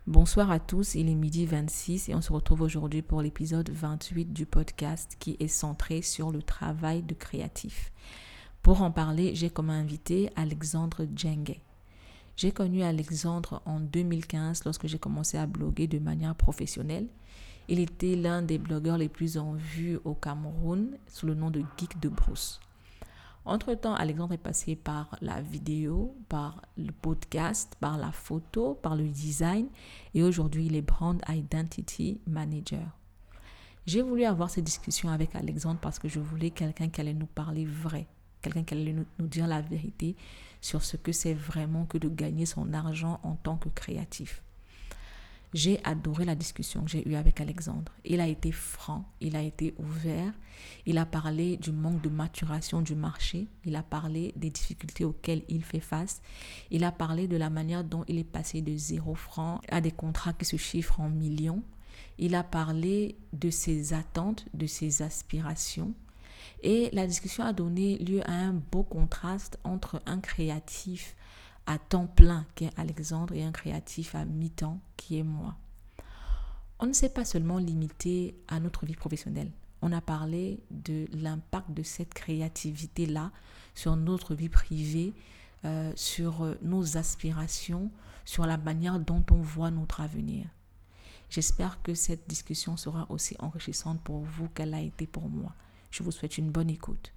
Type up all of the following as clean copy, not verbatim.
Bonsoir à tous, il est midi 26 et on se retrouve aujourd'hui pour l'épisode 28 du podcast qui est centré sur le travail de créatif. Pour en parler, j'ai comme invité Alexandre Djengue. J'ai connu Alexandre en 2015 lorsque j'ai commencé à bloguer de manière professionnelle. Il était l'un des blogueurs les plus en vue au Cameroun sous le nom de Geek de Brousse. Entre-temps, Alexandre est passé par la vidéo, par le podcast, par la photo, par le design et aujourd'hui, il est Brand Identity Manager. J'ai voulu avoir cette discussion avec Alexandre parce que je voulais quelqu'un qui allait nous parler vrai, quelqu'un qui allait nous dire la vérité sur ce que c'est vraiment que de gagner son argent en tant que créatif. J'ai adoré la discussion que j'ai eue avec Alexandre. Il a été franc, il a été ouvert, il a parlé du manque de maturation du marché, il a parlé des difficultés auxquelles il fait face, il a parlé de la manière dont il est passé de 0 francs à des contrats qui se chiffrent en millions, il a parlé de ses attentes, de ses aspirations et la discussion a donné lieu à un beau contraste entre un créatif à temps plein qui est Alexandre et un créatif à mi-temps qui est moi. On ne s'est pas seulement limité à notre vie professionnelle. On a parlé de l'impact de cette créativité-là sur notre vie privée, sur nos aspirations, sur la manière dont on voit notre avenir. J'espère que cette discussion sera aussi enrichissante pour vous qu'elle a été pour moi. Je vous souhaite une bonne écoute.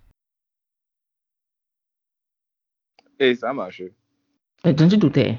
Et ça marche. Donc, tu doutais.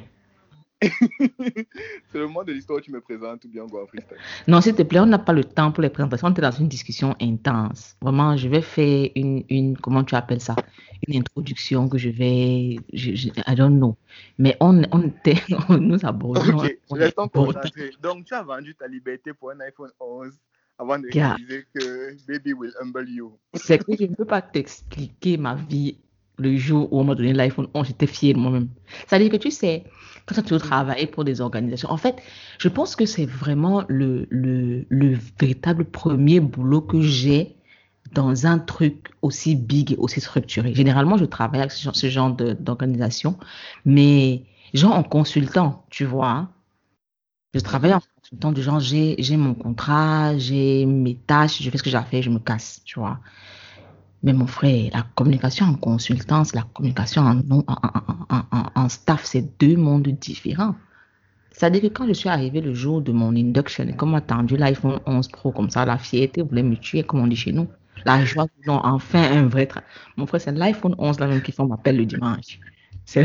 C'est le moment de l'histoire où tu me présentes ou bien on va freestyle. Non, s'il te plaît, on n'a pas le temps pour les présentations. On est dans une discussion intense. Vraiment, je vais faire comment tu appelles ça? Une introduction que I don't know. Mais nous abordons. Ok, restons concentrés. Donc, tu as vendu ta liberté pour un iPhone 11 avant de réaliser que baby will humble you. C'est que je ne peux pas t'expliquer ma vie le jour où on m'a donné l'iPhone 11, j'étais fière de moi-même. C'est-à-dire que tu sais, quand tu travailles pour des organisations, en fait, je pense que c'est vraiment le véritable premier boulot que j'ai dans un truc aussi big et aussi structuré. Généralement, je travaille avec ce genre d'organisation, mais genre en consultant, tu vois. Hein. Je travaille en consultant du genre, j'ai mon contrat, j'ai mes tâches, je fais ce que j'ai à faire, je me casse, tu vois. Mais mon frère, la communication en consultance, la communication en staff, c'est deux mondes différents. C'est-à-dire que quand je suis arrivée le jour de mon induction et qu'on m'a tendu l'iPhone 11 Pro comme ça, la fierté voulait me tuer, comme on dit chez nous. La joie, non, enfin un vrai travail. Mon frère, c'est l'iPhone 11 là même qui fait m'appelle le dimanche. C'est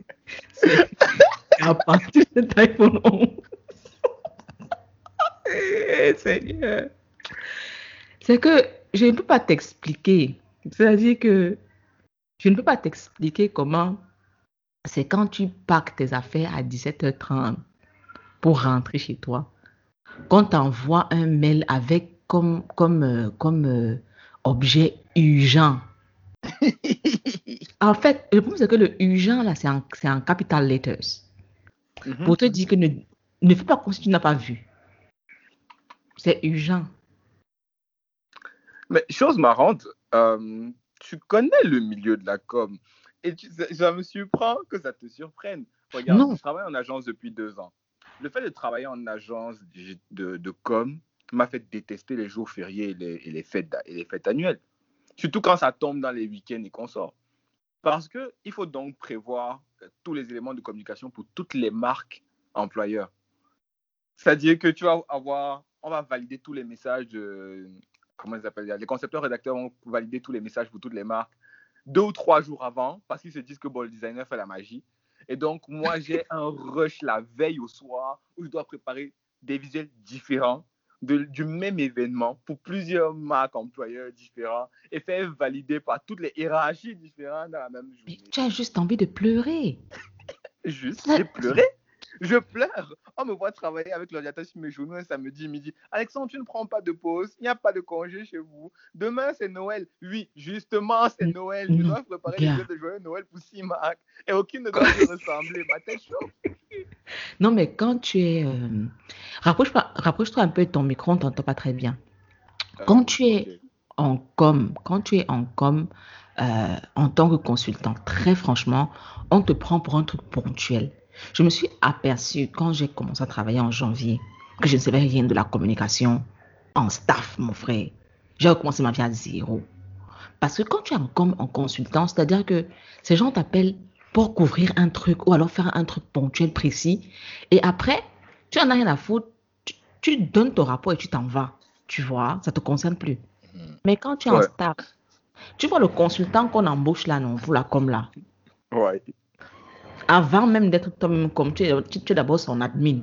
à partir de cet iPhone 11. Seigneur. C'est que je ne peux pas t'expliquer. C'est-à-dire que je ne peux pas t'expliquer comment c'est quand tu packs tes affaires à 17h30 pour rentrer chez toi, qu'on t'envoie un mail avec comme objet urgent. En fait, le problème c'est que le urgent là, c'est en capital letters. Pour te dire que ne fais pas comme si tu n'as pas vu. C'est urgent. Mais chose marrante, tu connais le milieu de la com et ça me surprend que ça te surprenne. Regarde, je travaille en agence depuis 2 ans. Le fait de travailler en agence de com m'a fait détester les jours fériés et les fêtes annuelles. Surtout quand ça tombe dans les week-ends et qu'on sort. Parce qu'il faut donc prévoir tous les éléments de communication pour toutes les marques employeurs. C'est-à-dire que on va valider tous les messages comment ils appellent, les concepteurs rédacteurs vont valider tous les messages pour toutes les marques 2 ou 3 jours avant parce qu'ils se disent que le designer fait la magie. Et donc, moi, j'ai un rush la veille au soir où je dois préparer des visuels différents du même événement pour plusieurs marques employeurs différents et faire valider par toutes les hiérarchies différentes dans la même journée. Mais tu as juste envie de pleurer. J'ai pleuré. Je pleure. On me voit travailler avec l'ordinateur sur mes journaux un samedi midi. Alexandre, tu ne prends pas de pause. Il n'y a pas de congé chez vous. Demain, c'est Noël. Oui, justement, c'est Noël. Je dois préparer les jeux de joyeux Noël pour 6 marques. Et aucune ne doit se ressembler. Ma tête chauffe. Non, mais quand tu es... Rapproche-toi un peu de ton micro, on ne t'entend pas très bien. Quand tu es en com, en tant que consultant, très franchement, on te prend pour un truc ponctuel. Je me suis aperçue quand j'ai commencé à travailler en janvier que je ne savais rien de la communication en staff, mon frère. J'ai recommencé ma vie à zéro. Parce que quand tu es en consultant, c'est-à-dire que ces gens t'appellent pour couvrir un truc ou alors faire un truc ponctuel, précis. Et après, tu n'en as rien à foutre. Tu donnes ton rapport et tu t'en vas. Tu vois, ça ne te concerne plus. Mais quand tu es en staff, tu vois le consultant qu'on embauche là, non, pour la com là. Ouais. Avant même d'être toi-même comme tu es d'abord son admin.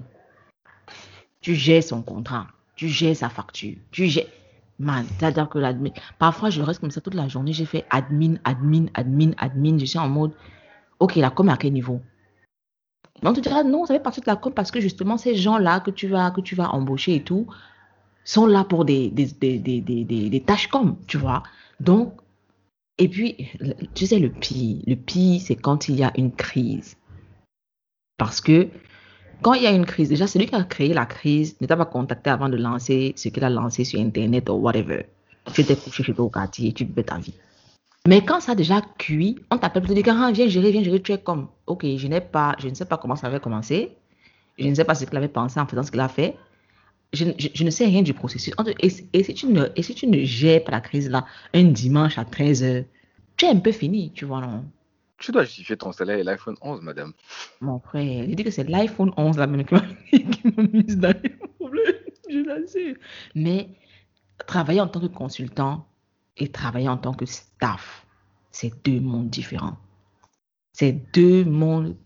Tu gères son contrat, tu gères sa facture, tu gères. Man, c'est-à-dire que l'admin. Parfois, je reste comme ça toute la journée. J'ai fait admin. Je suis en mode, ok, la com est à quel niveau? Mais on te dira, non, ça fait partie de la com parce que justement, ces gens-là que tu vas embaucher et tout sont là pour des tâches com, tu vois. Donc, et puis, tu sais, le pire, c'est quand il y a une crise. Parce que quand il y a une crise, déjà, celui qui a créé la crise ne t'a pas contacté avant de lancer ce qu'il a lancé sur Internet ou whatever. Tu étais couché chez toi au quartier et tu vivais ta vie. Mais quand ça a déjà cuit, on t'appelle pour te dire, ah, viens gérer, tu es comme, ok, je ne sais pas comment ça avait commencé, je ne sais pas ce qu'il avait pensé en faisant ce qu'il a fait, je ne sais rien du processus. Et si tu ne gères pas la crise là, un dimanche à 13h, tu es un peu fini, tu vois, non? Tu dois justifier ton salaire et l'iPhone 11, madame. Mon frère, il dit que c'est l'iPhone 11 là même qui m'a mise dans les problèmes, je l'assure. Mais travailler en tant que consultant et travailler en tant que staff, c'est deux mondes différents. C'est deux mondes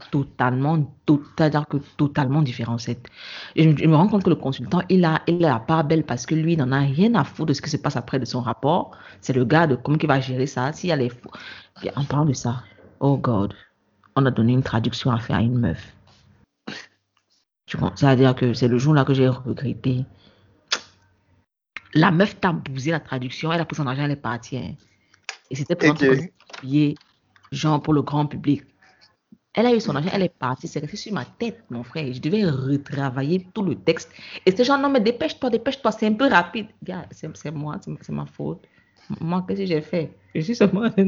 totalement différents. Je me rends compte que le consultant, il a la part belle parce que lui, il n'en a rien à foutre de ce qui se passe après de son rapport. C'est le gars de comment il va gérer ça. S'il y a les... Et en parlant de ça, oh God, on a donné une traduction à faire à une meuf. C'est-à-dire que c'est le jour-là que j'ai regretté. La meuf t'a bousé la traduction, elle a pris son argent, elle est partie. Hein. Et c'était pour un truc genre pour le grand public. Elle a eu son argent, elle est partie, c'est resté sur ma tête, mon frère. Je devais retravailler tout le texte. Et ces gens, non, mais dépêche-toi, c'est un peu rapide. Gars, c'est moi, c'est ma faute. Moi, qu'est-ce que j'ai fait? Je suis seulement en train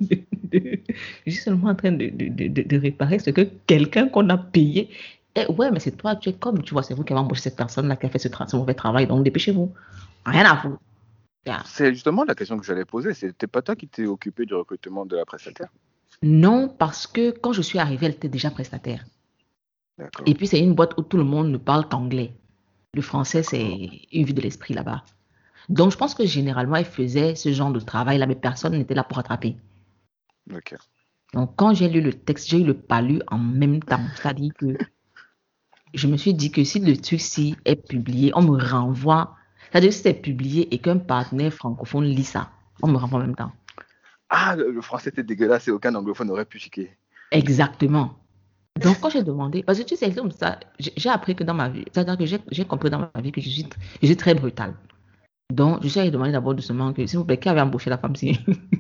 de réparer ce que quelqu'un qu'on a payé. Et ouais, mais c'est toi, tu es comme, tu vois, c'est vous qui avez embauché cette personne-là qui a fait ce mauvais travail, donc dépêchez-vous. Rien à foutre. Yeah. C'est justement la question que j'allais poser. C'était pas toi qui t'es occupé du recrutement de la prestataire? Non, parce que quand je suis arrivée, elle était déjà prestataire. D'accord. Et puis, c'est une boîte où tout le monde ne parle qu'anglais. Le français, c'est une vue de l'esprit là-bas. Donc, je pense que généralement, elle faisait ce genre de travail-là, mais personne n'était là pour rattraper. Ok. Donc, quand j'ai lu le texte, j'ai eu le palu en même temps. C'est-à-dire que je me suis dit que si le truc-ci est publié, on me renvoie. C'est-à-dire que si c'est publié et qu'un partenaire francophone lit ça, on me renvoie en même temps. Ah, le français était dégueulasse et aucun anglophone n'aurait pu chiquer. Exactement. Donc, quand j'ai demandé, parce que tu sais, comme ça, j'ai appris que dans ma vie, c'est-à-dire que j'ai compris dans ma vie que je suis très brutale. Donc, je suis allée demander d'abord doucement que, s'il vous plaît, qui avait embauché la femme-ci?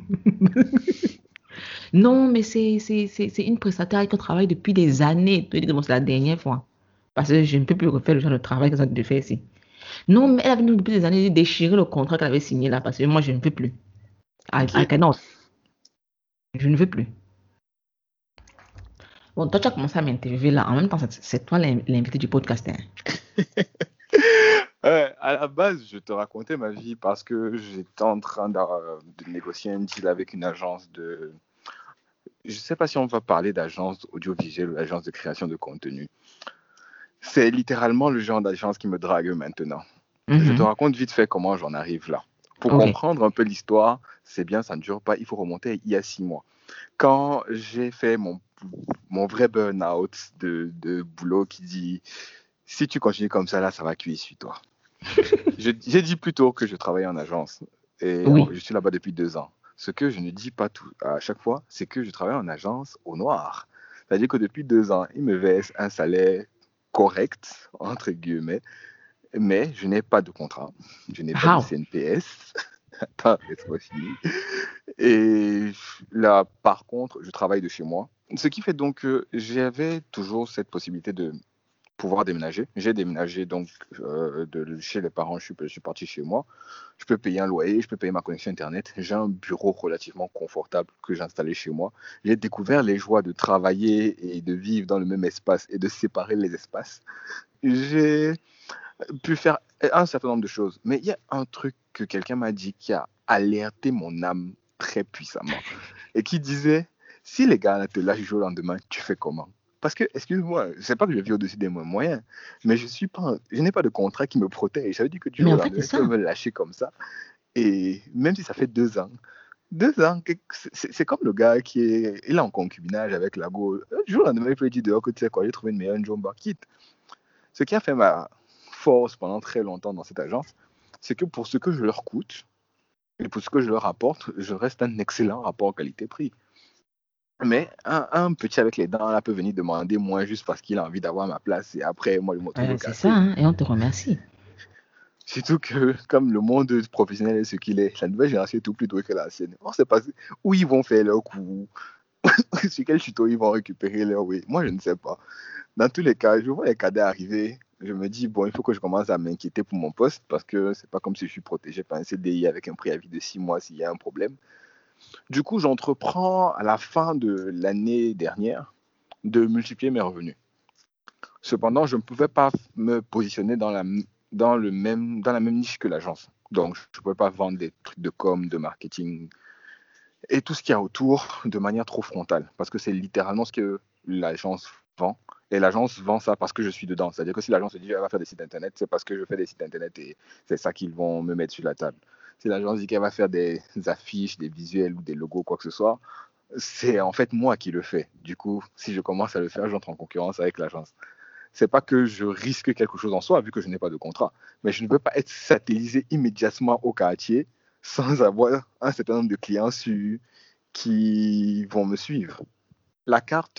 Non, mais c'est une prestataire qui travaille depuis des années. Tu dis que c'est la dernière fois. Parce que je ne peux plus refaire le genre de travail que ça de faire ici. Non, mais elle avait depuis des années déchiré le contrat qu'elle avait signé là, parce que moi, je ne peux plus. I cannot. Je ne veux plus. Bon, toi, tu as commencé à m'interviewer là. En même temps, c'est toi l'invité du podcast. Hein. À la base, je te racontais ma vie parce que j'étais en train de négocier un deal avec une agence de... Je ne sais pas si on va parler d'agence audiovisuelle ou d'agence de création de contenu. C'est littéralement le genre d'agence qui me drague maintenant. Je te raconte vite fait comment j'en arrive là. Pour comprendre un peu l'histoire, c'est bien, ça ne dure pas. Il faut remonter il y a 6 mois. Quand j'ai fait mon vrai burn-out de boulot qui dit « Si tu continues comme ça, là, ça va cuire sur toi. » J'ai dit plutôt que je travaillais en agence. Et je suis là-bas depuis 2 ans. Ce que je ne dis pas à chaque fois, c'est que je travaille en agence au noir. C'est-à-dire que depuis 2 ans, ils me versent un salaire correct, entre guillemets, mais je n'ai pas de contrat. Je n'ai pas de CNPS. Attends, laisse-moi finir. Et là, par contre, je travaille de chez moi. Ce qui fait donc que j'avais toujours cette possibilité de pouvoir déménager. J'ai déménagé donc de chez les parents, je suis parti chez moi. Je peux payer un loyer, je peux payer ma connexion Internet. J'ai un bureau relativement confortable que j'ai installé chez moi. J'ai découvert les joies de travailler et de vivre dans le même espace et de séparer les espaces. J'ai pu faire un certain nombre de choses. Mais il y a un truc que quelqu'un m'a dit qui a alerté mon âme très puissamment et qui disait, si les gars te lâchent du jour au lendemain, tu fais comment? Parce que, excuse-moi, je sais pas que je vis au-dessus des moyens, mais je n'ai pas de contrat qui me protège. Ça veut dire que du Mais jour en au fait, c'est lendemain, tu ça. peux me lâcher comme ça. Et même si ça fait 2 ans, c'est comme le gars il est en concubinage avec la go. Du jour au lendemain, il peut dire dehors que tu sais quoi, j'ai trouvé une meilleure job, quitte. Ce qui a fait ma force pendant très longtemps dans cette agence, c'est que pour ce que je leur coûte et pour ce que je leur apporte, je reste un excellent rapport qualité-prix. Mais un petit avec les dents là peut venir demander moins juste parce qu'il a envie d'avoir ma place et après moi je me retrouve C'est cassé. ça, hein, et on te remercie. Surtout que comme le monde professionnel est ce qu'il est, la nouvelle génération est tout plus douée que l'ancienne. On sait pas où ils vont faire leur coup, sur quel tuto ils vont récupérer leur oui. Moi je ne sais pas. Dans tous les cas, je vois les cadets arriver. Je me dis, bon, il faut que je commence à m'inquiéter pour mon poste parce que c'est pas comme si je suis protégé par un CDI avec un préavis de 6 mois s'il y a un problème. Du coup, j'entreprends à la fin de l'année dernière de multiplier mes revenus. Cependant, je ne pouvais pas me positionner dans la même niche que l'agence. Donc, je ne pouvais pas vendre des trucs de com, de marketing et tout ce qu'il y a autour de manière trop frontale parce que c'est littéralement ce que l'agence vend. Et l'agence vend ça parce que je suis dedans. C'est-à-dire que si l'agence se dit qu'elle va faire des sites internet, c'est parce que je fais des sites internet et c'est ça qu'ils vont me mettre sur la table. Si l'agence dit qu'elle va faire des affiches, des visuels ou des logos, quoi que ce soit, c'est en fait moi qui le fais. Du coup, si je commence à le faire, j'entre en concurrence avec l'agence. C'est pas que je risque quelque chose en soi, vu que je n'ai pas de contrat, mais je ne veux pas être satellisé immédiatement au quartier sans avoir un certain nombre de clients qui vont me suivre. La carte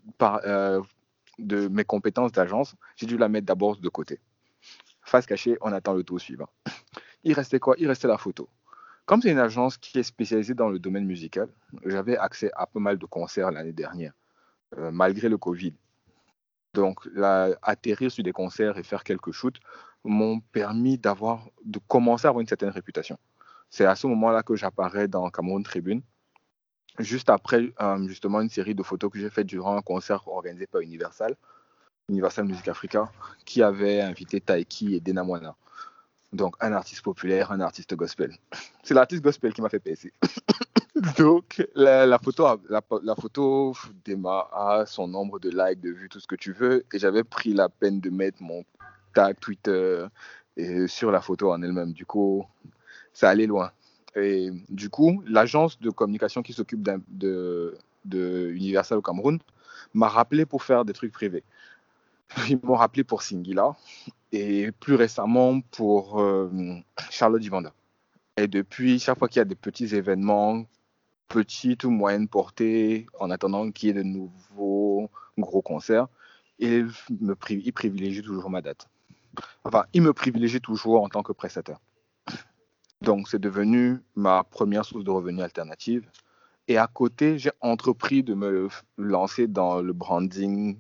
de mes compétences d'agence, j'ai dû la mettre d'abord de côté. Face cachée, on attend le tour suivant. Il restait quoi? Il restait la photo. Comme c'est une agence qui est spécialisée dans le domaine musical, j'avais accès à pas mal de concerts l'année dernière, malgré le Covid. Donc, atterrir sur des concerts et faire quelques shoots m'ont permis de commencer à avoir une certaine réputation. C'est à ce moment-là que j'apparais dans Cameroun Tribune, juste après justement une série de photos que j'ai faites durant un concert organisé par Universal Music Africa, qui avait invité Taiki et Dena Moana. Donc, un artiste populaire, un artiste gospel. C'est l'artiste gospel qui m'a fait passer. Donc, la photo d'Emma a son nombre de likes, de vues, tout ce que tu veux. Et j'avais pris la peine de mettre mon tag Twitter sur la photo en elle-même. Du coup, ça allait loin. Et du coup, l'agence de communication qui s'occupe de Universal au Cameroun m'a rappelé pour faire des trucs privés. Ils m'ont rappelé pour Singila et plus récemment pour Charlotte Divanda. Et depuis, chaque fois qu'il y a des petits événements, petites ou moyennes portées, en attendant qu'il y ait de nouveaux gros concerts, ils privilégient toujours ma date. Enfin, ils me privilégient toujours en tant que prestataire. Donc, c'est devenu ma première source de revenus alternative. Et à côté, j'ai entrepris de me lancer dans le branding,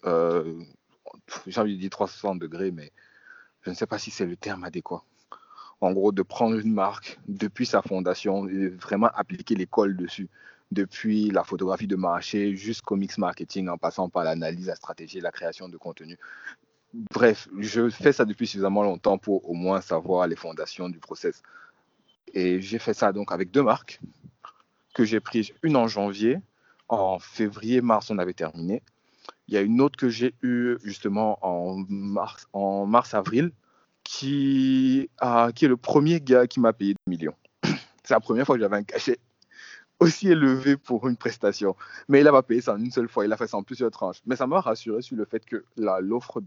j'ai envie de dire 360 degrés, mais je ne sais pas si c'est le terme adéquat. En gros, de prendre une marque depuis sa fondation et vraiment appliquer l'école dessus. Depuis la photographie de marché jusqu'au mix marketing, en passant par l'analyse, la stratégie et la création de contenu. Bref, je fais ça depuis suffisamment longtemps pour au moins savoir les fondations du process. Et j'ai fait ça donc avec 2 marques que j'ai prises, une en janvier, en février, mars, on avait terminé. Il y a une autre que j'ai eue justement en mars-avril, qui est le premier gars qui m'a payé 2 millions. C'est la première fois que j'avais un cachet aussi élevé pour une prestation. Mais il n'a pas payé ça en une seule fois, il a fait ça en plusieurs tranches. Mais ça m'a rassuré sur le fait que la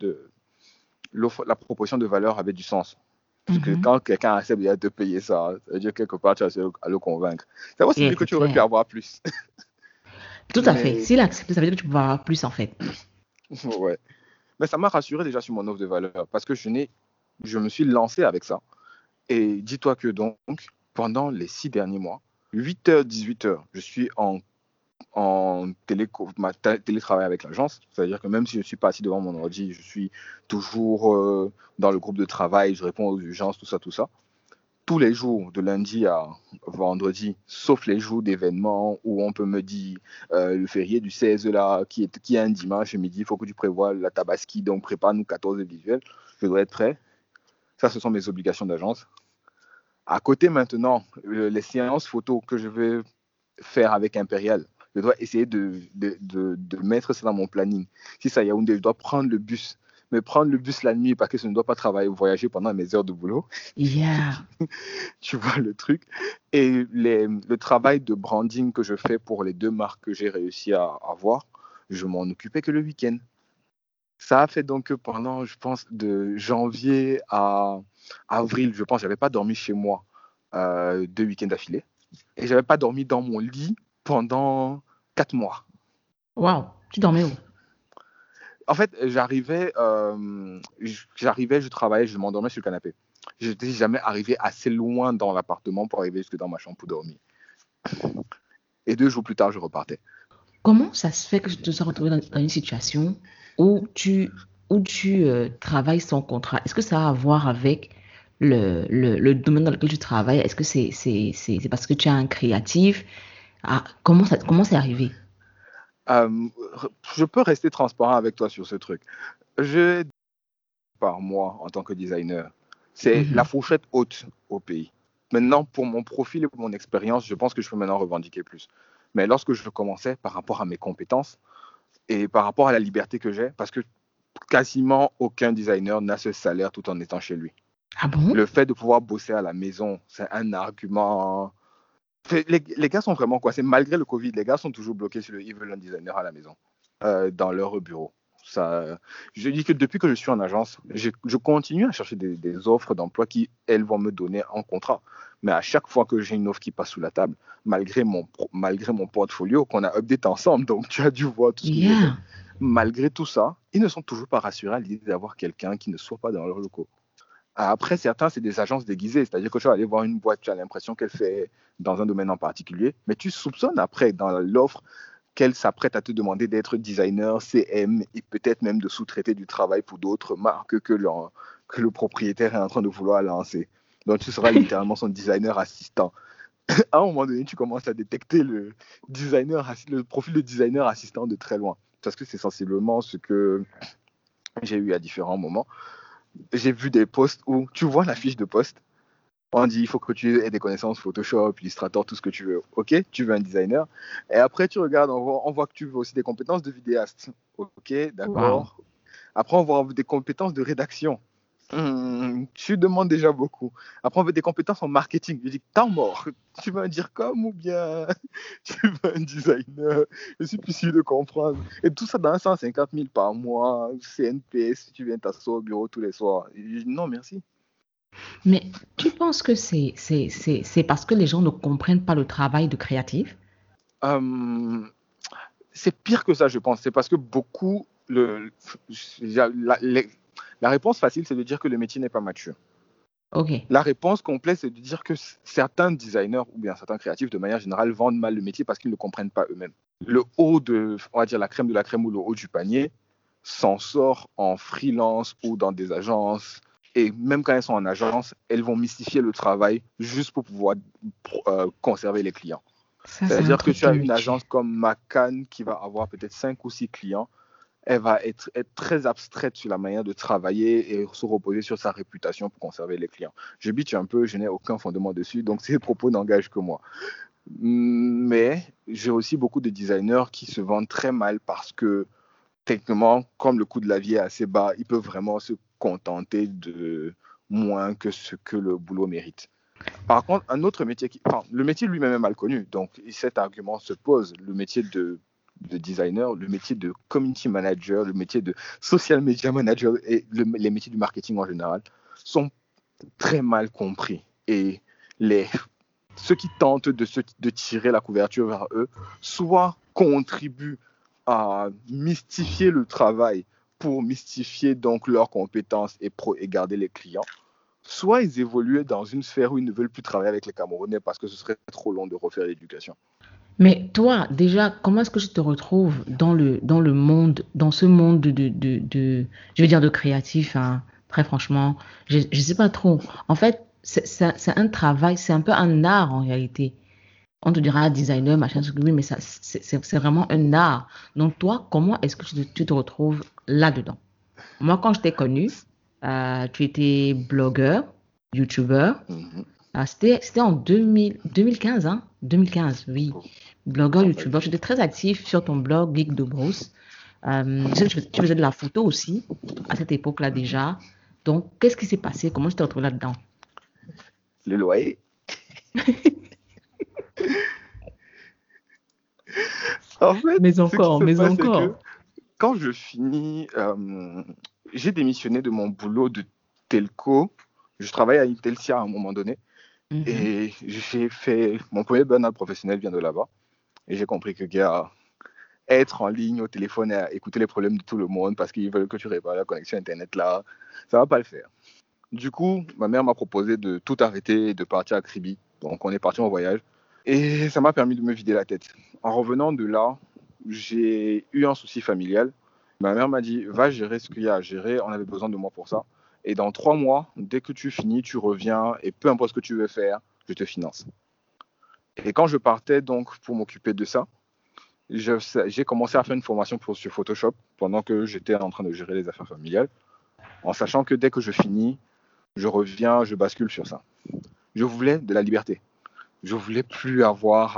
proposition de valeur avait du sens. Parce que quand quelqu'un accepte de te payer ça, ça veut dire quelque part tu as à le convaincre. Ça veut aussi dire que tu aurais pu avoir plus. Tout à fait. S'il accepte, ça veut dire que tu peux avoir plus en fait. Ouais. Mais ça m'a rassuré déjà sur mon offre de valeur parce que je me suis lancé avec ça. Et dis-toi que donc, pendant les 6 derniers mois, 8h, 18h, je suis en en télétravail avec l'agence. C'est-à-dire que même si je ne suis pas assis devant mon ordi, je suis toujours dans le groupe de travail, je réponds aux urgences, tout ça, tout ça. Tous les jours, de lundi à vendredi, sauf les jours d'événements où on peut me dire le férié du 16 là, qui est un dimanche midi, il faut que tu prévois la tabaski, donc prépare-nous 14 visuels, je dois être prêt. Ça, ce sont mes obligations d'agence. À côté maintenant, les séances photos que je vais faire avec Impérial, je dois essayer de mettre ça dans mon planning. Si ça y est, je dois prendre le bus. Mais prendre le bus la nuit parce que je ne dois pas travailler ou voyager pendant mes heures de boulot. Yeah. Tu vois le truc. Et le travail de branding que je fais pour les 2 marques que j'ai réussi à avoir, je m'en occupais que le week-end. Ça a fait donc que pendant, je pense, de janvier à avril, je pense, je n'avais pas dormi chez moi 2 week-ends d'affilée. Et je n'avais pas dormi dans mon lit pendant 4 mois. Waouh, tu dormais où? En fait, j'arrivais, je travaillais, je m'endormais sur le canapé. Je n'étais jamais arrivé assez loin dans l'appartement pour arriver jusque dans ma chambre pour dormir. Et 2 jours plus tard, je repartais. Comment ça se fait que tu te sois retrouvé dans une situation où tu travailles sans contrat? Est-ce que ça a à voir avec le domaine dans lequel tu travailles? Est-ce que c'est parce que tu es un créatif? Comment c'est arrivé? Je peux rester transparent avec toi sur ce truc. Je par mois en tant que designer. C'est la fourchette haute au pays. Maintenant, pour mon profil et pour mon expérience, je pense que je peux maintenant revendiquer plus. Mais lorsque je commençais, par rapport à mes compétences et par rapport à la liberté que j'ai, parce que quasiment aucun designer n'a ce salaire tout en étant chez lui. Ah bon? Le fait de pouvoir bosser à la maison, c'est un argument. Les gars sont vraiment coincés. Malgré le Covid, les gars sont toujours bloqués sur le ils veulent un designer à la maison, dans leur bureau. Ça, je dis que depuis que je suis en agence, je continue à chercher des offres d'emploi qui, elles, vont me donner un contrat. Mais à chaque fois que j'ai une offre qui passe sous la table, malgré mon portfolio qu'on a update ensemble, donc tu as dû voir tout ce que j'ai fait, malgré tout ça, ils ne sont toujours pas rassurés à l'idée d'avoir quelqu'un qui ne soit pas dans leurs locaux. Après, certains, c'est des agences déguisées, c'est-à-dire que tu vas aller voir une boîte, tu as l'impression qu'elle fait dans un domaine en particulier, mais tu soupçonnes après dans l'offre qu'elle s'apprête à te demander d'être designer, CM et peut-être même de sous-traiter du travail pour d'autres marques que le propriétaire est en train de vouloir lancer. Donc, tu seras littéralement son designer assistant. À un moment donné, tu commences à détecter le profil de designer assistant de très loin. Parce que c'est sensiblement ce que j'ai eu à différents moments. J'ai vu des posts où tu vois la fiche de poste. On dit il faut que tu aies des connaissances Photoshop, Illustrator, tout ce que tu veux. Ok, tu veux un designer. Et après, tu regardes, on voit que tu veux aussi des compétences de vidéaste. Ok, d'accord. Wow. Après, on voit des compétences de rédaction. Tu demandes déjà beaucoup. Après, on veut des compétences en marketing. Je dis, t'es mort. Tu veux un DIRCOM ou bien tu veux un designer? Je suis plus sûr de comprendre. Et tout ça dans 150 000 par mois, CNPS, si tu viens t'asseoir au bureau tous les soirs. Je dis, non, merci. Mais tu penses que c'est parce que les gens ne comprennent pas le travail de créatif? C'est pire que ça, je pense. C'est parce que beaucoup... La réponse facile, c'est de dire que le métier n'est pas mature. Okay. La réponse complète, c'est de dire que certains designers ou bien certains créatifs, de manière générale, vendent mal le métier parce qu'ils ne le comprennent pas eux-mêmes. Le haut de, on va dire, la crème de la crème ou le haut du panier s'en sort en freelance ou dans des agences. Et même quand elles sont en agence, elles vont mystifier le travail juste pour pouvoir conserver les clients. C'est-à-dire que tu as une agence comme McCann qui va avoir peut-être 5 ou 6 clients. Elle va être très abstraite sur la manière de travailler et se reposer sur sa réputation pour conserver les clients. Je bitch un peu, je n'ai aucun fondement dessus, donc ces propos n'engagent que moi. Mais j'ai aussi beaucoup de designers qui se vendent très mal parce que, techniquement, comme le coût de la vie est assez bas, ils peuvent vraiment se contenter de moins que ce que le boulot mérite. Par contre, un autre métier, le métier lui-même est mal connu, donc cet argument se pose, le métier de designer, le métier de community manager, le métier de social media manager et les métiers du marketing en général sont très mal compris. Et ceux qui tentent de tirer la couverture vers eux, soit contribuent à mystifier le travail pour mystifier donc leurs compétences et garder les clients, soit ils évoluent dans une sphère où ils ne veulent plus travailler avec les Camerounais parce que ce serait trop long de refaire l'éducation. Mais toi, déjà, comment est-ce que tu te retrouves dans le monde, dans ce monde je veux dire, de créatif, hein, très franchement, je ne sais pas trop. En fait, c'est un travail, c'est un peu un art en réalité. On te dira designer, machin, oui, mais ça, c'est vraiment un art. Donc toi, comment est-ce que tu te retrouves là-dedans? Moi, quand je t'ai connu, tu étais blogueur, youtubeur. Mhm. C'était en 2015, hein? 2015, oui. Blogueur, En fait, youtubeur. J'étais très actif sur ton blog Geek de Brousse. Je sais que tu faisais de la photo aussi à cette époque-là déjà. Donc, qu'est-ce qui s'est passé? Comment tu t'es retrouvé là-dedans? le loyer. En fait, ce qui se Mais passe, c'est que encore. quand je finis, j'ai démissionné de mon boulot de telco. Je travaillais à Intelsia à un moment donné. Mhm. Et j'ai fait mon premier burn-out professionnel vient de là-bas. Et j'ai compris que, gars, être en ligne au téléphone et à écouter les problèmes de tout le monde parce qu'ils veulent que tu répares la connexion Internet là, ça va pas le faire. Du coup, ma mère m'a proposé de tout arrêter et de partir à Kribi. Donc, on est parti en voyage. Et ça m'a permis de me vider la tête. En revenant de là, j'ai eu un souci familial. Ma mère m'a dit, va gérer ce qu'il y a à gérer, on avait besoin de moi pour ça. Et dans 3 mois, dès que tu finis, tu reviens et peu importe ce que tu veux faire, je te finance. Et quand je partais donc pour m'occuper de ça, j'ai commencé à faire une formation sur Photoshop pendant que j'étais en train de gérer les affaires familiales, en sachant que dès que je finis, je reviens, je bascule sur ça. Je voulais de la liberté. Je voulais plus avoir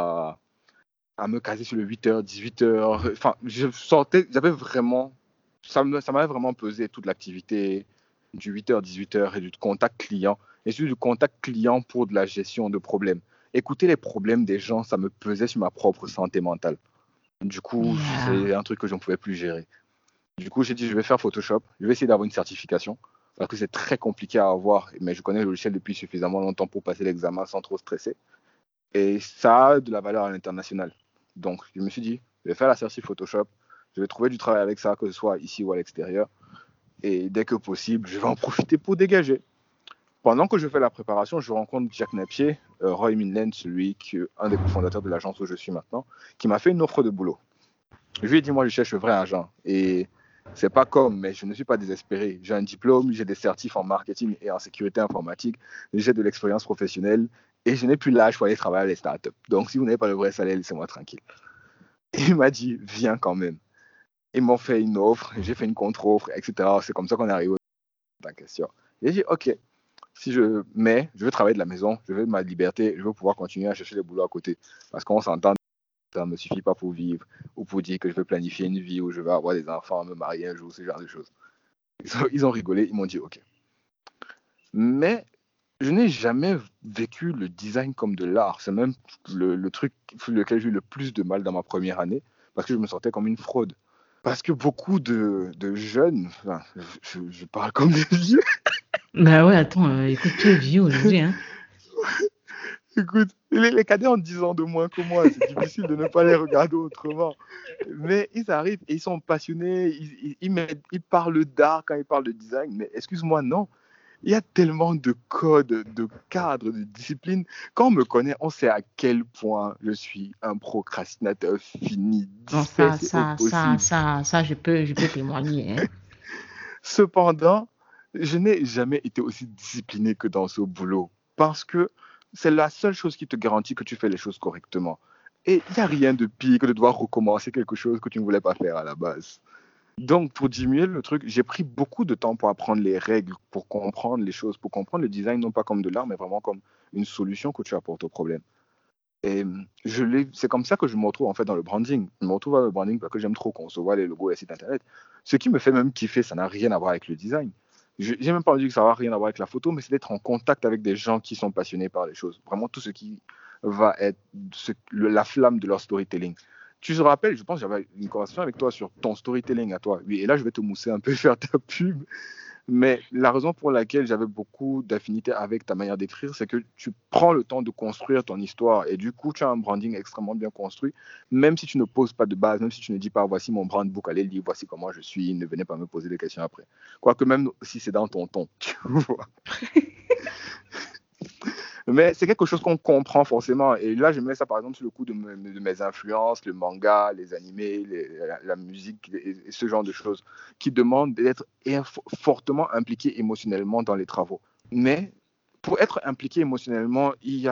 à me caser sur le 8h, 18h. Enfin, je sortais, j'avais vraiment, ça m'avait vraiment pesé toute l'activité du 8h, 18h et du contact client. Et surtout du contact client pour de la gestion de problèmes. Écouter les problèmes des gens, ça me pesait sur ma propre santé mentale. Du coup, Yeah. c'est un truc que je ne pouvais plus gérer. Du coup, j'ai dit, je vais faire Photoshop. Je vais essayer d'avoir une certification. Parce que c'est très compliqué à avoir. Mais je connais le logiciel depuis suffisamment longtemps pour passer l'examen sans trop stresser. Et ça a de la valeur à l'international. Donc, je me suis dit, je vais faire la certif Photoshop. Je vais trouver du travail avec ça, que ce soit ici ou à l'extérieur. Et dès que possible, je vais en profiter pour dégager. Pendant que je fais la préparation, je rencontre Jack Napier, Roy Minland, un des cofondateurs de l'agence où je suis maintenant, qui m'a fait une offre de boulot. Je lui ai dit, moi, je cherche un vrai agent. Et c'est pas comme, mais je ne suis pas désespéré. J'ai un diplôme, j'ai des certifs en marketing et en sécurité informatique, j'ai de l'expérience professionnelle et je n'ai plus l'âge pour aller travailler à les startups. Donc, si vous n'avez pas le vrai salaire, laissez-moi tranquille. Et il m'a dit, viens quand même. Ils m'ont fait une offre, j'ai fait une contre-offre, etc. C'est comme ça qu'on est arrivé à la question. J'ai dit, OK, mais je veux travailler de la maison, je veux ma liberté, je veux pouvoir continuer à chercher des boulots à côté. Parce qu'on s'entend, ça ne me suffit pas pour vivre ou pour dire que je veux planifier une vie où je vais avoir des enfants, me marier un jour, ce genre de choses. Ils ont rigolé, ils m'ont dit OK. Mais je n'ai jamais vécu le design comme de l'art. C'est même le truc sur lequel j'ai eu le plus de mal dans ma première année parce que je me sentais comme une fraude. Parce que beaucoup de jeunes, enfin, je parle comme des vieux. Bah ouais, attends, écoute, tu es vieux aujourd'hui, hein? Écoute, les cadets ont 10 ans de moins que moi, c'est difficile de ne pas les regarder autrement. Mais ils arrivent et ils sont passionnés, ils parlent d'art quand ils parlent de design, mais excuse-moi, non. Il y a tellement de codes, de cadres, de disciplines. Quand on me connaît, on sait à quel point je suis un procrastinateur fini, Non, dispersé au possible. ça, je peux témoigner, hein? Cependant, je n'ai jamais été aussi discipliné que dans ce boulot parce que c'est la seule chose qui te garantit que tu fais les choses correctement. Et il n'y a rien de pire que de devoir recommencer quelque chose que tu ne voulais pas faire à la base. Donc, pour diminuer le truc, j'ai pris beaucoup de temps pour apprendre les règles, pour comprendre les choses, pour comprendre le design, non pas comme de l'art, mais vraiment comme une solution que tu apportes au problème. Et c'est comme ça que je me retrouve en fait dans le branding. Je me retrouve dans le branding parce que j'aime trop concevoir les logos et les sites internet. Ce qui me fait même kiffer, ça n'a rien à voir avec le design. J'ai même pas dit que ça n'a rien à voir avec la photo, mais c'est d'être en contact avec des gens qui sont passionnés par les choses. Vraiment tout ce qui va être la flamme de leur storytelling. Tu te rappelles, je pense que j'avais une conversation avec toi sur ton storytelling à toi. Oui, et là, je vais te mousser un peu, faire ta pub. Mais la raison pour laquelle j'avais beaucoup d'affinité avec ta manière d'écrire, c'est que tu prends le temps de construire ton histoire et du coup, tu as un branding extrêmement bien construit, même si tu ne poses pas de base, même si tu ne dis pas voici mon brand book, allez lire, voici comment je suis, ne venez pas me poser des questions après. Quoique même si c'est dans ton ton, tu vois. Mais c'est quelque chose qu'on comprend forcément. Et là, je mets ça, par exemple, sur le coup de mes influences, le manga, les animés, la musique et ce genre de choses qui demandent d'être fortement impliqué émotionnellement dans les travaux. Mais pour être impliqué émotionnellement,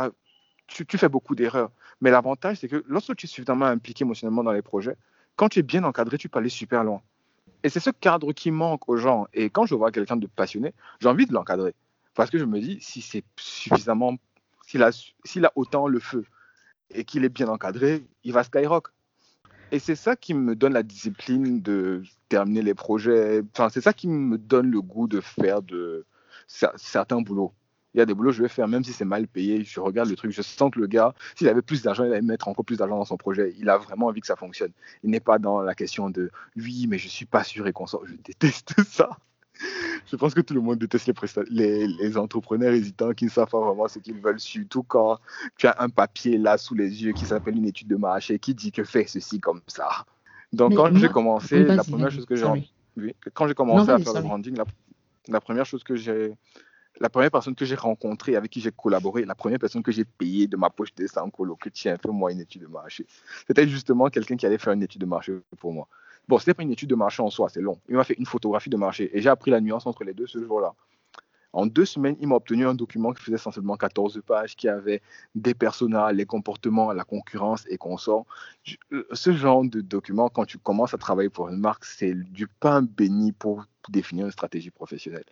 tu fais beaucoup d'erreurs. Mais l'avantage, c'est que lorsque tu es suffisamment impliqué émotionnellement dans les projets, quand tu es bien encadré, tu peux aller super loin. Et c'est ce cadre qui manque aux gens. Et quand je vois quelqu'un de passionné, j'ai envie de l'encadrer. Parce que je me dis, si c'est suffisamment, s'il a autant le feu et qu'il est bien encadré, il va skyrock. Et c'est ça qui me donne la discipline de terminer les projets. Enfin, c'est ça qui me donne le goût de faire certains boulots. Il y a des boulots que je vais faire, même si c'est mal payé. Je regarde le truc, je sens que le gars, s'il avait plus d'argent, il allait mettre encore plus d'argent dans son projet. Il a vraiment envie que ça fonctionne. Il n'est pas dans la question de oui, mais je suis pas sûr et qu'on sort. Je déteste ça. Je pense que tout le monde déteste les entrepreneurs hésitants qui ne savent pas vraiment ce qu'ils veulent, surtout quand tu as un papier là sous les yeux qui s'appelle une étude de marché qui dit que fais ceci comme ça. Donc, Mais quand j'ai moi, commencé, oui, la vas-y, première vas-y, chose que j'ai sorry. oui, quand j'ai Non, commencé à vas-y, faire le sorry. branding, la première chose que la première personne que j'ai rencontrée, avec qui j'ai collaboré, la première personne que j'ai payée de ma poche de sans colo, que tiens, fais-moi une étude de marché. C'était justement quelqu'un qui allait faire une étude de marché pour moi. Bon, c'était pas une étude de marché en soi, c'est long. Il m'a fait une photographie de marché et j'ai appris la nuance entre les deux ce jour-là. En 2 semaines, il m'a obtenu un document qui faisait sensiblement 14 pages, qui avait des personas, les comportements, la concurrence et consorts. Ce genre de document, quand tu commences à travailler pour une marque, c'est du pain béni pour définir une stratégie professionnelle.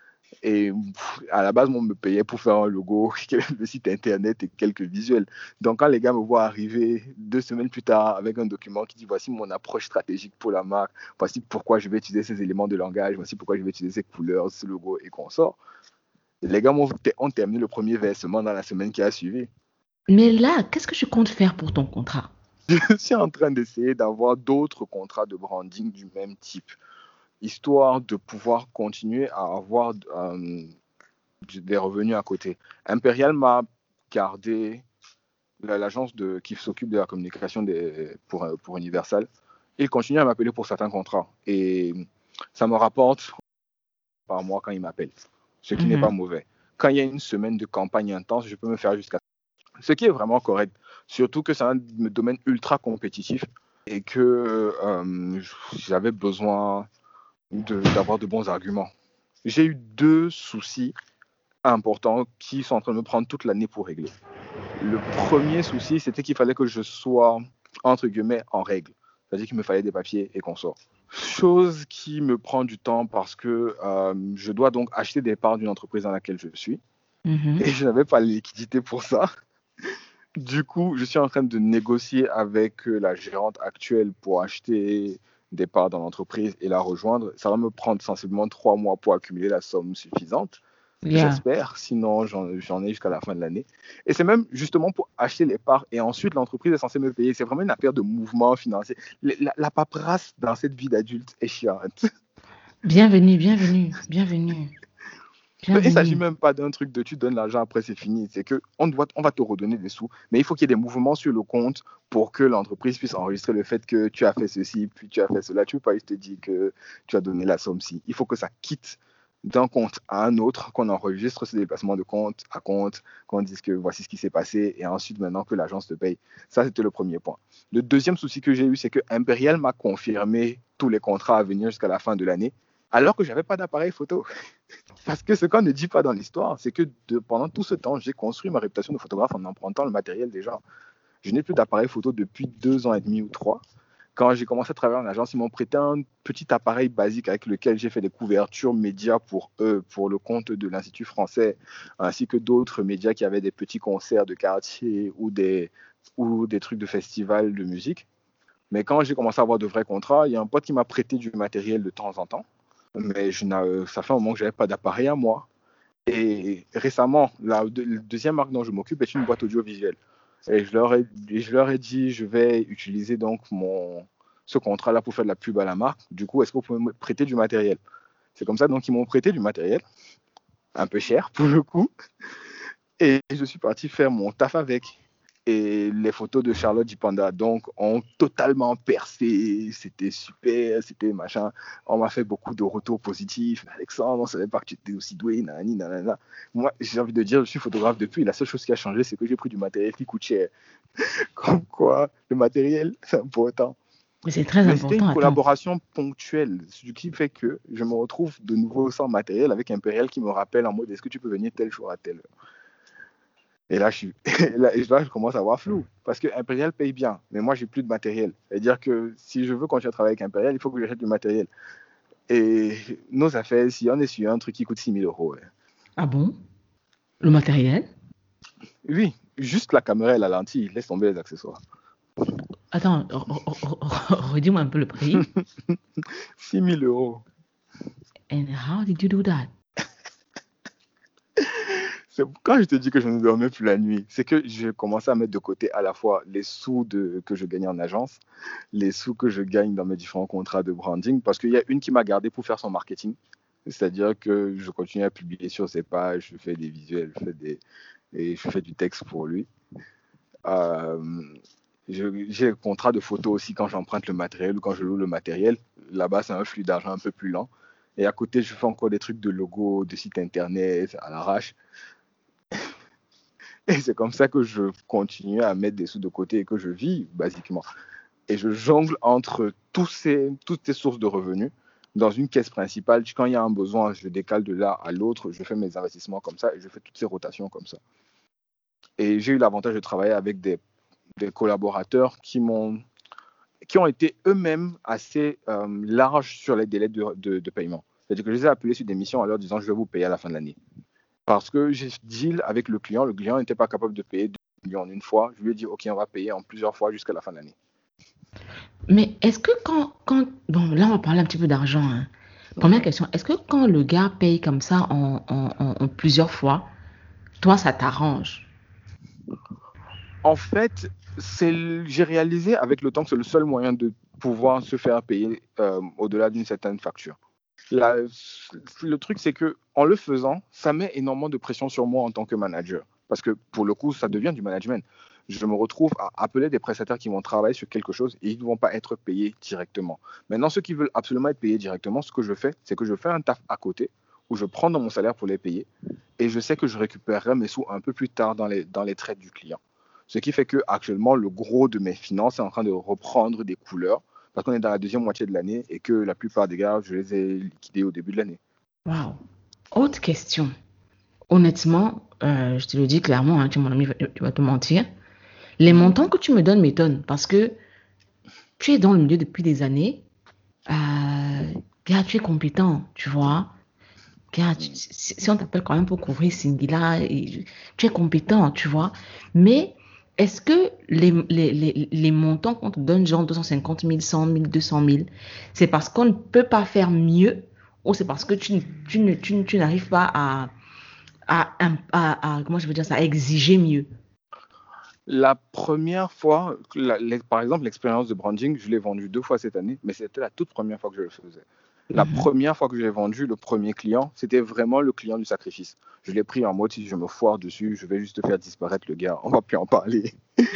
Et à la base, on me payait pour faire un logo, le site internet et quelques visuels. Donc, quand les gars me voient arriver 2 semaines plus tard avec un document qui dit voici mon approche stratégique pour la marque, voici pourquoi je vais utiliser ces éléments de langage, voici pourquoi je vais utiliser ces couleurs, ce logo et consorts, les gars ont terminé le premier versement dans la semaine qui a suivi. Mais là, qu'est-ce que tu comptes faire pour ton contrat? Je suis en train d'essayer d'avoir d'autres contrats de branding du même type, histoire de pouvoir continuer à avoir des revenus à côté. Imperial m'a gardé l'agence qui s'occupe de la communication pour Universal. Il continue à m'appeler pour certains contrats. Et ça me rapporte par mois quand il m'appelle, ce qui n'est pas mauvais. Quand il y a une semaine de campagne intense, je peux me faire jusqu'à ce qui est vraiment correct. Surtout que c'est un domaine ultra compétitif et que j'avais besoin d'avoir de bons arguments. J'ai eu 2 soucis importants qui sont en train de me prendre toute l'année pour régler. Le premier souci, c'était qu'il fallait que je sois, entre guillemets, en règle. C'est-à-dire qu'il me fallait des papiers et qu'on sort. Chose qui me prend du temps parce que je dois donc acheter des parts d'une entreprise dans laquelle je suis. Et je n'avais pas la liquidité pour ça. Du coup, je suis en train de négocier avec la gérante actuelle pour acheter des parts dans l'entreprise et la rejoindre. Ça va me prendre sensiblement 3 mois pour accumuler la somme suffisante. J'espère, sinon j'en ai jusqu'à la fin de l'année. Et c'est même justement pour acheter les parts et ensuite l'entreprise est censée me payer. C'est vraiment une affaire de mouvement financier. La paperasse dans cette vie d'adulte est chiante. Bienvenue, bienvenue, bienvenue. Il ne s'agit même pas d'un truc de tu donnes l'argent après c'est fini. C'est qu'on va te redonner des sous, mais il faut qu'il y ait des mouvements sur le compte pour que l'entreprise puisse enregistrer le fait que tu as fait ceci, puis tu as fait cela. Tu ne peux pas juste te dire que tu as donné la somme-ci. Il faut que ça quitte d'un compte à un autre, qu'on enregistre ce déplacement de compte à compte, qu'on dise que voici ce qui s'est passé, et ensuite maintenant que l'agence te paye. Ça, c'était le premier point. Le deuxième souci que j'ai eu, c'est que Imperial m'a confirmé tous les contrats à venir jusqu'à la fin de l'année, alors que je n'avais pas d'appareil photo. Parce que ce qu'on ne dit pas dans l'histoire, c'est que pendant tout ce temps, j'ai construit ma réputation de photographe en empruntant le matériel des gens. Je n'ai plus d'appareil photo depuis 2 ans et demi ou 3. Quand j'ai commencé à travailler en agence, ils m'ont prêté un petit appareil basique avec lequel j'ai fait des couvertures médias pour eux, pour le compte de l'Institut français, ainsi que d'autres médias qui avaient des petits concerts de quartier ou des trucs de festival de musique. Mais quand j'ai commencé à avoir de vrais contrats, il y a un pote qui m'a prêté du matériel de temps en temps. Mais ça fait un moment que je n'avais pas d'appareil à moi. Et récemment, la deuxième marque dont je m'occupe est une boîte audiovisuelle. Et je leur ai dit, je vais utiliser donc ce contrat-là pour faire de la pub à la marque. Du coup, est-ce que vous pouvez me prêter du matériel? C'est comme ça, donc ils m'ont prêté du matériel, un peu cher pour le coup. Et je suis parti faire mon taf avec. Et les photos de Charlotte Dipanda, donc, ont totalement percé. C'était super, c'était machin. On m'a fait beaucoup de retours positifs. Alexandre, on ne savait pas que tu étais aussi doué, nanani, nanana. Moi, j'ai envie de dire, je suis photographe depuis. La seule chose qui a changé, c'est que j'ai pris du matériel qui coûte cher. Comme quoi, le matériel, c'est important. Mais c'est très Mais c'était important. une collaboration ponctuelle, ce qui fait que je me retrouve de nouveau sans matériel avec Impérial qui me rappelle en mode est-ce que tu peux venir tel jour à telle heure. Et là, je commence à avoir flou parce que Impérial paye bien, mais moi, j'ai plus de matériel. C'est-à-dire que si je veux continuer à travailler avec Impérial, il faut que j'achète du matériel. Et nos affaires, si on est sur un truc qui coûte 6 000 euros. Ouais. Ah bon? Le matériel? Oui, juste la caméra et la lentille, laisse tomber les accessoires. Attends, redis-moi un peu le prix. 6 000 euros. And how did you do that? Quand je te dis que je ne dormais plus la nuit, c'est que j'ai commencé à mettre de côté à la fois les sous que je gagnais en agence, les sous que je gagne dans mes différents contrats de branding, parce qu'il y a une qui m'a gardé pour faire son marketing. C'est-à-dire que je continue à publier sur ses pages, je fais des visuels, et je fais du texte pour lui. J'ai le contrat de photo aussi quand j'emprunte le matériel ou quand je loue le matériel. Là-bas, c'est un flux d'argent un peu plus lent. Et à côté, je fais encore des trucs de logo, de site internet à l'arrache. Et c'est comme ça que je continue à mettre des sous de côté et que je vis, basiquement. Et je jongle entre toutes ces sources de revenus dans une caisse principale. Quand il y a un besoin, je décale de là à l'autre, je fais mes investissements comme ça et je fais toutes ces rotations comme ça. Et j'ai eu l'avantage de travailler avec des collaborateurs qui ont été eux-mêmes assez larges sur les délais de paiement. C'est-à-dire que je les ai appelés sur des missions en leur disant « je vais vous payer à la fin de l'année ». Parce que j'ai deal avec le client n'était pas capable de payer 2 millions en une fois. Je lui ai dit, OK, on va payer en plusieurs fois jusqu'à la fin de l'année. Mais est-ce que bon, là, on va parler un petit peu d'argent. Hein. Première question, est-ce que quand le gars paye comme ça en plusieurs fois, toi, ça t'arrange? En fait, j'ai réalisé avec le temps que c'est le seul moyen de pouvoir se faire payer au-delà d'une certaine facture. Le truc, c'est que en le faisant, ça met énormément de pression sur moi en tant que manager. Parce que pour le coup, ça devient du management. Je me retrouve à appeler des prestataires qui vont travailler sur quelque chose et ils ne vont pas être payés directement. Maintenant, ceux qui veulent absolument être payés directement, ce que je fais, c'est que je fais un taf à côté où je prends dans mon salaire pour les payer et je sais que je récupérerai mes sous un peu plus tard dans les traites du client. Ce qui fait qu'actuellement, le gros de mes finances est en train de reprendre des couleurs parce qu'on est dans la deuxième moitié de l'année et que la plupart des gars, je les ai liquidés au début de l'année. Wow. Autre question. Honnêtement, je te le dis clairement, hein, tu es mon ami, tu vas te mentir. Les montants que tu me donnes m'étonnent parce que tu es dans le milieu depuis des années. Gars, tu es compétent, tu vois. Gars, si on t'appelle quand même pour couvrir Singila, tu es compétent, tu vois. Mais est-ce que les montants qu'on te donne, genre 250 000, 100 000, 200 000, c'est parce qu'on ne peut pas faire mieux ou c'est parce que tu n'arrives pas comment je veux dire ça, à exiger mieux? La première fois, par exemple, l'expérience de branding, je l'ai vendue 2 fois cette année, mais c'était la toute première fois que je le faisais. La première fois que je l'ai vendu, le premier client, c'était vraiment le client du sacrifice. Je l'ai pris en mode, si je me foire dessus, je vais juste faire disparaître le gars, on va plus en parler.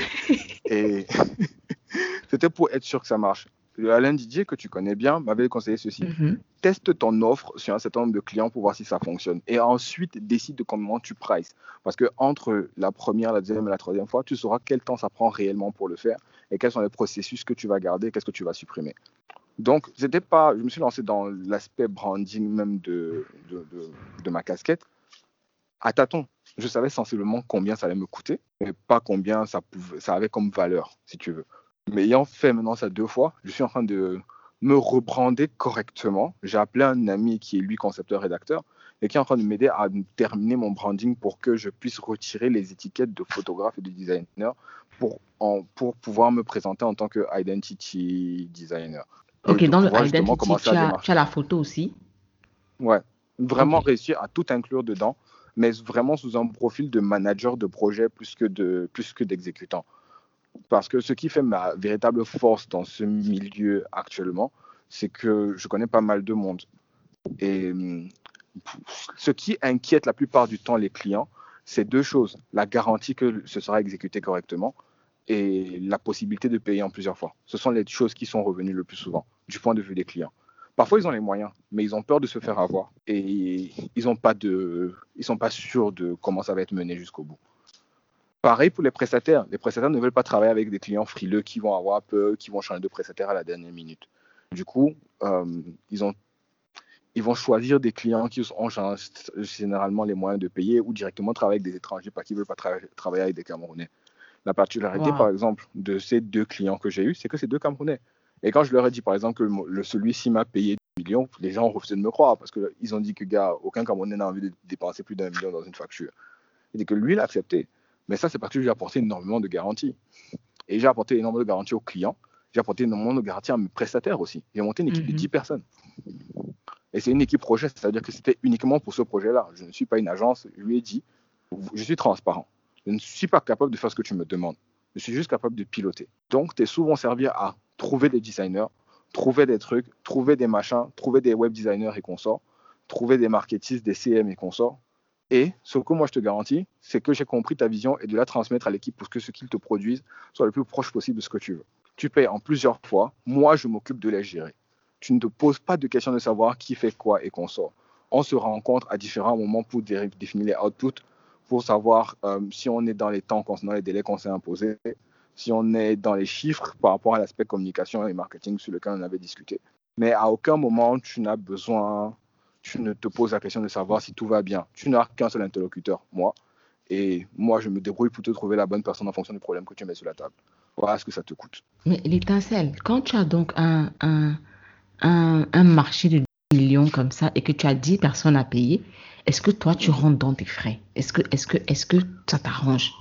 Et c'était pour être sûr que ça marche. Alain Didier, que tu connais bien, m'avait conseillé ceci. Teste ton offre sur un certain nombre de clients pour voir si ça fonctionne. Et ensuite, décide de comment tu prices. Parce qu'entre la première, la deuxième et la troisième fois, tu sauras quel temps ça prend réellement pour le faire et quels sont les processus que tu vas garder et qu'est-ce que tu vas supprimer. Donc, je me suis lancé dans l'aspect branding même de ma casquette à tâtons. Je savais sensiblement combien ça allait me coûter, mais pas combien ça avait comme valeur, si tu veux. Mais ayant fait maintenant ça 2 fois, je suis en train de me rebrander correctement. J'ai appelé un ami qui est lui concepteur-rédacteur et qui est en train de m'aider à terminer mon branding pour que je puisse retirer les étiquettes de photographe et de designer pour pouvoir me présenter en tant que identity designer. Ok, dans le identity, tu as la photo aussi? Ouais, vraiment réussir à tout inclure dedans, mais vraiment sous un profil de manager de projet plus que d'exécutant. Parce que ce qui fait ma véritable force dans ce milieu actuellement, c'est que je connais pas mal de monde. Et ce qui inquiète la plupart du temps les clients, c'est deux choses. La garantie que ce sera exécuté correctement et la possibilité de payer en plusieurs fois. Ce sont les choses qui sont revenues le plus souvent du point de vue des clients. Parfois, ils ont les moyens, mais ils ont peur de se faire avoir et ils sont pas sûrs de comment ça va être mené jusqu'au bout. Pareil pour les prestataires. Les prestataires ne veulent pas travailler avec des clients frileux qui vont avoir peur, qui vont changer de prestataire à la dernière minute. Du coup, ils vont choisir des clients qui ont généralement les moyens de payer ou directement travailler avec des étrangers parce qu'ils ne veulent pas travailler avec des Camerounais. La particularité, par exemple, de ces deux clients que j'ai eus, c'est que c'est deux Camerounais. Et quand je leur ai dit, par exemple, que celui-ci m'a payé 2 millions, les gens ont refusé de me croire parce qu'ils ont dit que, gars, aucun Camerounais n'a envie de dépenser plus d'1 million dans une facture. Il dit que lui, il a accepté. Mais ça, c'est parce que j'ai apporté énormément de garanties. Et j'ai apporté énormément de garanties aux clients. J'ai apporté énormément de garanties à mes prestataires aussi. J'ai monté une équipe de 10 personnes. Et c'est une équipe projet, c'est-à-dire que c'était uniquement pour ce projet-là. Je ne suis pas une agence. Je lui ai dit, je suis transparent. Je ne suis pas capable de faire ce que tu me demandes. Je suis juste capable de piloter. Donc, tu es souvent servi à trouver des designers, trouver des trucs, trouver des machins, trouver des web designers et consorts, trouver des marketistes, des CM et consorts. Et ce que moi, je te garantis, c'est que j'ai compris ta vision et de la transmettre à l'équipe pour que ce qu'ils te produisent soit le plus proche possible de ce que tu veux. Tu payes en plusieurs fois. Moi, je m'occupe de les gérer. Tu ne te poses pas de questions de savoir qui fait quoi et consort. On se rencontre à différents moments pour définir les outputs, pour savoir si on est dans les temps concernant les délais qu'on s'est imposés, si on est dans les chiffres par rapport à l'aspect communication et marketing sur lequel on avait discuté. Mais à aucun moment, tu n'as besoin, tu ne te poses la question de savoir si tout va bien. Tu n'as qu'un seul interlocuteur, moi. Et moi, je me débrouille pour te trouver la bonne personne en fonction du problème que tu mets sur la table. Voilà ce que ça te coûte. Mais l'étincelle, quand tu as donc un marché de 10 millions comme ça et que tu as 10 personnes à payer, est-ce que toi, tu rentres dans tes frais? Est-ce que ça t'arrange?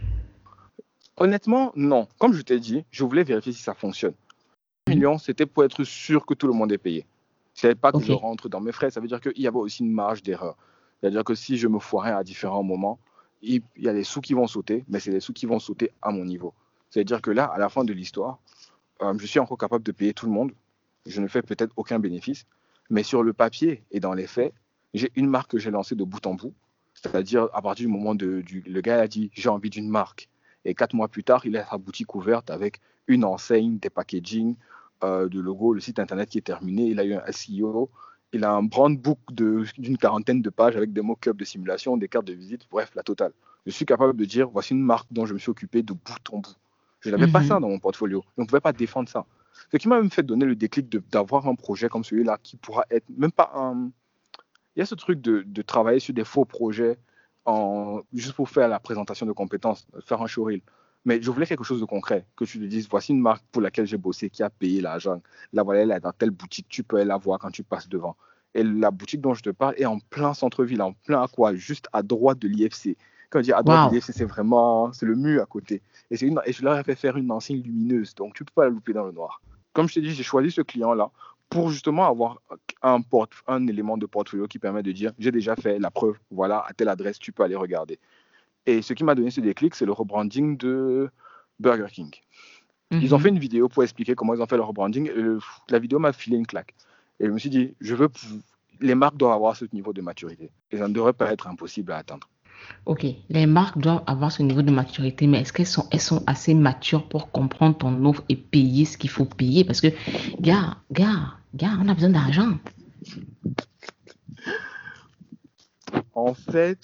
Honnêtement, non. Comme je t'ai dit, je voulais vérifier si ça fonctionne. 10 millions, c'était pour être sûr que tout le monde est payé. Ce n'est pas que je rentre dans mes frais. Ça veut dire qu'il y avait aussi une marge d'erreur. C'est-à-dire que si je me foirais à différents moments, il y a des sous qui vont sauter, mais c'est des sous qui vont sauter à mon niveau. C'est-à-dire que là, à la fin de l'histoire, je suis encore capable de payer tout le monde. Je ne fais peut-être aucun bénéfice. Mais sur le papier et dans les faits, j'ai une marque que j'ai lancée de bout en bout. C'est-à-dire, à partir du moment le gars a dit « j'ai envie d'une marque ». Et 4 mois plus tard, il a sa boutique ouverte avec une enseigne, des packaging, de logo, le site internet qui est terminé. Il a eu un SEO. Il a un brand book d'une 40aine de pages avec des mock-ups de simulation, des cartes de visite, bref, la totale. Je suis capable de dire, voici une marque dont je me suis occupé de bout en bout. Je n'avais pas ça dans mon portfolio. Je ne pouvais pas défendre ça. Ce qui m'a même fait donner le déclic d'avoir un projet comme celui-là qui pourra être même pas un... Il y a ce truc de travailler sur des faux projets juste pour faire la présentation de compétences, faire un showreel. Mais je voulais quelque chose de concret, que tu te dises, voici une marque pour laquelle j'ai bossé, qui a payé l'argent. La voilà, elle est dans telle boutique, tu peux la voir quand tu passes devant. Et la boutique dont je te parle est en plein centre-ville, en plein à quoi, juste à droite de l'IFC. Quand je dis à droite de l'IFC, c'est le mur à côté. Et je leur ai fait faire une enseigne lumineuse, donc tu ne peux pas la louper dans le noir. Comme je t'ai dit, j'ai choisi ce client-là pour justement avoir un élément de portfolio qui permet de dire, j'ai déjà fait la preuve, voilà, à telle adresse, tu peux aller regarder. Et ce qui m'a donné ce déclic, c'est le rebranding de Burger King. Ils ont fait une vidéo pour expliquer comment ils ont fait le rebranding. Et la vidéo m'a filé une claque. Et je me suis dit, les marques doivent avoir ce niveau de maturité. Et ça ne devrait pas être impossible à atteindre. Ok, les marques doivent avoir ce niveau de maturité, mais est-ce qu'elles sont assez matures pour comprendre ton offre et payer ce qu'il faut payer? Parce que, gars, on a besoin d'argent. En fait,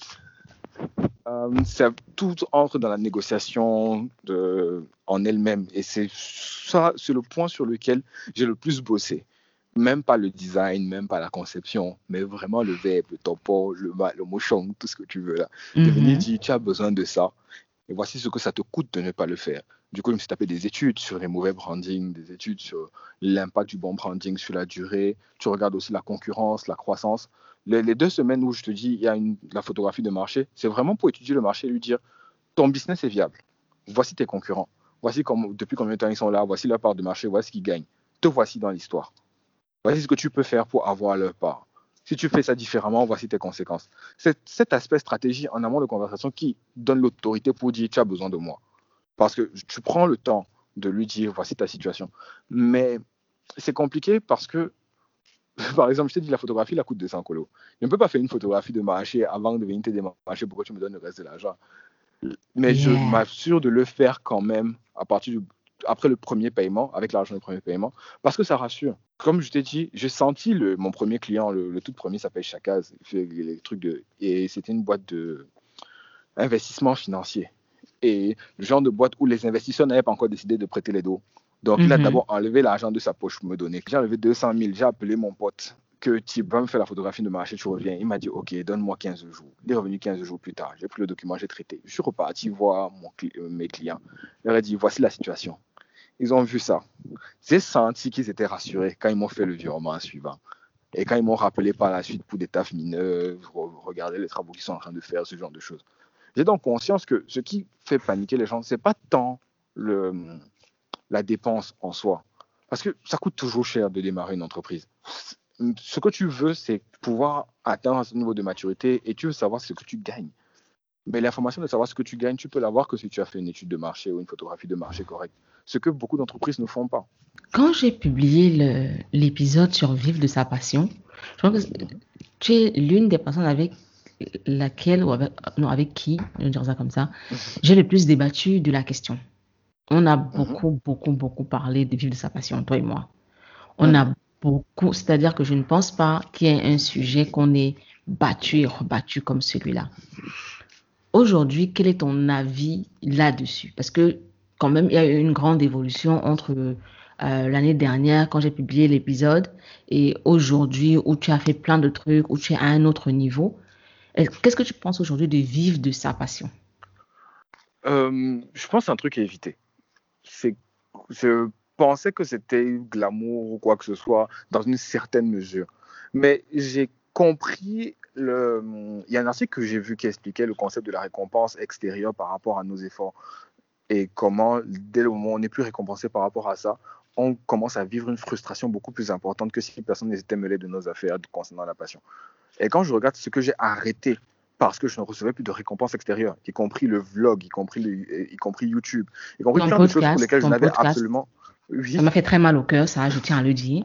tout entre dans la négociation en elle-même. Et c'est le point sur lequel j'ai le plus bossé. Même pas le design, même pas la conception, mais vraiment le verbe, le topo, le motion, tout ce que tu veux là. De venir dire, tu as besoin de ça. Et voici ce que ça te coûte de ne pas le faire. Du coup, je me suis tapé des études sur les mauvais branding, des études sur l'impact du bon branding sur la durée. Tu regardes aussi la concurrence, la croissance. Les 2 semaines où je te dis, il y a la photographie de marché, c'est vraiment pour étudier le marché et lui dire, ton business est viable. Voici tes concurrents. Voici depuis combien de temps ils sont là. Voici leur part de marché. Voici ce qu'ils gagnent. Te voici dans l'histoire. Voici ce que tu peux faire pour avoir leur part. Si tu fais ça différemment, voici tes conséquences. C'est cet aspect stratégie en amont de conversation qui donne l'autorité pour dire, tu as besoin de moi. Parce que tu prends le temps de lui dire, voici ta situation. Mais c'est compliqué parce que Par exemple, je t'ai dit, la photographie, elle coûte 200 colos. Je ne peux pas faire une photographie de marché avant de venir te démarcher pour que tu me donnes le reste de l'argent. Mais je Yeah. m'assure de le faire quand même après le premier paiement, avec l'argent du premier paiement, parce que ça rassure. Comme je t'ai dit, j'ai senti mon premier client, le tout premier s'appelle Chakaz, il fait les trucs et c'était une boîte d'investissement financier. Et le genre de boîte où les investisseurs n'avaient pas encore décidé de prêter les dos. Donc, il a d'abord enlevé l'argent de sa poche pour me donner. J'ai enlevé 200 000, j'ai appelé mon pote que tu vas me faire la photographie de marché, tu reviens. Il m'a dit, OK, donne-moi 15 jours. Il est revenu 15 jours plus tard. J'ai pris le document, j'ai traité. Je suis reparti voir mes clients. Je leur ai dit, voici la situation. Ils ont vu ça. J'ai senti qu'ils étaient rassurés quand ils m'ont fait le virement suivant. Et quand ils m'ont rappelé par la suite pour des tafs mineurs, regarder les travaux qu'ils sont en train de faire, ce genre de choses. J'ai donc conscience que ce qui fait paniquer les gens, ce n'est pas tant la dépense en soi. Parce que ça coûte toujours cher de démarrer une entreprise. Ce que tu veux, c'est pouvoir atteindre ce niveau de maturité et tu veux savoir ce que tu gagnes. Mais l'information de savoir ce que tu gagnes, tu peux l'avoir que si tu as fait une étude de marché ou une photographie de marché correcte. Ce que beaucoup d'entreprises ne font pas. Quand j'ai publié l'épisode sur Vivre de sa passion, je pense que tu es l'une des personnes avec qui, je vais dire ça comme ça, j'ai le plus débattu de la question. On a beaucoup parlé de Vivre de sa passion, toi et moi. On a beaucoup, c'est-à-dire que je ne pense pas qu'il y ait un sujet qu'on ait battu et rebattu comme celui-là. Aujourd'hui, quel est ton avis là-dessus? Parce que quand même, il y a eu une grande évolution entre l'année dernière, quand j'ai publié l'épisode, et aujourd'hui, où tu as fait plein de trucs, où tu es à un autre niveau. Qu'est-ce que tu penses aujourd'hui de vivre de sa passion? Je pense que c'est un truc à éviter. Je pensais que c'était de l'amour ou quoi que ce soit, dans une certaine mesure. Mais j'ai compris, il y a un article que j'ai vu qui expliquait le concept de la récompense extérieure par rapport à nos efforts. Et comment, dès le moment où on n'est plus récompensé par rapport à ça, on commence à vivre une frustration beaucoup plus importante que si personne n'était mêlé de nos affaires concernant la passion. Et quand je regarde ce que j'ai arrêté parce que je ne recevais plus de récompense extérieure, y compris le vlog, y compris YouTube, y compris plein de choses pour lesquelles je n'avais absolument... Oui. Ça m'a fait très mal au cœur, ça, je tiens à le dire.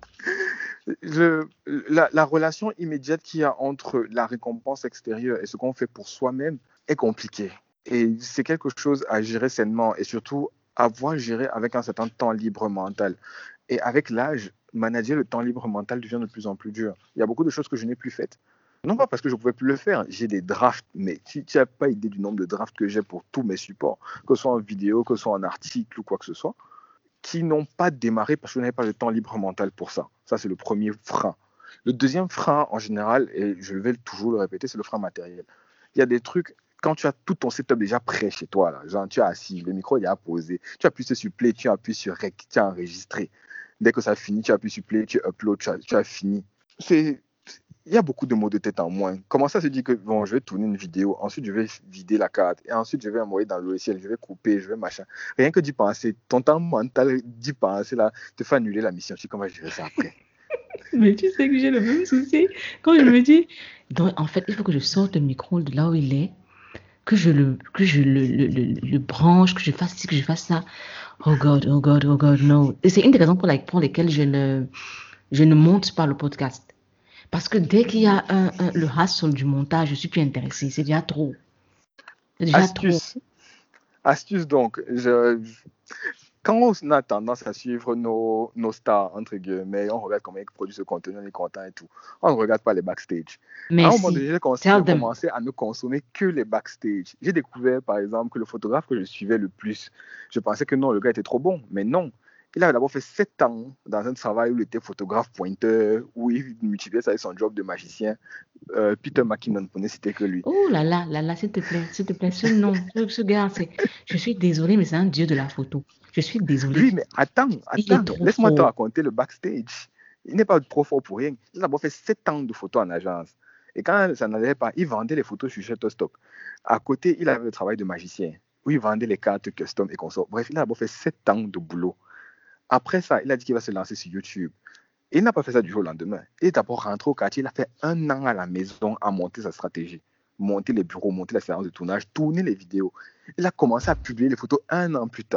La relation immédiate qu'il y a entre la récompense extérieure et ce qu'on fait pour soi-même est compliquée. Et c'est quelque chose à gérer sainement et surtout avoir géré avec un certain temps libre mental. Et avec l'âge, manager le temps libre mental devient de plus en plus dur. Il y a beaucoup de choses que je n'ai plus faites. Non pas parce que je ne pouvais plus le faire, j'ai des drafts, mais tu n'as pas idée du nombre de drafts que j'ai pour tous mes supports, que ce soit en vidéo, que ce soit en article ou quoi que ce soit, qui n'ont pas démarré parce que je n'avais pas le temps libre mental pour ça. Ça, c'est le premier frein. Le deuxième frein, en général, et je vais toujours le répéter, c'est le frein matériel. Il y a des trucs, quand tu as tout ton setup déjà prêt chez toi, là, genre tu as assis, le micro il est posé, tu appuies sur play, tu appuies sur rec, tu as enregistré. Dès que ça finit, tu appuies sur play, tu uploads, tu as fini. Il y a beaucoup de mots de tête en moins. Comment ça se dit que bon, je vais tourner une vidéo, ensuite je vais vider la carte, et ensuite je vais envoyer dans le logiciel, je vais couper, je vais machin. Rien que d'y penser, ton temps mental d'y penser là, te fait annuler la mission. Tu sais comment je gérer ça après. Mais tu sais que j'ai le même souci. Quand je me dis, donc, en fait, il faut que je sorte le micro de là où il est, que je le branche, que je fasse ci, que je fasse ça. Oh God, no. Et c'est une des raisons pour lesquelles je ne monte pas le podcast. Parce que dès qu'il y a le hassle du montage, je suis plus intéressée. C'est déjà trop. Astuce donc. Quand on a tendance à suivre nos stars, entre guillemets, on regarde comment ils produisent ce contenu, on est content et tout. On ne regarde pas les backstage. Mais à un moment donné, j'ai commencé à ne consommer que les backstage. J'ai découvert, par exemple, que le photographe que je suivais le plus, je pensais que non, le gars était trop bon. Mais non. Il avait d'abord fait 7 ans dans un travail où il était photographe pointeur, où il multipliait ça avec son job de magicien. Peter McKinnon, pour ne citer que lui. Oh là là, s'il te plaît, ce gars, je suis désolée, mais c'est un dieu de la photo. Je suis désolée. Oui, mais attends, laisse-moi te raconter le backstage. Il n'est pas trop fort pour rien. Il a d'abord fait 7 ans de photos en agence. Et quand ça n'allait pas, il vendait les photos sur Shutterstock. À côté, il avait le travail de magicien, où il vendait les cartes custom et consorts. Bref, il a d'abord fait 7 ans de boulot. Après ça, il a dit qu'il va se lancer sur YouTube. Et il n'a pas fait ça du jour au lendemain. Il est d'abord rentré au quartier, il a fait 1 an à la maison à monter sa stratégie. Monter les bureaux, monter la séance de tournage, tourner les vidéos. Il a commencé à publier les photos 1 an plus tard.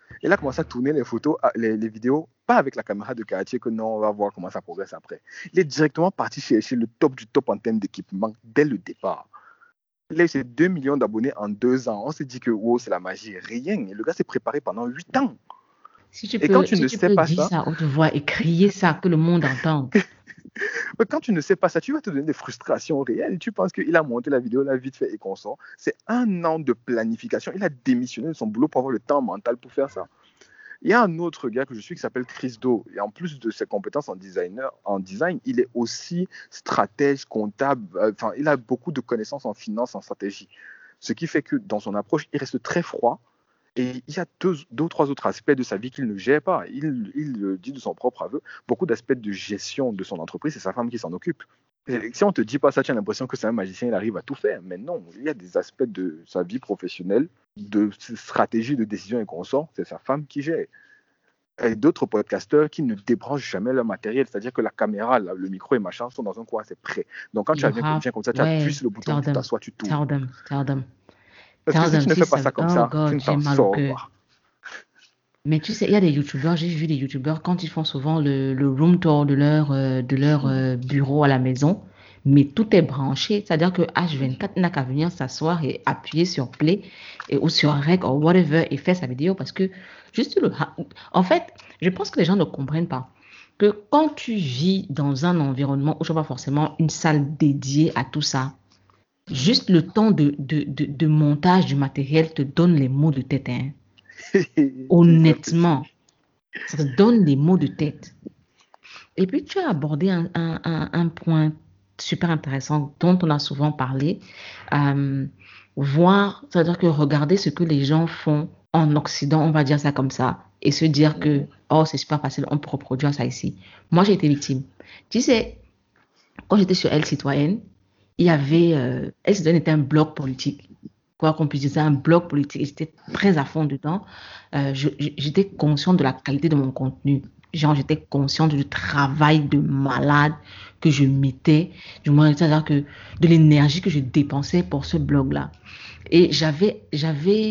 Il a commencé à tourner les photos, les vidéos, pas avec la caméra de quartier que non, on va voir comment ça progresse après. Il est directement parti chercher le top du top en termes d'équipement dès le départ. Il a eu ses 2 millions d'abonnés en 2 ans. On s'est dit que wow, c'est la magie. Rien. Et le gars s'est préparé pendant 8 ans. Si tu peux dire ça à haute voix et crier ça, que le monde entende. Mais quand tu ne sais pas ça, tu vas te donner des frustrations réelles. Tu penses qu'il a monté la vidéo, là, vite fait et consort. C'est 1 an de planification. Il a démissionné de son boulot pour avoir le temps mental pour faire ça. Il y a un autre gars que je suis qui s'appelle Chris Do. Et en plus de ses compétences en design, il est aussi stratège, comptable. Enfin, il a beaucoup de connaissances en finance, en stratégie. Ce qui fait que dans son approche, il reste très froid. Et il y a deux ou trois autres aspects de sa vie qu'il ne gère pas. Il le dit de son propre aveu. Beaucoup d'aspects de gestion de son entreprise, c'est sa femme qui s'en occupe. Et si on ne te dit pas ça, tu as l'impression que c'est un magicien, il arrive à tout faire. Mais non, il y a des aspects de sa vie professionnelle, de stratégie, de décision et consorts, c'est sa femme qui gère. Et d'autres podcasteurs qui ne débranchent jamais leur matériel, c'est-à-dire que la caméra, le micro et machin sont dans un coin, c'est prêt. Donc quand tu viens comme ça, tu appuies sur le bouton, tu t'assois, tu tournes. Tell them. Parce que si tu ne fais pas ça comme ça, tu ne t'en sors pas. Mais tu sais, il y a des youtubeurs, j'ai vu des youtubeurs quand ils font souvent le room tour de leur bureau à la maison, mais tout est branché, c'est-à-dire que H24 n'a qu'à venir s'asseoir et appuyer sur play ou sur rec ou whatever et faire sa vidéo parce que en fait, je pense que les gens ne comprennent pas que quand tu vis dans un environnement où tu n'as pas forcément une salle dédiée à tout ça, juste le temps de montage du matériel te donne les maux de tête. Hein. Honnêtement, ça te donne les maux de tête. Et puis, tu as abordé un point super intéressant dont on a souvent parlé. C'est-à-dire que regarder ce que les gens font en Occident, on va dire ça comme ça, et se dire que, oh, c'est super facile, on peut reproduire ça ici. Moi, j'ai été victime. Tu sais, quand j'étais sur Elle Citoyenne, il y avait, Elle Citoyenne était un blog politique. Quoi qu'on puisse dire, c'est un blog politique. J'étais très à fond dedans. J'étais consciente de la qualité de mon contenu. Genre, j'étais consciente du travail de malade que je mettais, du moins, c'est-à-dire que de l'énergie que je dépensais pour ce blog-là. Et j'avais je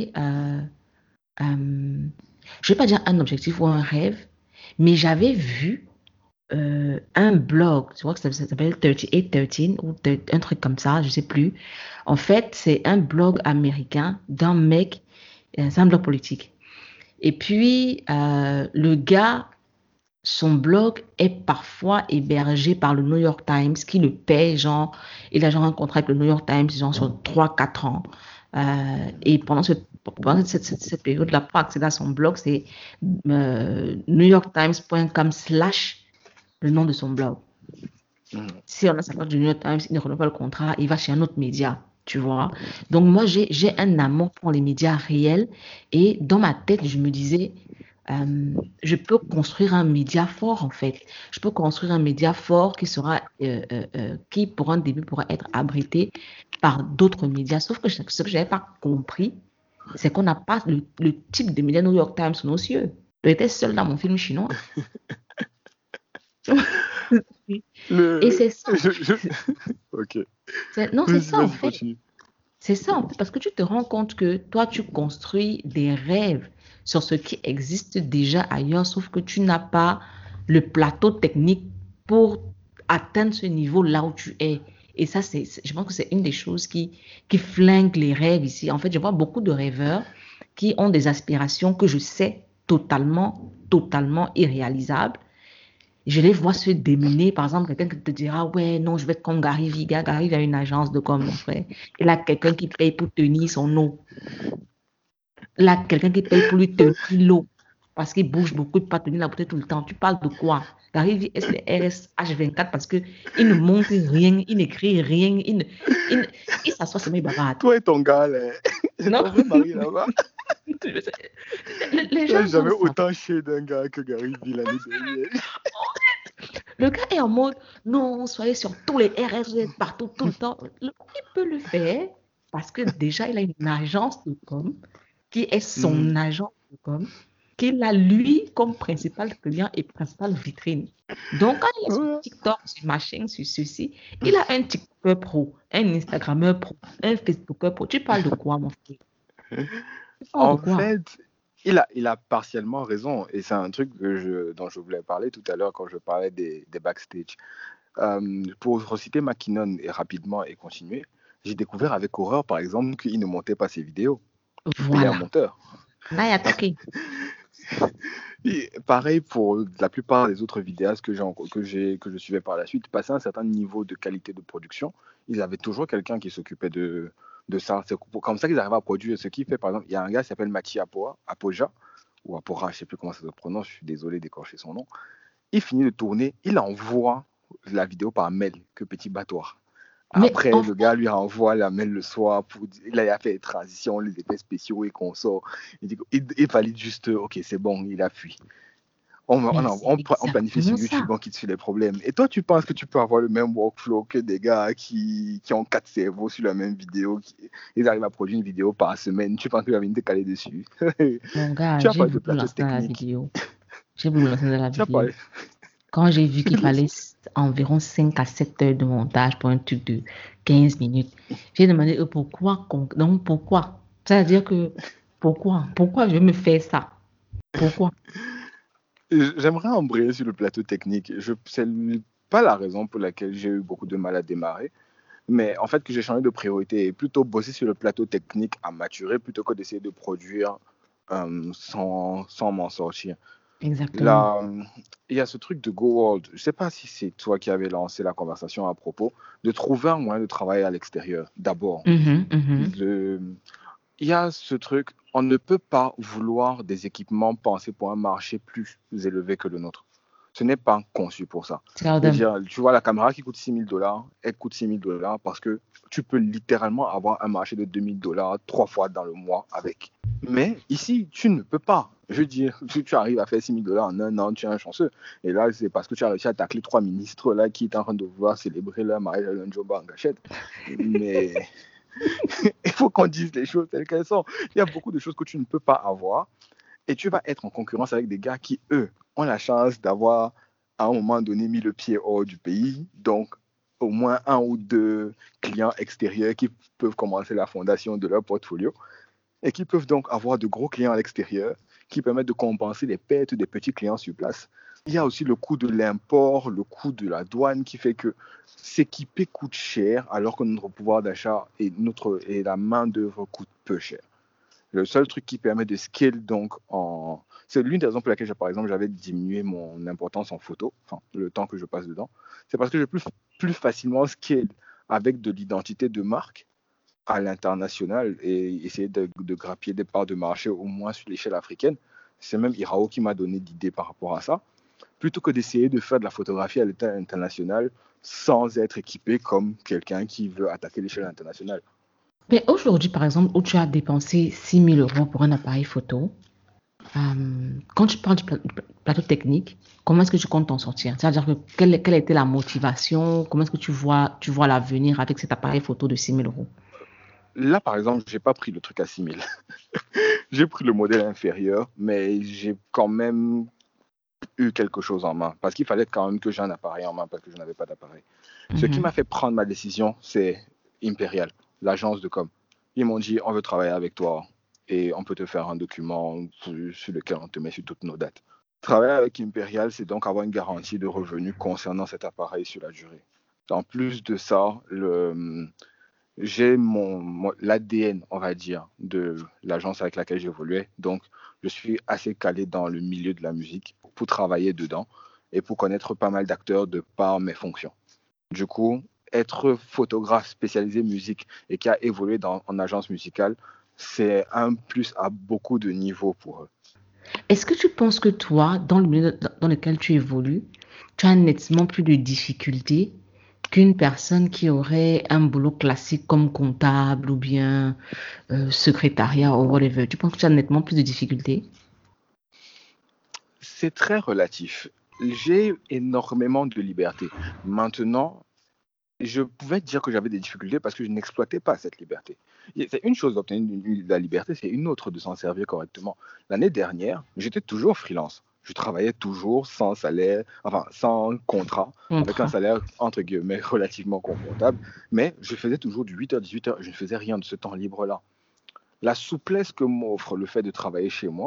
ne vais pas dire un objectif ou un rêve, mais j'avais vu un blog, tu vois que ça s'appelle 3813 ou un truc comme ça, je ne sais plus. En fait, c'est un blog américain d'un mec, c'est un blog politique. Et puis, le gars, son blog est parfois hébergé par le New York Times qui le paye, genre, il a genre un contrat avec le New York Times, genre sur 3-4 ans. Et pendant cette période-là, pour accéder à son blog, c'est newyorktimes.com/ le nom de son blog. Si on a sa page du New York Times, il ne renouvelle pas le contrat, il va chez un autre média, tu vois. Donc moi, j'ai un amour pour les médias réels et dans ma tête, je me disais, je peux construire un média fort en fait. Je peux construire un média fort qui sera, qui pour un début pourra être abrité par d'autres médias. Sauf que ce que je n'avais pas compris, c'est qu'on n'a pas le type de média New York Times sous nos cieux. J'étais seule dans mon film chinois. Et c'est ça. Ok. C'est ça en fait. C'est ça en fait, parce que tu te rends compte que toi, tu construis des rêves sur ce qui existe déjà ailleurs, sauf que tu n'as pas le plateau technique pour atteindre ce niveau-là où tu es. Et ça, je pense que c'est une des choses qui flingue les rêves ici. En fait, je vois beaucoup de rêveurs qui ont des aspirations que je sais totalement irréalisables. Je les vois se démener. Par exemple, quelqu'un qui te dira, ouais, non, je vais être comme Gary Vee. Gary Vee a une agence de com, mon frère. Il a quelqu'un qui paye pour tenir son eau. Il a quelqu'un qui paye pour lui tenir l'eau. Parce qu'il bouge beaucoup, il ne peut pas tenir la bouteille tout le temps. Tu parles de quoi? Gary Vee est le RSH24 parce qu'il ne montre rien, il n'écrit rien, il s'assoit sur mes bavardes. Toi et ton gars, là. Non. Marie là-bas. Les gens jamais autant chier d'un gars que Gary Vee l'année dernière. Le gars est en mode, non, soyez sur tous les RS, vous êtes partout, tout le temps. Il peut le faire parce que déjà, il a une agence de com qui est son agence de com, qu'il a lui comme principal client et principale vitrine. Donc, quand il est sur TikTok, sur machin, sur ceci, il a un TikToker pro, un Instagrammeur pro, un Facebooker pro. Tu parles de quoi, mon frère? En fait, il a partiellement raison. Et c'est un truc dont je voulais parler tout à l'heure quand je parlais des backstage. Pour reciter McKinnon et rapidement et continuer, j'ai découvert avec horreur, par exemple, qu'il ne montait pas ses vidéos. Il payait un monteur. Là, il y a attaqué. Et pareil pour la plupart des autres vidéastes que je suivais par la suite, passer un certain niveau de qualité de production, ils avaient toujours quelqu'un qui s'occupait de ça. C'est comme ça qu'ils arrivaient à produire ce qu'il fait. Par exemple, il y a un gars qui s'appelle Mathieu Apoja, ou Apora, je ne sais plus comment ça se prononce, je suis désolé d'écorcher son nom. Il finit de tourner, il envoie la vidéo par mail, que petit battoir. Après, le gars lui renvoie la mail le soir. Il a fait les transitions, les effets spéciaux et qu'on sort. Il valide juste, ok, c'est bon, il a fui. On planifie sur YouTube, on quitte sur les problèmes. Et toi, tu penses que tu peux avoir le même workflow que des gars qui ont 4 cerveaux sur la même vidéo, ils arrivent à produire une vidéo par semaine. Tu penses que la vidéo est calée dessus? Mon gars, j'ai voulu lancer dans la vidéo. Quand j'ai vu qu'il fallait environ 5 à 7 heures de montage pour un truc de 15 minutes, j'ai demandé pourquoi. Donc, pourquoi? C'est-à-dire que, pourquoi je me fais ça? Pourquoi? J'aimerais embrayer sur le plateau technique. C'est pas la raison pour laquelle j'ai eu beaucoup de mal à démarrer, mais en fait que j'ai changé de priorité et plutôt bosser sur le plateau technique à maturer plutôt que d'essayer de produire sans m'en sortir. Exactement. Là, il y a ce truc de Go World. Je ne sais pas si c'est toi qui avais lancé la conversation à propos, de trouver un moyen de travailler à l'extérieur, d'abord. Il y a ce truc, on ne peut pas vouloir des équipements pensés pour un marché plus élevé que le nôtre. Ce n'est pas conçu pour ça. C'est-à-dire, tu vois, la caméra qui coûte $6,000, elle coûte $6,000 parce que tu peux littéralement avoir un marché de $2,000 3 fois dans le mois avec. Mais ici, tu ne peux pas. Je veux dire, si tu arrives à faire $6,000 en un an, tu es un chanceux. Et là, c'est parce que tu as réussi à tacler 3 ministres là, qui sont en train de vouloir célébrer leur mariage à Lunjoba en gâchette. Mais il faut qu'on dise les choses telles qu'elles sont. Il y a beaucoup de choses que tu ne peux pas avoir. Et tu vas être en concurrence avec des gars qui, eux, ont la chance d'avoir, à un moment donné, mis le pied hors du pays. Donc, au moins 1 ou 2 clients extérieurs qui peuvent commencer la fondation de leur portfolio et qui peuvent donc avoir de gros clients à l'extérieur qui permettent de compenser les pertes des petits clients sur place. Il y a aussi le coût de l'import, le coût de la douane qui fait que s'équiper coûte cher alors que notre pouvoir d'achat et la main-d'œuvre coûte peu cher. Le seul truc qui permet de scale, donc, c'est l'une des raisons pour laquelle, par exemple, j'avais diminué mon importance en photo, enfin, le temps que je passe dedans. C'est parce que je peux plus facilement scale avec de l'identité de marque à l'international et essayer de grappiller des parts de marché au moins sur l'échelle africaine. C'est même Irao qui m'a donné l'idée par rapport à ça, plutôt que d'essayer de faire de la photographie à l'échelle internationale sans être équipé comme quelqu'un qui veut attaquer l'échelle internationale. Mais aujourd'hui, par exemple, où tu as dépensé 6 000 € pour un appareil photo, quand tu parles du plateau technique, comment est-ce que tu comptes t'en sortir? C'est-à-dire que quelle a été la motivation? Comment est-ce que tu vois l'avenir avec cet appareil photo de 6 000 €? Là, par exemple, je n'ai pas pris le truc à 6 000. J'ai pris le modèle inférieur, mais j'ai quand même eu quelque chose en main. Parce qu'il fallait quand même que j'ai un appareil en main parce que je n'avais pas d'appareil. Ce qui m'a fait prendre ma décision, c'est Imperial, l'agence de com. Ils m'ont dit, on veut travailler avec toi et on peut te faire un document sur lequel on te met sur toutes nos dates. Travailler avec Imperial, c'est donc avoir une garantie de revenus concernant cet appareil sur la durée. En plus de ça, j'ai l'ADN, on va dire, de l'agence avec laquelle j'évoluais. Donc, je suis assez calé dans le milieu de la musique pour travailler dedans et pour connaître pas mal d'acteurs de par mes fonctions. Du coup, être photographe spécialisé musique et qui a évolué en agence musicale, c'est un plus à beaucoup de niveaux pour eux. Est-ce que tu penses que toi, dans le milieu dans lequel tu évolues, tu as nettement plus de difficultés qu'une personne qui aurait un boulot classique comme comptable ou bien secrétariat ou whatever? Tu penses que tu as nettement plus de difficultés? C'est très relatif. J'ai énormément de liberté. Maintenant, je pouvais dire que j'avais des difficultés parce que je n'exploitais pas cette liberté. C'est une chose d'obtenir la liberté, c'est une autre de s'en servir correctement. L'année dernière, j'étais toujours freelance. Je travaillais toujours sans salaire, enfin sans contrat, avec un salaire entre guillemets relativement confortable, mais je faisais toujours du 8h, 18h, je ne faisais rien de ce temps libre-là. La souplesse que m'offre le fait de travailler chez moi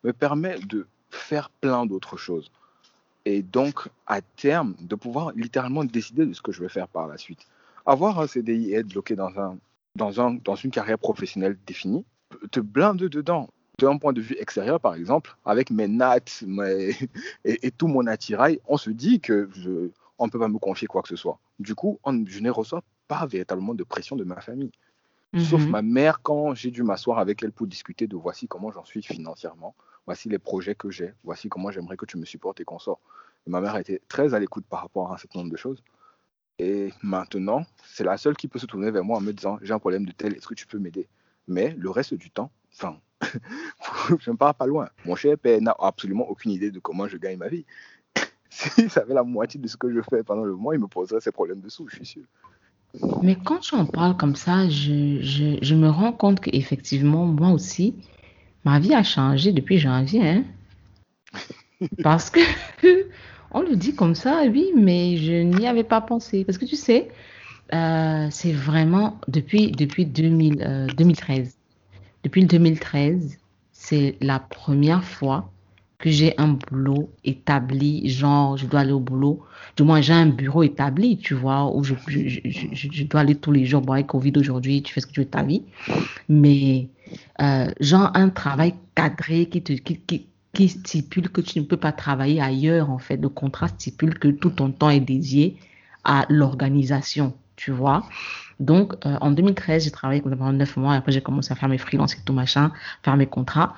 me permet de faire plein d'autres choses. Et donc, à terme, de pouvoir littéralement décider de ce que je vais faire par la suite. Avoir un CDI et être bloqué dans une carrière professionnelle définie, te blinder dedans. D'un point de vue extérieur, par exemple, avec mes nattes et tout mon attirail, on se dit on ne peut pas me confier quoi que ce soit. Du coup, je ne reçois pas véritablement de pression de ma famille. Sauf ma mère, quand j'ai dû m'asseoir avec elle pour discuter de voici comment j'en suis financièrement, voici les projets que j'ai, voici comment j'aimerais que tu me supportes et qu'on sort. Et ma mère a été très à l'écoute par rapport à un certain nombre de choses. Et maintenant, c'est la seule qui peut se tourner vers moi en me disant j'ai un problème de tel, est-ce que tu peux m'aider? Mais le reste du temps, je ne pars pas loin. Mon cher père n'a absolument aucune idée de comment je gagne ma vie. S'il savait la moitié de ce que je fais pendant le mois, il me poserait ces problèmes dessous, je suis sûr. Mais quand tu en parles comme ça, je me rends compte qu'effectivement, moi aussi, ma vie a changé depuis janvier. Hein? Parce que on le dit comme ça, oui, mais je n'y avais pas pensé. Parce que tu sais, c'est vraiment depuis 2013. Depuis 2013, c'est la première fois que j'ai un boulot établi, genre je dois aller au boulot. Du moins, j'ai un bureau établi, tu vois, où je dois aller tous les jours. Bon, avec Covid aujourd'hui, tu fais ce que tu veux de ta vie. Mais genre un travail cadré qui stipule que tu ne peux pas travailler ailleurs, en fait. Le contrat stipule que tout ton temps est dédié à l'organisation, tu vois. Donc, en 2013, j'ai travaillé pendant 9 mois. Et après, j'ai commencé à faire mes freelances et tout machin, faire mes contrats.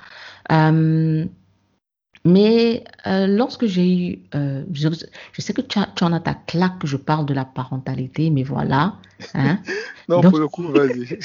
Mais lorsque j'ai eu... je sais que tu en as ta claque que je parle de la parentalité, mais voilà. Hein? Non, donc, pour le coup, vas-y.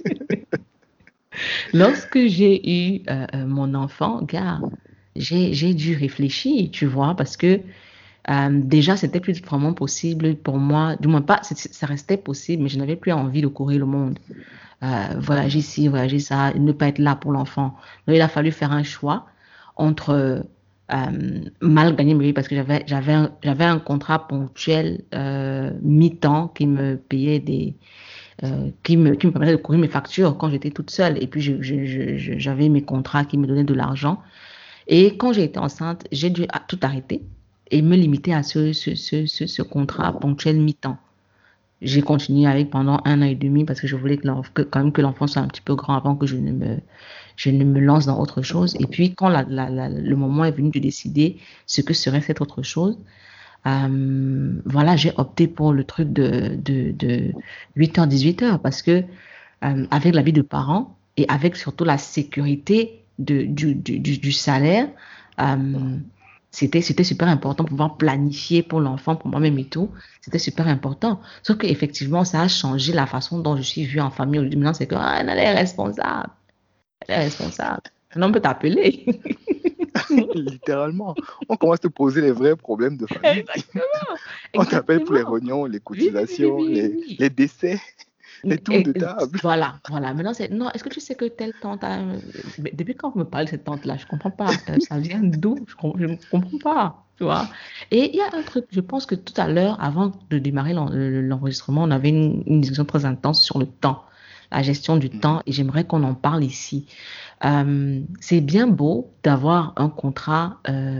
Lorsque j'ai eu mon enfant, gars, j'ai dû réfléchir, tu vois, parce que déjà, c'était plus vraiment possible pour moi, du moins pas, ça restait possible, mais je n'avais plus envie de courir le monde. Voyager ici, voyager ça, ne pas être là pour l'enfant. Donc, il a fallu faire un choix entre mal gagner ma vie parce que j'avais un contrat ponctuel mi-temps qui me payait qui me permettait de courir mes factures quand j'étais toute seule. Et puis, j'avais mes contrats qui me donnaient de l'argent. Et quand j'ai été enceinte, j'ai dû tout arrêter et me limiter à ce contrat ponctuel mi-temps. J'ai continué avec pendant 1 an et demi parce que je voulais quand même que l'enfant soit un petit peu grand avant que je ne me lance dans autre chose. Et puis, quand le moment est venu de décider ce que serait cette autre chose, voilà, j'ai opté pour le truc de 8h, 18h parce que avec la vie de parent et avec surtout la sécurité du salaire, c'était super important pour pouvoir planifier pour l'enfant, pour moi-même et tout. C'était super important. Sauf qu'effectivement, ça a changé la façon dont je suis vue en famille. Maintenant, c'est que elle est responsable. Elle est responsable. On peut t'appeler. Littéralement. On commence à te poser les vrais problèmes de famille. Exactement. On t'appelle pour les réunions, les cotisations, oui. Les décès. Les tours de table. Voilà. Maintenant, non, est-ce que tu sais que telle tante a... Depuis quand on me parle de cette tante-là, je ne comprends pas. Ça vient d'où? Je ne comprends pas, tu vois. Et il y a un truc, je pense que tout à l'heure, avant de démarrer l'enregistrement, on avait une discussion très intense sur le temps, la gestion du temps, et j'aimerais qu'on en parle ici. C'est bien beau d'avoir un contrat...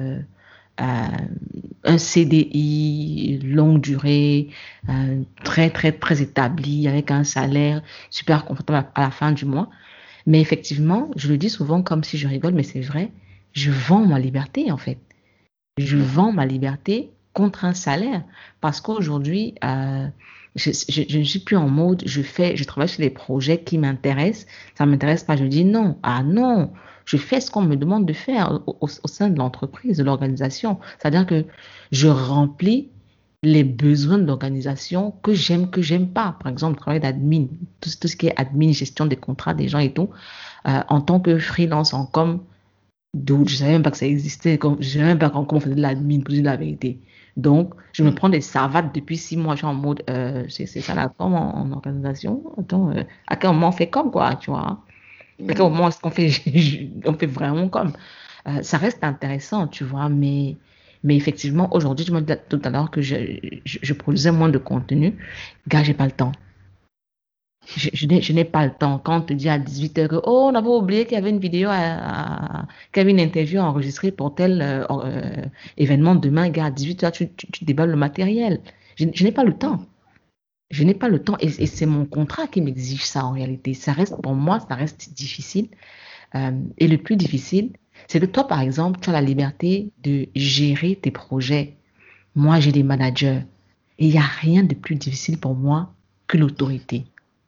un CDI longue durée, très, très, très établi, avec un salaire super confortable à la fin du mois. Mais effectivement, je le dis souvent comme si je rigole, mais c'est vrai, je vends ma liberté en fait. Je vends ma liberté contre un salaire parce qu'aujourd'hui, je ne suis plus en mode, je travaille sur des projets qui m'intéressent, ça ne m'intéresse pas, je dis non, non. Je fais ce qu'on me demande de faire au sein de l'entreprise, de l'organisation. C'est-à-dire que je remplis les besoins de l'organisation que j'aime pas. Par exemple, le travail d'admin, tout ce qui est admin, gestion des contrats des gens et tout. En tant que freelance en com, je ne savais même pas que ça existait. Je ne savais même pas comment on faisait de l'admin, pour dire la vérité. Donc, je me prends des savates depuis 6 mois. Je suis en mode, c'est ça la com en organisation. Attends, à quel moment on fait comme quoi, tu vois? À quel moment est-ce qu'on fait vraiment comme ça reste intéressant, tu vois, mais effectivement, aujourd'hui, je me disais tout à l'heure que je produisais moins de contenu. Gars, j'ai pas le temps. Je n'ai pas le temps. Quand on te dit à 18h que, oh, on avait oublié qu'il y avait une vidéo, qu'il y avait une interview enregistrée pour tel événement demain, gars, à 18h, tu déballes le matériel. Je n'ai pas le temps. Je n'ai pas le temps et c'est mon contrat qui m'exige ça en réalité. Ça reste, pour moi, ça reste difficile. Et le plus difficile, c'est que toi, par exemple, tu as la liberté de gérer tes projets. Moi, j'ai des managers. Et il n'y a rien de plus difficile pour moi que l'autorité.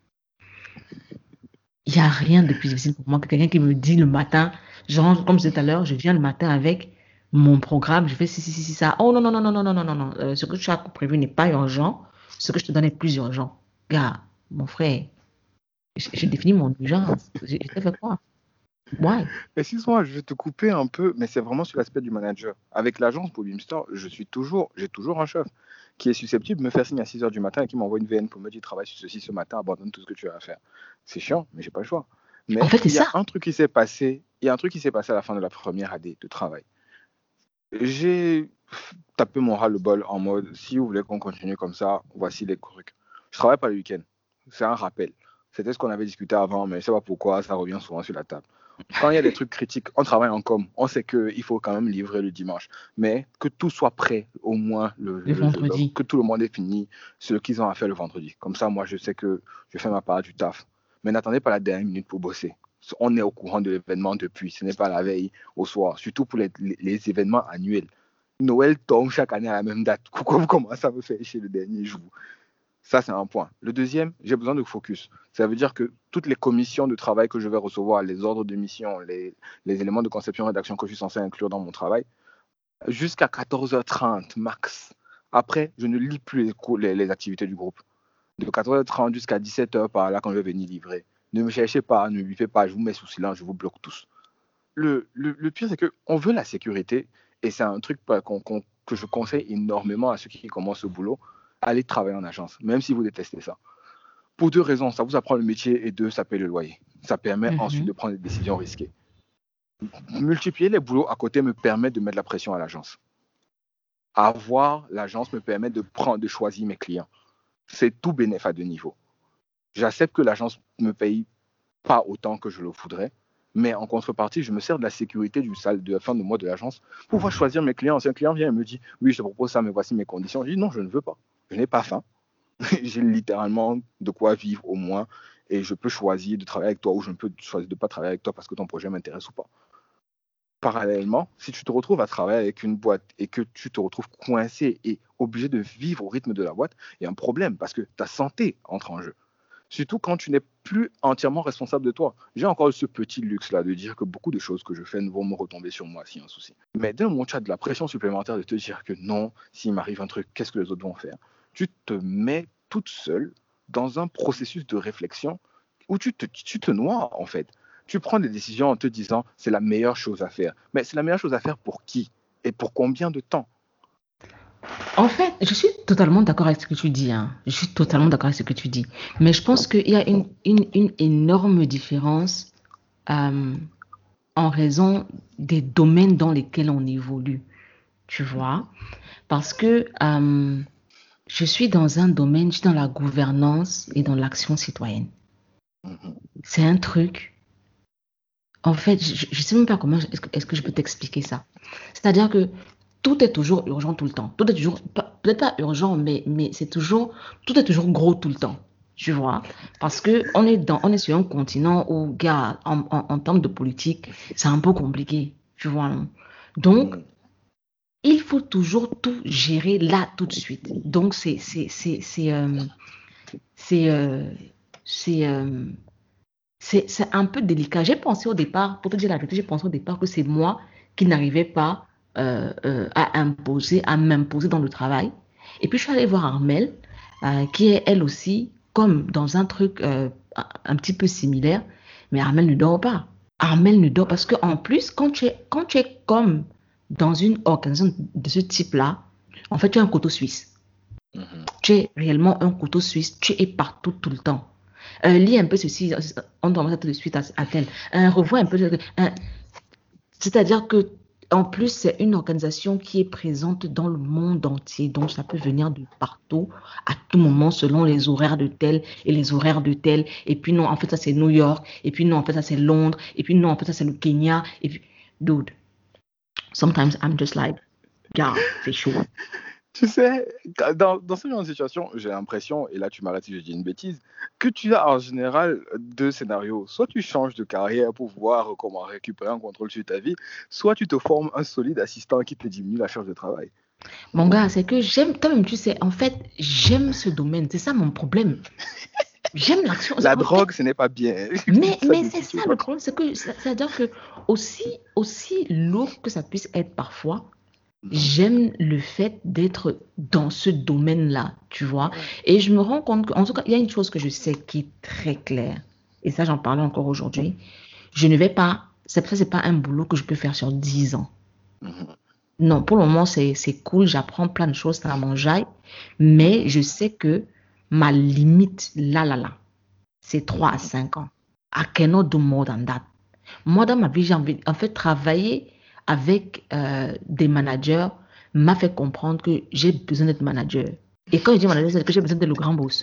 Il n'y a rien de plus difficile pour moi que quelqu'un qui me dit le matin, genre, comme je disais tout à l'heure, je viens le matin avec mon programme, je fais si, ça. Oh non, non, non, non, non, non, non, non, non. Ce que tu as prévu n'est pas urgent. Ce que je te donne est plus urgent. Gars, mon frère, j'ai défini mon urgence. J'ai fait quoi? Ouais. Excuse-moi, je vais te couper un peu, mais c'est vraiment sur l'aspect du manager. Avec l'agence pour Beamstore, j'ai toujours un chef qui est susceptible de me faire signer à 6h du matin et qui m'envoie une VN pour me dire travaille sur ceci ce matin, abandonne tout ce que tu as à faire. C'est chiant, mais j'ai pas le choix. Mais en fait, c'est il y a ça. un truc qui s'est passé, à la fin de la première année de travail. J'ai tapé mon ras-le-bol en mode si vous voulez qu'on continue comme ça, voici les trucs. Je travaille pas le week-end. C'est un rappel. C'était ce qu'on avait discuté avant, mais je sais pas pourquoi ça revient souvent sur la table. Quand il y a des trucs critiques, on travaille en com. On sait qu'il faut quand même livrer le dimanche. Mais que tout soit prêt au moins le vendredi. Que tout le monde ait fini ce qu'ils ont à faire le vendredi. Comme ça, moi, je sais que je fais ma part du taf. Mais n'attendez pas la dernière minute pour bosser. On est au courant de l'événement depuis. Ce n'est pas la veille au soir. Surtout pour les événements annuels. Noël tombe chaque année à la même date. Pourquoi vous commencez à me faire chez le dernier jour? Ça, c'est un point. Le deuxième, j'ai besoin de focus. Ça veut dire que toutes les commissions de travail que je vais recevoir, les ordres de mission, les éléments de conception et rédaction que je suis censé inclure dans mon travail, jusqu'à 14h30 max. Après, je ne lis plus les activités du groupe. De 14h30 jusqu'à 17h par là quand je vais venir livrer. Ne me cherchez pas, ne me bipez pas, je vous mets sous silence, je vous bloque tous. Le pire, c'est qu'on veut la sécurité et c'est un truc que je conseille énormément à ceux qui commencent au boulot. Allez travailler en agence, même si vous détestez ça. Pour deux raisons, ça vous apprend le métier et deux, ça paye le loyer. Ça permet ensuite de prendre des décisions risquées. Multiplier les boulots à côté me permet de mettre la pression à l'agence. Avoir l'agence me permet de choisir mes clients. C'est tout bénéfice à deux niveaux. J'accepte que l'agence ne me paye pas autant que je le voudrais, mais en contrepartie, je me sers de la sécurité de la fin de mois de l'agence pour pouvoir choisir mes clients. Si un client vient et me dit « Oui, je te propose ça, mais voici mes conditions », je dis « Non, je ne veux pas. Je n'ai pas faim. J'ai littéralement de quoi vivre au moins et je peux choisir de travailler avec toi ou je peux choisir de ne pas travailler avec toi parce que ton projet m'intéresse ou pas. » Parallèlement, si tu te retrouves à travailler avec une boîte et que tu te retrouves coincé et obligé de vivre au rythme de la boîte, il y a un problème parce que ta santé entre en jeu. Surtout quand tu n'es plus entièrement responsable de toi. J'ai encore ce petit luxe-là de dire que beaucoup de choses que je fais vont me retomber sur moi s'il y a un souci. Mais dès le moment où tu as de la pression supplémentaire de te dire que non, s'il m'arrive un truc, qu'est-ce que les autres vont faire? Tu te mets toute seule dans un processus de réflexion où tu te noies en fait. Tu prends des décisions en te disant c'est la meilleure chose à faire. Mais c'est la meilleure chose à faire pour qui? Et pour combien de temps? En fait, je suis totalement d'accord avec ce que tu dis. Je suis totalement d'accord avec ce que tu dis. Mais je pense qu'il y a une énorme différence en raison des domaines dans lesquels on évolue. Tu vois? Parce que je suis dans un domaine, je suis dans la gouvernance et dans l'action citoyenne. C'est un truc. En fait, je ne sais même pas comment est-ce que je peux t'expliquer ça. C'est-à-dire que tout est toujours urgent tout le temps. Tout est toujours, peut-être pas urgent, mais tout est toujours gros tout le temps. Tu vois? Parce qu'on est sur un continent où, gars, en termes de politique, c'est un peu compliqué. Tu vois? Donc, il faut toujours tout gérer là, tout de suite. Donc, c'est un peu délicat. J'ai pensé au départ, pour te dire la vérité, j'ai pensé au départ que c'est moi qui n'arrivais pas à m'imposer dans le travail. Et puis, je suis allée voir Armelle, qui est elle aussi, comme dans un truc un petit peu similaire, mais Armelle ne dort pas. Armelle ne dort parce qu'en plus, quand tu es comme dans une organisation de ce type-là, en fait, tu es un couteau suisse. Tu es réellement un couteau suisse. Tu es partout tout le temps. Lis un peu ceci, on doit remettre tout de suite à tel. Revois un peu. C'est-à-dire que En plus, c'est une organisation qui est présente dans le monde entier. Donc, ça peut venir de partout, à tout moment, selon les horaires de tel et les horaires de tel. Et puis, non, en fait, ça, c'est New York. Et puis, non, en fait, ça, c'est Londres. Et puis, non, en fait, ça, c'est le Kenya. Et puis, dude, sometimes I'm just like, yeah, c'est chaud. Tu sais, dans ce genre de situation, j'ai l'impression, et là tu m'arrêtes si je dis une bêtise, que tu as en général deux scénarios. Soit tu changes de carrière pour voir comment récupérer un contrôle sur ta vie, soit tu te formes un solide assistant qui te diminue la charge de travail. Mon gars, c'est que j'aime, toi-même, tu sais, en fait, j'aime ce domaine. C'est ça mon problème. J'aime l'action. La drogue, ce n'est pas bien. Mais c'est ça le problème, c'est-à-dire que aussi lourd que ça puisse être parfois, j'aime le fait d'être dans ce domaine-là, tu vois. Et je me rends compte qu'en tout cas, il y a une chose que je sais qui est très claire. Et ça, j'en parlais encore aujourd'hui. Je ne vais pas, c'est pas un boulot que je peux faire sur 10 ans. Non, pour le moment, c'est cool, j'apprends plein de choses, ça m'enjaille. Mais je sais que ma limite, là, c'est 3 à 5 ans. I cannot do more than that. Moi, dans ma vie, j'ai envie, en fait, travailler avec des managers m'a fait comprendre que j'ai besoin d'être manager. Et quand je dis manager, c'est que j'ai besoin d'être le grand boss.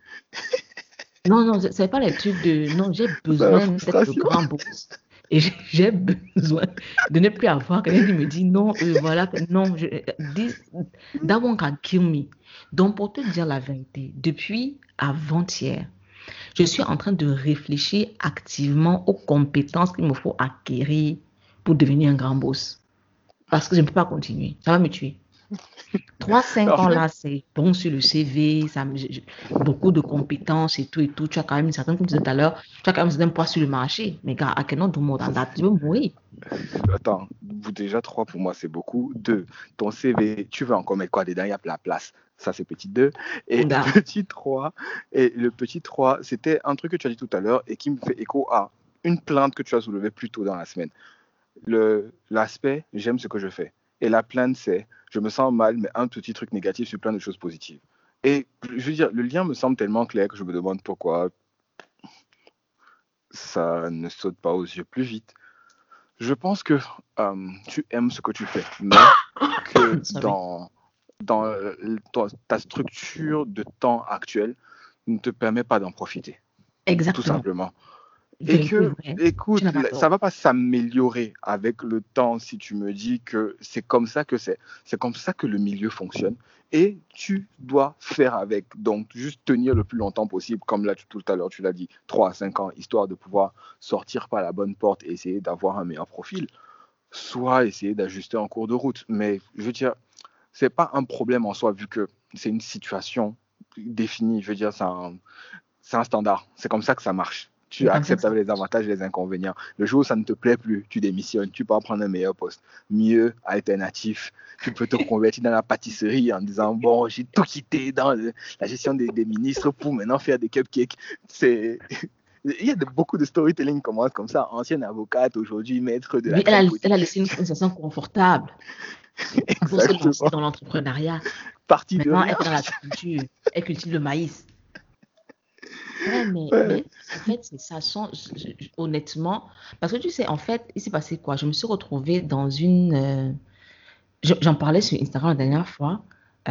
Non, c'est pas les trucs de... Non, j'ai besoin d'être le grand boss. Et j'ai besoin de ne plus avoir quelqu'un qui me dit non, voilà, non, that one can kill me. Donc, pour te dire la vérité, depuis avant-hier, je suis en train de réfléchir activement aux compétences qu'il me faut acquérir pour devenir un grand boss. Parce que je ne peux pas continuer. Ça va me tuer. 3-5 ans là, c'est bon sur le CV, beaucoup de compétences et tout. Tu as quand même une certaine, comme tu disais tout à l'heure, tu as quand même un certain poids sur le marché. Mais gars, I cannot do more than that. Tu veux mourir. Attends, déjà 3 pour moi, c'est beaucoup. 2, ton CV, tu veux encore mettre quoi dedans? Il y a la place. Ça, c'est petit 2. Et petit 3, le petit 3, c'était un truc que tu as dit tout à l'heure et qui me fait écho à une plainte que tu as soulevée plus tôt dans la semaine. L'aspect, j'aime ce que je fais. Et la plainte, c'est, je me sens mal, mais un petit truc négatif sur plein de choses positives. Et je veux dire, le lien me semble tellement clair que je me demande pourquoi ça ne saute pas aux yeux plus vite. Je pense que tu aimes ce que tu fais, mais que dans ta structure de temps actuelle ne te permet pas d'en profiter. Exactement. Tout simplement. Et que, écoute, ça va pas s'améliorer avec le temps si tu me dis que c'est comme ça que c'est comme ça que le milieu fonctionne et tu dois faire avec. Donc, juste tenir le plus longtemps possible, comme là tout à l'heure tu l'as dit, 3 à 5 ans, histoire de pouvoir sortir par la bonne porte et essayer d'avoir un meilleur profil, soit essayer d'ajuster en cours de route. Mais je veux dire, c'est pas un problème en soi vu que c'est une situation définie. Je veux dire, c'est un standard. C'est comme ça que ça marche. Tu acceptes avec les avantages et les inconvénients. Le jour où ça ne te plaît plus, tu démissionnes. Tu peux en prendre un meilleur poste. Mieux, alternatif. Tu peux te convertir dans la pâtisserie en disant, bon, j'ai tout quitté dans la gestion des ministres pour maintenant faire des cupcakes. Il y a beaucoup de storytelling qui commencent comme ça. Ancienne avocate, aujourd'hui maître de la elle a laissé une sensation confortable. Exactement. Dans l'entrepreneuriat. Partie maintenant, de rien. Elle est dans la culture. Elle cultive le maïs. Mais en fait, c'est ça. Honnêtement, parce que tu sais, en fait, il s'est passé quoi? Je me suis retrouvée dans une... J'en parlais sur Instagram la dernière fois.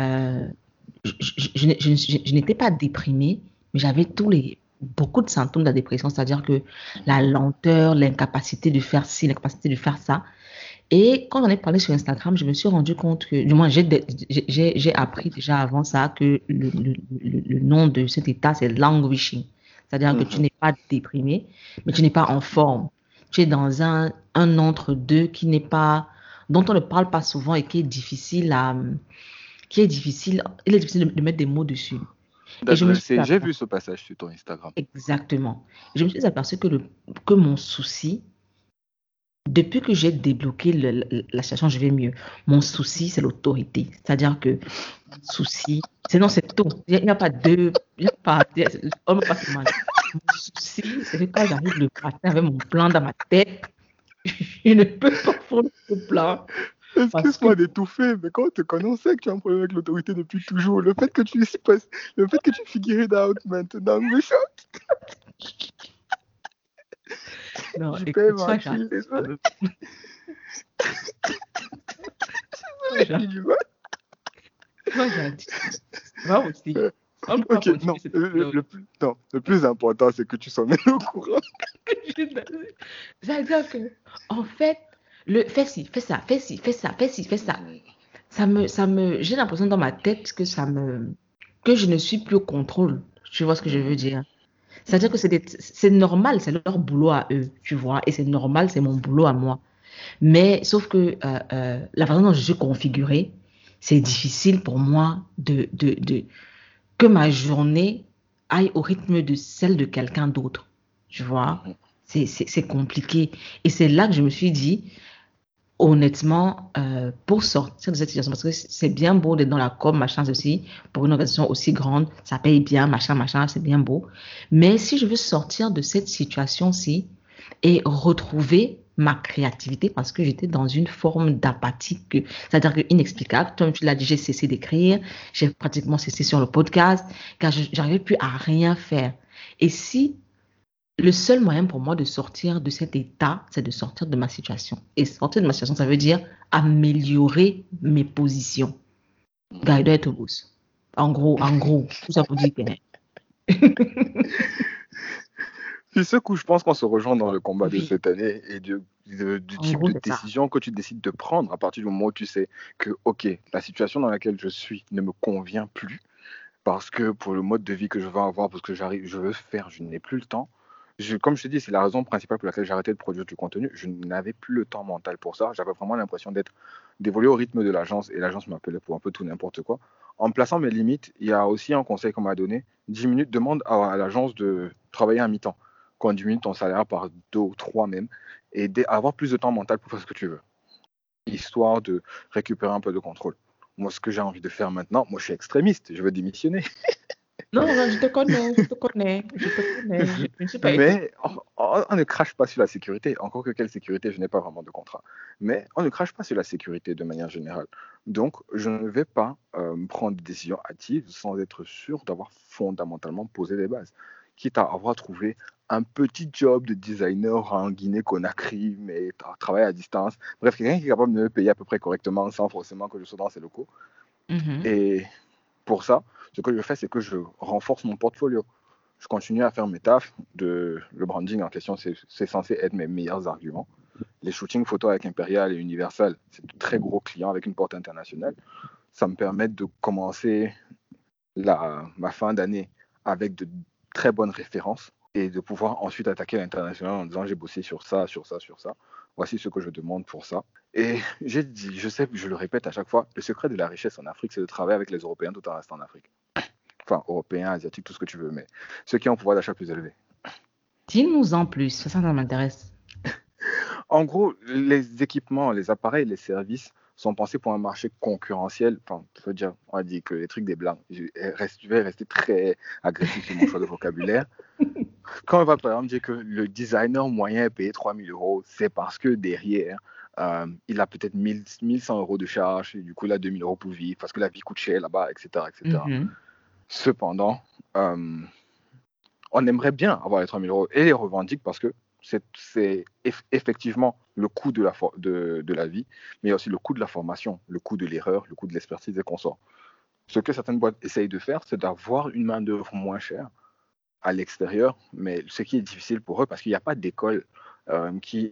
Je n'étais pas déprimée, mais j'avais beaucoup de symptômes de la dépression, c'est-à-dire que la lenteur, l'incapacité de faire ci, l'incapacité de faire ça. Et quand j'en ai parlé sur Instagram, je me suis rendu compte que, du moins, j'ai appris déjà avant ça que le nom de cet état, c'est languishing. C'est-à-dire que tu n'es pas déprimé, mais tu n'es pas en forme. Tu es dans un entre-deux qui n'est pas, dont on ne parle pas souvent et qui est difficile il est difficile de mettre des mots dessus. J'ai vu ce passage sur ton Instagram. Exactement. Je me suis aperçu que mon souci, depuis que j'ai débloqué la situation, je vais mieux. Mon souci, c'est l'autorité. C'est-à-dire que mon souci, sinon c'est tout. Il n'y a pas deux, on ne peut pas se demander. Mon souci, c'est que quand j'arrive le matin avec mon plan dans ma tête, je ne peux pas faire ce plan. Excuse-moi d'étouffer, mais quand on te connaît, on sait que tu as un problème avec l'autorité depuis toujours. Le fait que tu figure it out maintenant me choque. Non, je peux déjà. Moi, j'ai dit. Va aussi. Ok, non, le plus important, c'est que tu sois même au courant. C'est-à-dire que, en fait, fais ci, fais ça, fais ci, fais ça, fais ci, fais ça. J'ai l'impression dans ma tête que que je ne suis plus au contrôle. Tu vois ce que je veux dire? C'est-à-dire que c'est normal, c'est leur boulot à eux, tu vois, et c'est normal, c'est mon boulot à moi. Mais sauf que la façon dont je suis configurée, c'est difficile pour moi que ma journée aille au rythme de celle de quelqu'un d'autre. Tu vois, c'est compliqué. Et c'est là que je me suis dit, honnêtement, pour sortir de cette situation, parce que c'est bien beau d'être dans la com, machin, ceci, pour une organisation aussi grande, ça paye bien, machin, c'est bien beau. Mais si je veux sortir de cette situation-ci et retrouver ma créativité, parce que j'étais dans une forme d'apathie, c'est-à-dire que inexplicable, comme tu l'as dit, j'ai cessé d'écrire, j'ai pratiquement cessé sur le podcast, car je n'arrivais plus à rien faire. Et si le seul moyen pour moi de sortir de cet état, c'est de sortir de ma situation. Et sortir de ma situation, ça veut dire améliorer mes positions. Guider autobus. En gros, tout ça pour dire que... C'est ce coup, je pense qu'on se rejoint dans le combat de cette année et du type de décision que tu décides de prendre à partir du moment où tu sais que, ok, la situation dans laquelle je suis ne me convient plus parce que pour le mode de vie que je veux avoir, parce que je veux faire, je n'ai plus le temps. Comme je te dis, c'est la raison principale pour laquelle j'ai arrêté de produire du contenu. Je n'avais plus le temps mental pour ça. J'avais vraiment l'impression d'évoluer au rythme de l'agence et l'agence m'appelait pour un peu tout n'importe quoi. En plaçant mes limites, il y a aussi un conseil qu'on m'a donné. 10 minutes, demande à l'agence de travailler à mi-temps. Quand 10 minutes, ton salaire par 2 ou 3 même, et avoir plus de temps mental pour faire ce que tu veux, histoire de récupérer un peu de contrôle. Moi, ce que j'ai envie de faire maintenant, moi, je suis extrémiste, je veux démissionner. Non, je te connais. Je ne suis pas Mais on ne crache pas sur la sécurité. Encore que quelle sécurité, je n'ai pas vraiment de contrat. Mais on ne crache pas sur la sécurité de manière générale. Donc, je ne vais pas prendre des décisions hâtives sans être sûr d'avoir fondamentalement posé les bases. Quitte à avoir trouvé un petit job de designer en Guinée-Conakry, mais travailler à distance. Bref, quelqu'un qui est capable de me payer à peu près correctement sans forcément que je sois dans ses locaux. Et pour ça, ce que je fais, c'est que je renforce mon portfolio. Je continue à faire mes tafs. Le branding en question, c'est censé être mes meilleurs arguments. Les shootings photos avec Imperial et Universal, c'est de très gros clients avec une porte internationale. Ça me permet de commencer ma fin d'année avec de très bonnes références et de pouvoir ensuite attaquer l'international en disant j'ai bossé sur ça. Voici ce que je demande pour ça. Et j'ai dit, je sais, je le répète à chaque fois, le secret de la richesse en Afrique, c'est de travailler avec les Européens tout en restant en Afrique. Enfin, Européens, Asiatiques, tout ce que tu veux, mais ceux qui ont un pouvoir d'achat plus élevé. Dis-nous en plus, ça m'intéresse. En gros, les équipements, les appareils, les services sont pensés pour un marché concurrentiel. Enfin, on va dire que les trucs des blancs. Je vais rester très agressif sur mon choix de vocabulaire. Quand on va par exemple dire que le designer moyen est payé 3 000 €, c'est parce que derrière, il a peut-être 1 100 € de charge, et du coup, il a 2 000 € pour vivre, parce que la vie coûte cher là-bas, etc. Cependant, on aimerait bien avoir les 3 000 € et les revendique parce que c'est effectivement le coût de la vie, mais il y a aussi le coût de la formation, le coût de l'erreur, le coût de l'expertise et consorts. Ce que certaines boîtes essayent de faire, c'est d'avoir une main-d'œuvre moins chère à l'extérieur, mais ce qui est difficile pour eux parce qu'il n'y a pas d'école qui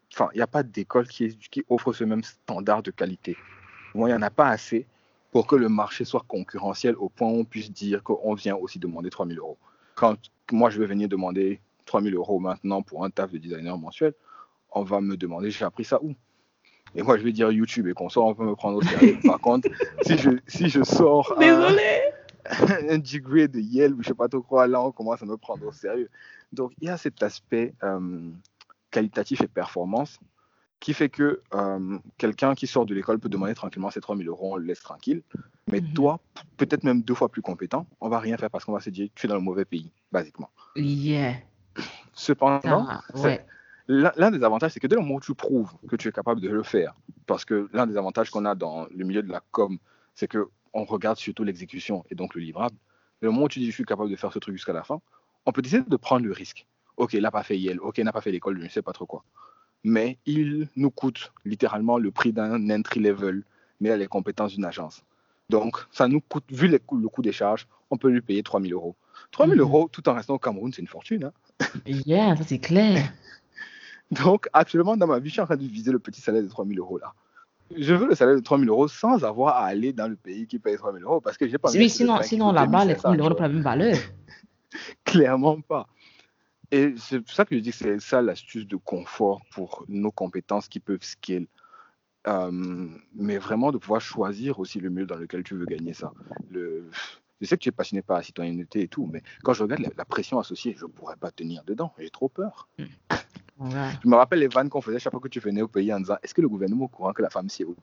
offre ce même standard de qualité. Bon, il n'y en a pas assez pour que le marché soit concurrentiel au point où on puisse dire qu'on vient aussi demander 3 000 €. Quand moi je vais venir demander 3 000 € maintenant pour un taf de designer mensuel, on va me demander j'ai appris ça où? Et moi je vais dire YouTube et consorts, on peut me prendre au sérieux. Par contre, si je sors un degré de Yale ou je sais pas trop quoi, là on commence à me prendre au sérieux. Donc il y a cet aspect qualitatif et performance qui fait que quelqu'un qui sort de l'école peut demander tranquillement ses 3 000 €, on le laisse tranquille. Mais toi, peut-être même 2 fois plus compétent, on va rien faire parce qu'on va se dire tu es dans le mauvais pays, basiquement. Yeah. Cependant, l'un des avantages, c'est que dès le moment où tu prouves que tu es capable de le faire, parce que l'un des avantages qu'on a dans le milieu de la com, c'est qu'on regarde surtout l'exécution et donc le livrable. Dès le moment où tu dis je suis capable de faire ce truc jusqu'à la fin, on peut décider de prendre le risque. Ok, il n'a pas fait Yale, ok, il n'a pas fait l'école, je ne sais pas trop quoi. Mais il nous coûte littéralement le prix d'un entry level mais il a les compétences d'une agence. Donc, ça nous coûte, vu le coût des charges, on peut lui payer 3 000 euros. 3 000 euros, tout en restant au Cameroun, c'est une fortune. Hein? Yeah, ça c'est clair. Donc, actuellement, dans ma vie, je suis en train de viser le petit salaire de 3 000 euros là. Je veux le salaire de 3 000 euros sans avoir à aller dans le pays qui paye 3 000 euros parce que j'ai pas envie Oui, de sinon là-bas, les 3 000 euros n'ont pas la même valeur. Clairement pas. Et c'est pour ça que je dis que c'est ça l'astuce de confort pour nos compétences qui peuvent scale. Mais vraiment de pouvoir choisir aussi le milieu dans lequel tu veux gagner ça. Je sais que tu es passionné par la citoyenneté et tout, mais quand je regarde la pression associée, je ne pourrais pas tenir dedans. J'ai trop peur. Ouais. Je me rappelle les vannes qu'on faisait chaque fois que tu venais au pays en disant est-ce que le gouvernement est au courant que la femme s'y est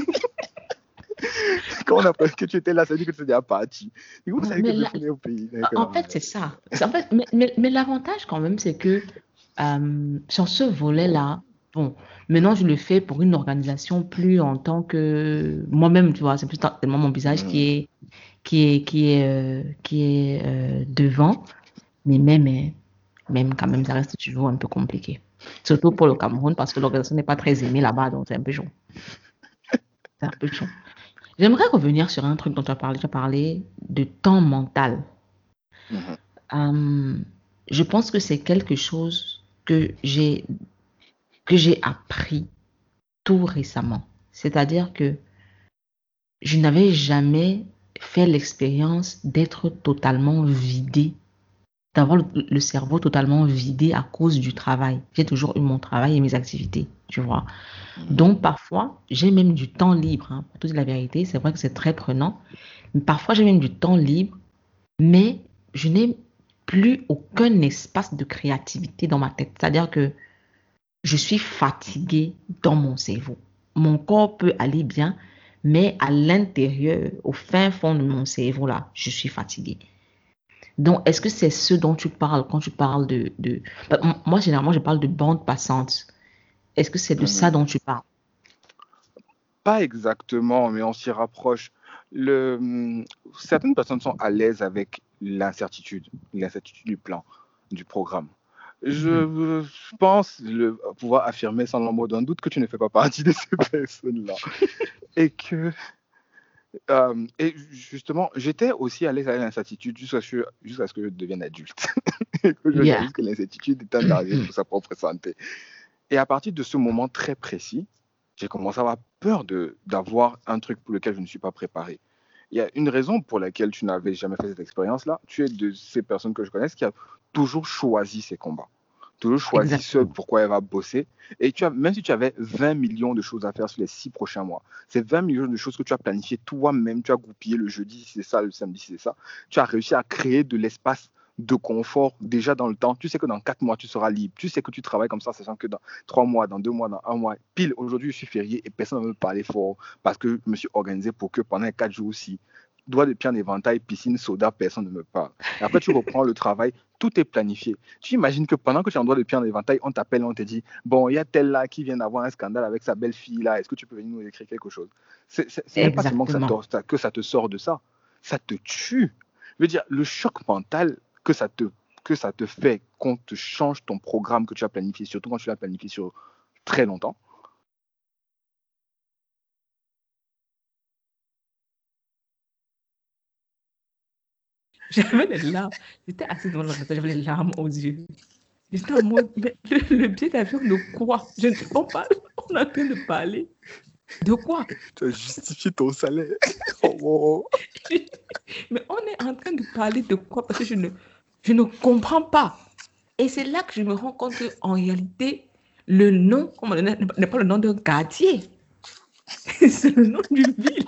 Quand on apprenait que tu étais là, ça veut dire que tu étais déjà parti. Du coup, vous savez que tu venais au pays. En fait, c'est ça. En fait, mais l'avantage quand même, c'est que sur ce volet-là, bon, maintenant je le fais pour une organisation plus en tant que moi-même, tu vois, c'est plus tellement mon visage qui est devant, mais même quand même, ça reste toujours un peu compliqué. Surtout pour le Cameroun, parce que l'organisation n'est pas très aimée là-bas, donc c'est un peu chaud. C'est un peu chaud. J'aimerais revenir sur un truc dont tu as parlé. Tu as parlé de temps mental. Je pense que c'est quelque chose que j'ai appris tout récemment. C'est-à-dire que je n'avais jamais fait l'expérience d'être totalement vidé, d'avoir le cerveau totalement vidé à cause du travail. J'ai toujours eu mon travail et mes activités, tu vois. Donc, parfois, j'ai même du temps libre. Hein. Pour te dire la vérité, c'est vrai que c'est très prenant. Mais parfois, j'ai même du temps libre, mais je n'ai plus aucun espace de créativité dans ma tête. C'est-à-dire que je suis fatiguée dans mon cerveau. Mon corps peut aller bien, mais à l'intérieur, au fin fond de mon cerveau, là, je suis fatiguée. Donc, est-ce que c'est ce dont tu parles quand tu parles de... Moi, généralement, je parle de bande passante. Est-ce que c'est de ça dont tu parles? Pas exactement, mais on s'y rapproche. Certaines personnes sont à l'aise avec l'incertitude du plan, du programme. Je pense pouvoir affirmer sans l'ombre d'un doute que tu ne fais pas partie de ces personnes-là. Et justement, j'étais aussi à l'aise avec l'incertitude jusqu'à ce que je devienne adulte. Et que je réalise que l'incertitude est un danger pour sa propre santé. Et à partir de ce moment très précis, j'ai commencé à avoir peur d'avoir un truc pour lequel je ne suis pas préparé. Il y a une raison pour laquelle tu n'avais jamais fait cette expérience-là. Tu es de ces personnes que je connais qui a toujours choisi ses combats. Toujours choisi ce pourquoi elle va bosser. Et même si tu avais 20 millions de choses à faire sur les 6 prochains mois, ces 20 millions de choses que tu as planifiées toi-même, tu as goupillé le jeudi, c'est ça, le samedi, c'est ça, tu as réussi à créer de l'espace de confort déjà dans le temps. Tu sais que dans 4 mois, tu seras libre. Tu sais que tu travailles comme ça, sachant que dans 3 mois, dans 2 mois, dans 1 mois, pile, aujourd'hui, je suis férié et personne ne va me parler fort parce que je me suis organisé pour que pendant 4 jours aussi, doigt de pied en éventail, piscine, soda, personne ne me parle. Et après, tu reprends le travail, tout est planifié. Tu imagines que pendant que tu es en doigt de pied en éventail, on t'appelle, on te dit « Bon, il y a tel là qui vient d'avoir un scandale avec sa belle-fille là, est-ce que tu peux venir nous écrire quelque chose ?» C'est pas seulement que ça te sort de ça, ça te tue. Je veux dire, le choc mental que ça te fait quand te change ton programme que tu as planifié, surtout quand tu l'as planifié sur très longtemps. J'avais les larmes. J'étais assise devant l'ordinateur, j'avais les larmes aux yeux. J'étais en mode, mais le billet d'avion de quoi? On est en train de parler. De quoi? Tu as justifié ton salaire. Mais on est en train de parler de quoi? Parce que je ne comprends pas. Et c'est là que je me rends compte qu'en réalité, le nom qu'on m'a donné n'est pas le nom d'un quartier. C'est le nom d'une ville.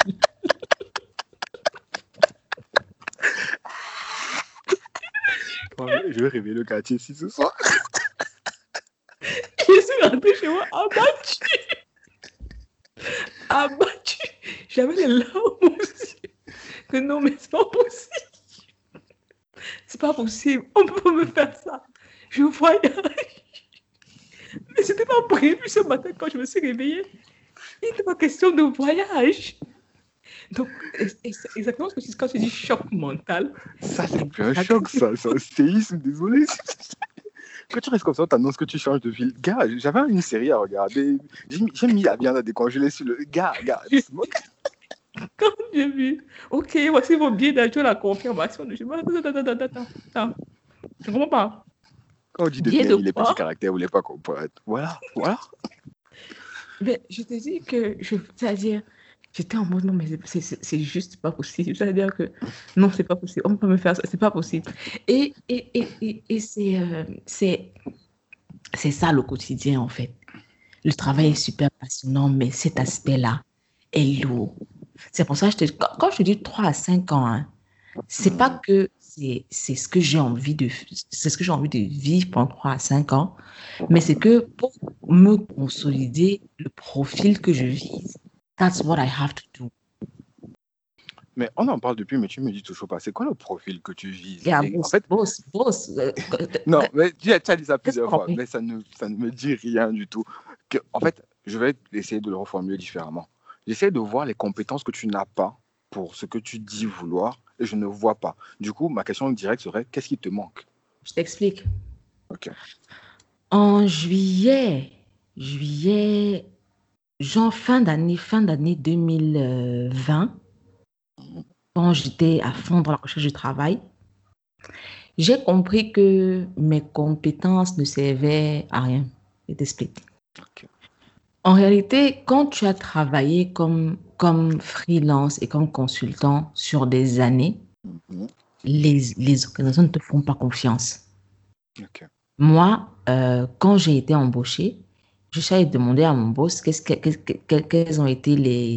Je vais réveiller le quartier ici ce soir. Je suis rentrée chez moi abattue. J'avais les larmes aussi. Que non, mais c'est pas possible. C'est pas possible. On peut pas me faire ça. Je voyage. Mais c'était pas prévu ce matin quand je me suis réveillée. Il n'était pas question de voyage. Donc, c'est exactement ce que quand tu dis choc mental. Ça, c'est plus un choc, ça. C'est un séisme, désolé. Quand tu restes comme ça, on t'annonce que tu changes de ville. Gars, j'avais une série à regarder. J'ai mis la viande à décongeler sur le... Gars, Quand j'ai vu, ok, voici vos billets d'avion, la confirmation. Je me dis, attends. Je ne comprends pas. Quand on dit de bien, il est petit caractère, vous voulez pas qu'on peut être. Voilà. Mais je te dis que, c'est-à-dire, j'étais en mode, non, mais c'est juste pas possible. C'est-à-dire que, non, c'est pas possible. On peut me faire ça, c'est pas possible. Et c'est ça le quotidien, en fait. Le travail est super passionnant, mais cet aspect-là est lourd. C'est pour ça que quand je te dis 3 à 5 ans, hein, c'est pas que c'est ce que j'ai envie de vivre pendant 3 à 5 ans, mais c'est que pour me consolider le profil que je vise, that's what I have to do. Mais on en parle depuis, mais tu me dis toujours pas, c'est quoi le profil que tu vises? Yeah, boss. Non, mais tu as dit ça plusieurs fois, mais ça ne me dit rien du tout. En fait, je vais essayer de le reformuler différemment. J'essaie de voir les compétences que tu n'as pas pour ce que tu dis vouloir, et je ne vois pas. Du coup, ma question directe serait, qu'est-ce qui te manque? Je t'explique. Ok. En juillet, genre fin d'année 2020, quand j'étais à fond dans la recherche du travail, j'ai compris que mes compétences ne servaient à rien. Je t'explique. Okay. En réalité, quand tu as travaillé comme freelance et comme consultant sur des années, les organisations ne te font pas confiance. Okay. Moi, quand j'ai été embauchée, je suis allée demander à mon boss quelles ont été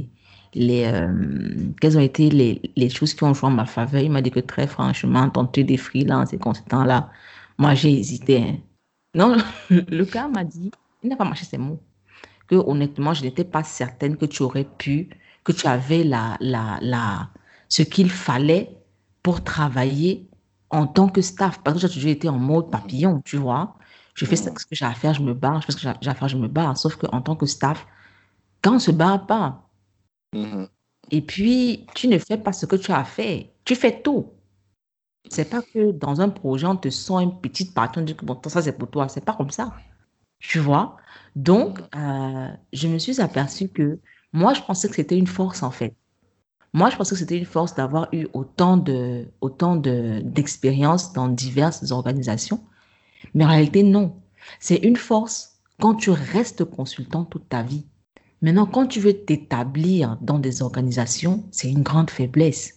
les choses qui ont joué en ma faveur. Il m'a dit que très franchement, tenter des freelances et consultants-là, moi j'ai hésité. Hein. Non, le gars m'a dit, il n'a pas marché ses mots, que honnêtement, je n'étais pas certaine que tu aurais pu, que tu avais ce qu'il fallait pour travailler en tant que staff. Parce que j'ai toujours été en mode papillon, tu vois. Je fais ce que j'ai à faire, je me barre. Je fais ce que j'ai à faire, je me barre. Sauf qu'en tant que staff, quand on ne se barre pas, et puis tu ne fais pas ce que tu as à faire, tu fais tout. C'est pas que dans un projet, on te sent une petite partie, on dit que bon, ça c'est pour toi. C'est pas comme ça. Tu vois? Donc, je me suis aperçue que moi, je pensais que c'était une force en fait. Moi, je pensais que c'était une force d'avoir eu autant d'expérience dans diverses organisations. Mais en réalité, non. C'est une force quand tu restes consultant toute ta vie. Maintenant, quand tu veux t'établir dans des organisations, c'est une grande faiblesse.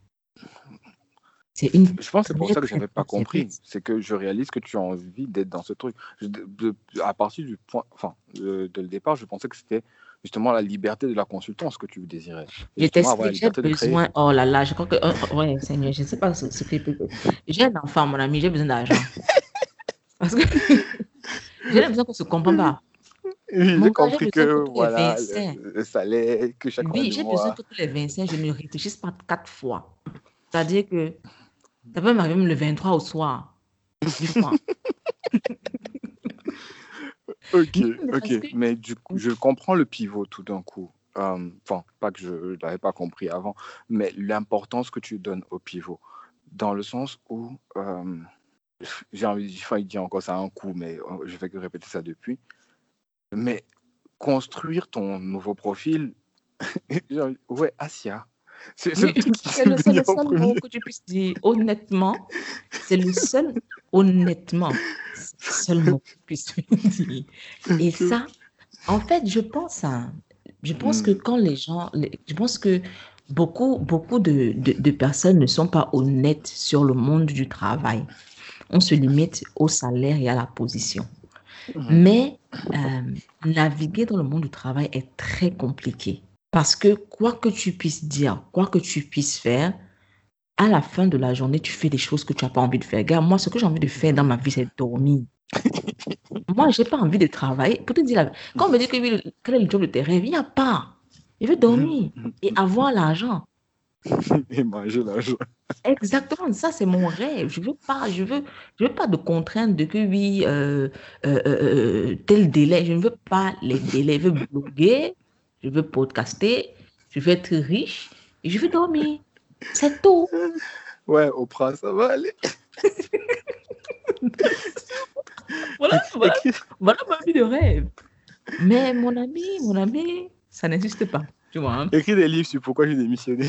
Je pense que c'est pour ça que je n'avais pas compris. C'est que je réalise que tu as envie d'être dans ce truc. À partir du point, de le départ, je pensais que c'était justement la liberté de la consultance que tu désirais. J'ai besoin. Oh là là, je crois que. Ouais, Seigneur, je ne sais pas ce que. J'ai un enfant, mon ami, j'ai besoin d'argent. Parce que j'ai l'impression qu'on ne se comprend pas. Oui, j'ai compris que voilà, le salaire, que chaque mois. Oui, j'ai besoin que tous les 25, je ne réfléchisse pas 4 fois. C'est-à-dire que ça peut m'arriver même le 23 au soir. Du soir. Ok. Mais du coup, je comprends le pivot tout d'un coup. Pas que je ne l'avais pas compris avant, mais l'importance que tu donnes au pivot. Dans le sens où, j'ai envie de dire encore ça un coup, mais je fais que répéter ça depuis. Mais construire ton nouveau profil, ouais, Asia. C'est le seul mot que tu puisses dire, honnêtement. C'est le seul, honnêtement, seul mot que tu puisses dire. Et ça, en fait, je pense que quand les gens, je pense que beaucoup de personnes ne sont pas honnêtes sur le monde du travail. On se limite au salaire et à la position. Mais naviguer dans le monde du travail est très compliqué. Parce que quoi que tu puisses dire, quoi que tu puisses faire, à la fin de la journée, tu fais des choses que tu n'as pas envie de faire. Regarde, moi, ce que j'ai envie de faire dans ma vie, c'est dormir. Moi, je n'ai pas envie de travailler. Pour te dire, quand on me dit quel est le job de tes rêves, il n'y a pas. Je veux dormir et avoir l'argent. Et manger l'argent. Exactement, ça c'est mon rêve. Je veux pas de contraintes de que oui, tel délai. Je ne veux pas les délais. Je veux bloguer, je veux podcaster, je veux être riche et je veux dormir. C'est tout. Ouais, Oprah, ça va aller. voilà ma vie de rêve. Mais mon ami, ça n'existe pas. Tu vois, hein? Écris des livres sur pourquoi j'ai démissionné.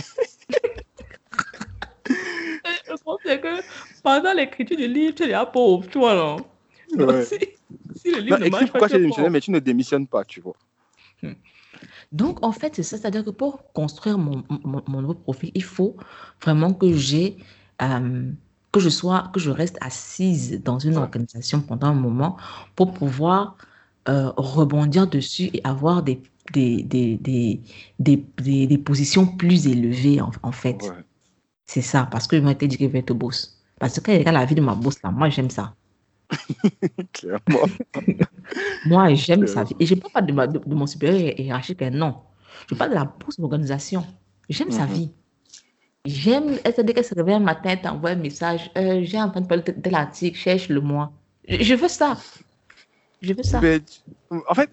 Le problème, c'est que pendant l'écriture du livre, tu es déjà pauvre, tu vois, non? Donc, Ouais. si le livre Non, ne écris marche pas, pourquoi tu j'ai es démissionné, pauvre. mais tu ne démissionnes pas, tu vois. Donc, en fait, c'est ça. C'est-à-dire que pour construire mon nouveau profil, il faut vraiment que que je reste assise dans une organisation pendant un moment pour pouvoir rebondir dessus et avoir des positions plus élevées, en fait. Ouais, C'est ça, parce qu'ils m'ont été dit que je vais être boss. Parce que quand il regarde la vie de ma boss, là, moi, j'aime ça. clairement. Moi, j'aime ça. Clairement. Et je ne parle pas de mon supérieur hiérarchique, non. Je parle de la boss de l'organisation. J'aime sa vie. J'aime, elle se dit qu'elle se réveille un matin, elle t'envoie un message. J'ai entendu parler de tel article, cherche-le-moi. Je veux ça. Je veux ça. Mais, en fait,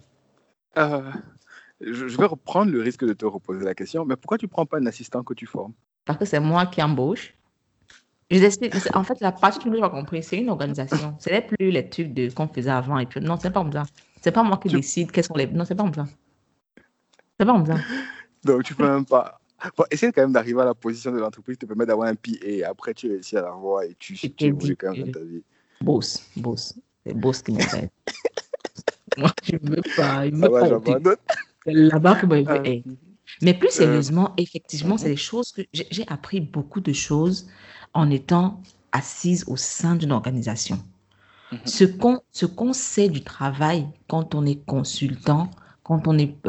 je vais reprendre le risque de te reposer la question, mais pourquoi tu ne prends pas un assistant que tu formes? Parce que c'est moi qui embauche. Je vous explique. En fait, la partie que je n'ai pas compris, c'est une organisation. Ce n'est plus les trucs qu'on faisait avant. Et puis, non, c'est pas comme ça. C'est pas moi qui décide quels sont les. Non, c'est pas comme ça. C'est pas comme ça. Donc, tu peux même pas. Bon, essaye quand même d'arriver à la position de l'entreprise qui te permet d'avoir un PA et après tu réussis à l'avoir et tu évolues quand même dans ta vie. Boss. C'est boss qui m'appelle. Moi, je ne veux pas. Ça va, j'abandonne. C'est là-bas que moi, mais plus sérieusement, effectivement, c'est des choses que j'ai appris beaucoup de choses en étant assise au sein d'une organisation. Ce qu'on sait du travail quand on est consultant, quand on est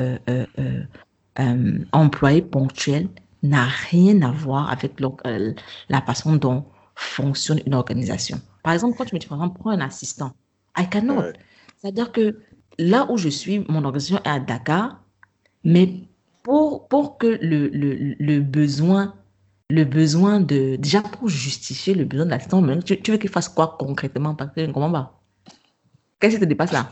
employé ponctuel, n'a rien à voir avec la façon dont fonctionne une organisation. Par exemple, quand tu me dis, par exemple, prends un assistant. I cannot. C'est-à-dire que là où je suis, mon organisation est à Dakar, mais pour que le besoin de... Déjà, pour justifier le besoin de l'assistant, tu veux qu'il fasse quoi concrètement? Parce que comment va? Qu'est-ce qui te dépasse là?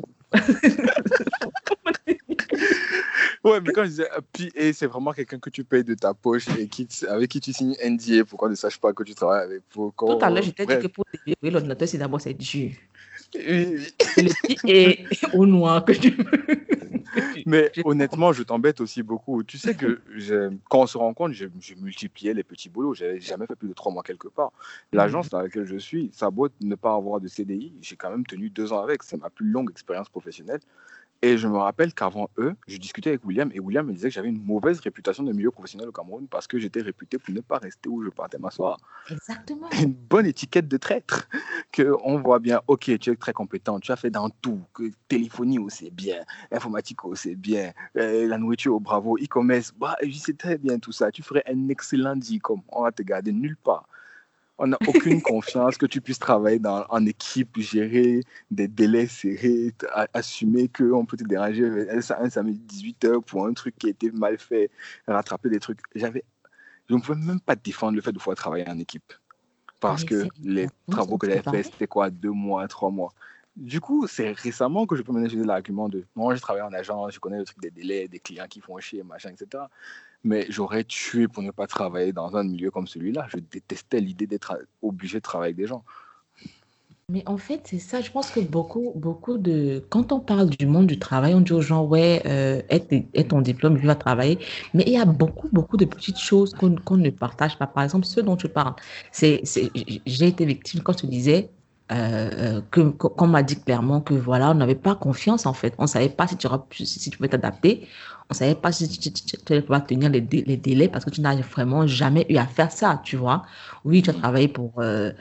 Ouais, mais quand je disais PA, c'est vraiment quelqu'un que tu payes de ta poche et avec qui tu signes NDA pour qu'on ne sache pas que tu travailles avec. Tout à l'heure, je t'ai dit que pour déverrouiller l'ordinateur, c'est d'abord c'est dur. Oui. C'est le PA au noir que tu veux. Mais honnêtement, je t'embête aussi beaucoup. Tu sais que quand on se rencontre, je multipliais les petits boulots. Je n'avais jamais fait plus de 3 mois quelque part. L'agence dans laquelle je suis, ça a beau ne pas avoir de CDI, j'ai quand même tenu 2 ans avec. C'est ma plus longue expérience professionnelle. Et je me rappelle qu'avant eux, je discutais avec William et William me disait que j'avais une mauvaise réputation de milieu professionnel au Cameroun parce que j'étais réputé pour ne pas rester où je partais m'asseoir. Exactement. Une bonne étiquette de traître qu'on voit bien, ok, tu es très compétent, tu as fait dans tout, que téléphonie c'est bien, informatique c'est bien, la nourriture bravo, e-commerce, bah, c'est très bien tout ça, tu ferais un excellent e-com, on va te garder nulle part. On n'a aucune confiance que tu puisses travailler en équipe, gérer des délais serrés, assumer qu'on peut te déranger un samedi 18h pour un truc qui a été mal fait, rattraper des trucs. Je ne pouvais même pas défendre le fait de pouvoir travailler en équipe. Parce que les travaux que j'avais faits, c'était quoi, 2 mois, 3 mois. Du coup, c'est récemment que je peux manager l'argument de moi, je travaille en agence, je connais le truc des délais, des clients qui font chier, machin, etc. Mais j'aurais tué pour ne pas travailler dans un milieu comme celui-là. Je détestais l'idée d'être obligé de travailler avec des gens. Mais en fait, c'est ça. Je pense que beaucoup de... Quand on parle du monde du travail, on dit aux gens, ouais, aie ton diplôme, tu vas travailler. Mais il y a beaucoup de petites choses qu'on ne partage pas. Par exemple, ce dont tu parles, j'ai été victime, quand tu disais, qu'on m'a dit clairement que voilà, on n'avait pas confiance en fait. On ne savait pas si tu pouvais t'adapter. On ne savait pas si tu allais pouvoir tenir les délais parce que tu n'as vraiment jamais eu à faire ça, tu vois. Oui, tu as travaillé pour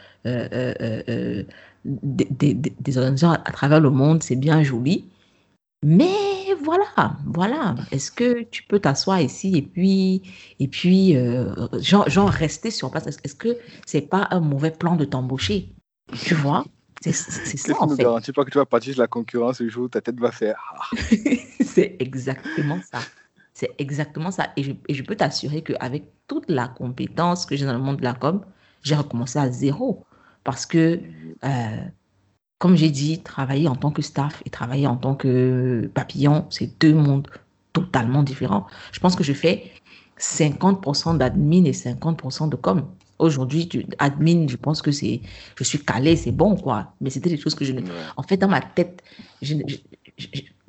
des organisations à travers le monde, c'est bien joli. Mais voilà. Est-ce que tu peux t'asseoir ici et puis genre rester sur place? Est-ce que c'est pas un mauvais plan de t'embaucher? Tu vois? C'est ça en fait. Ne garantis pas que tu vas partir de la concurrence le jour où ta tête va faire. C'est exactement ça. C'est exactement ça. Et je peux t'assurer qu'avec toute la compétence que j'ai dans le monde de la com, j'ai recommencé à zéro. Parce que, comme j'ai dit, travailler en tant que staff et travailler en tant que papillon, c'est 2 mondes totalement différents. Je pense que je fais 50% d'admin et 50% de com. Aujourd'hui, admin, je pense que je suis calée, c'est bon, quoi. Mais c'était des choses que je ne... En fait, dans ma tête,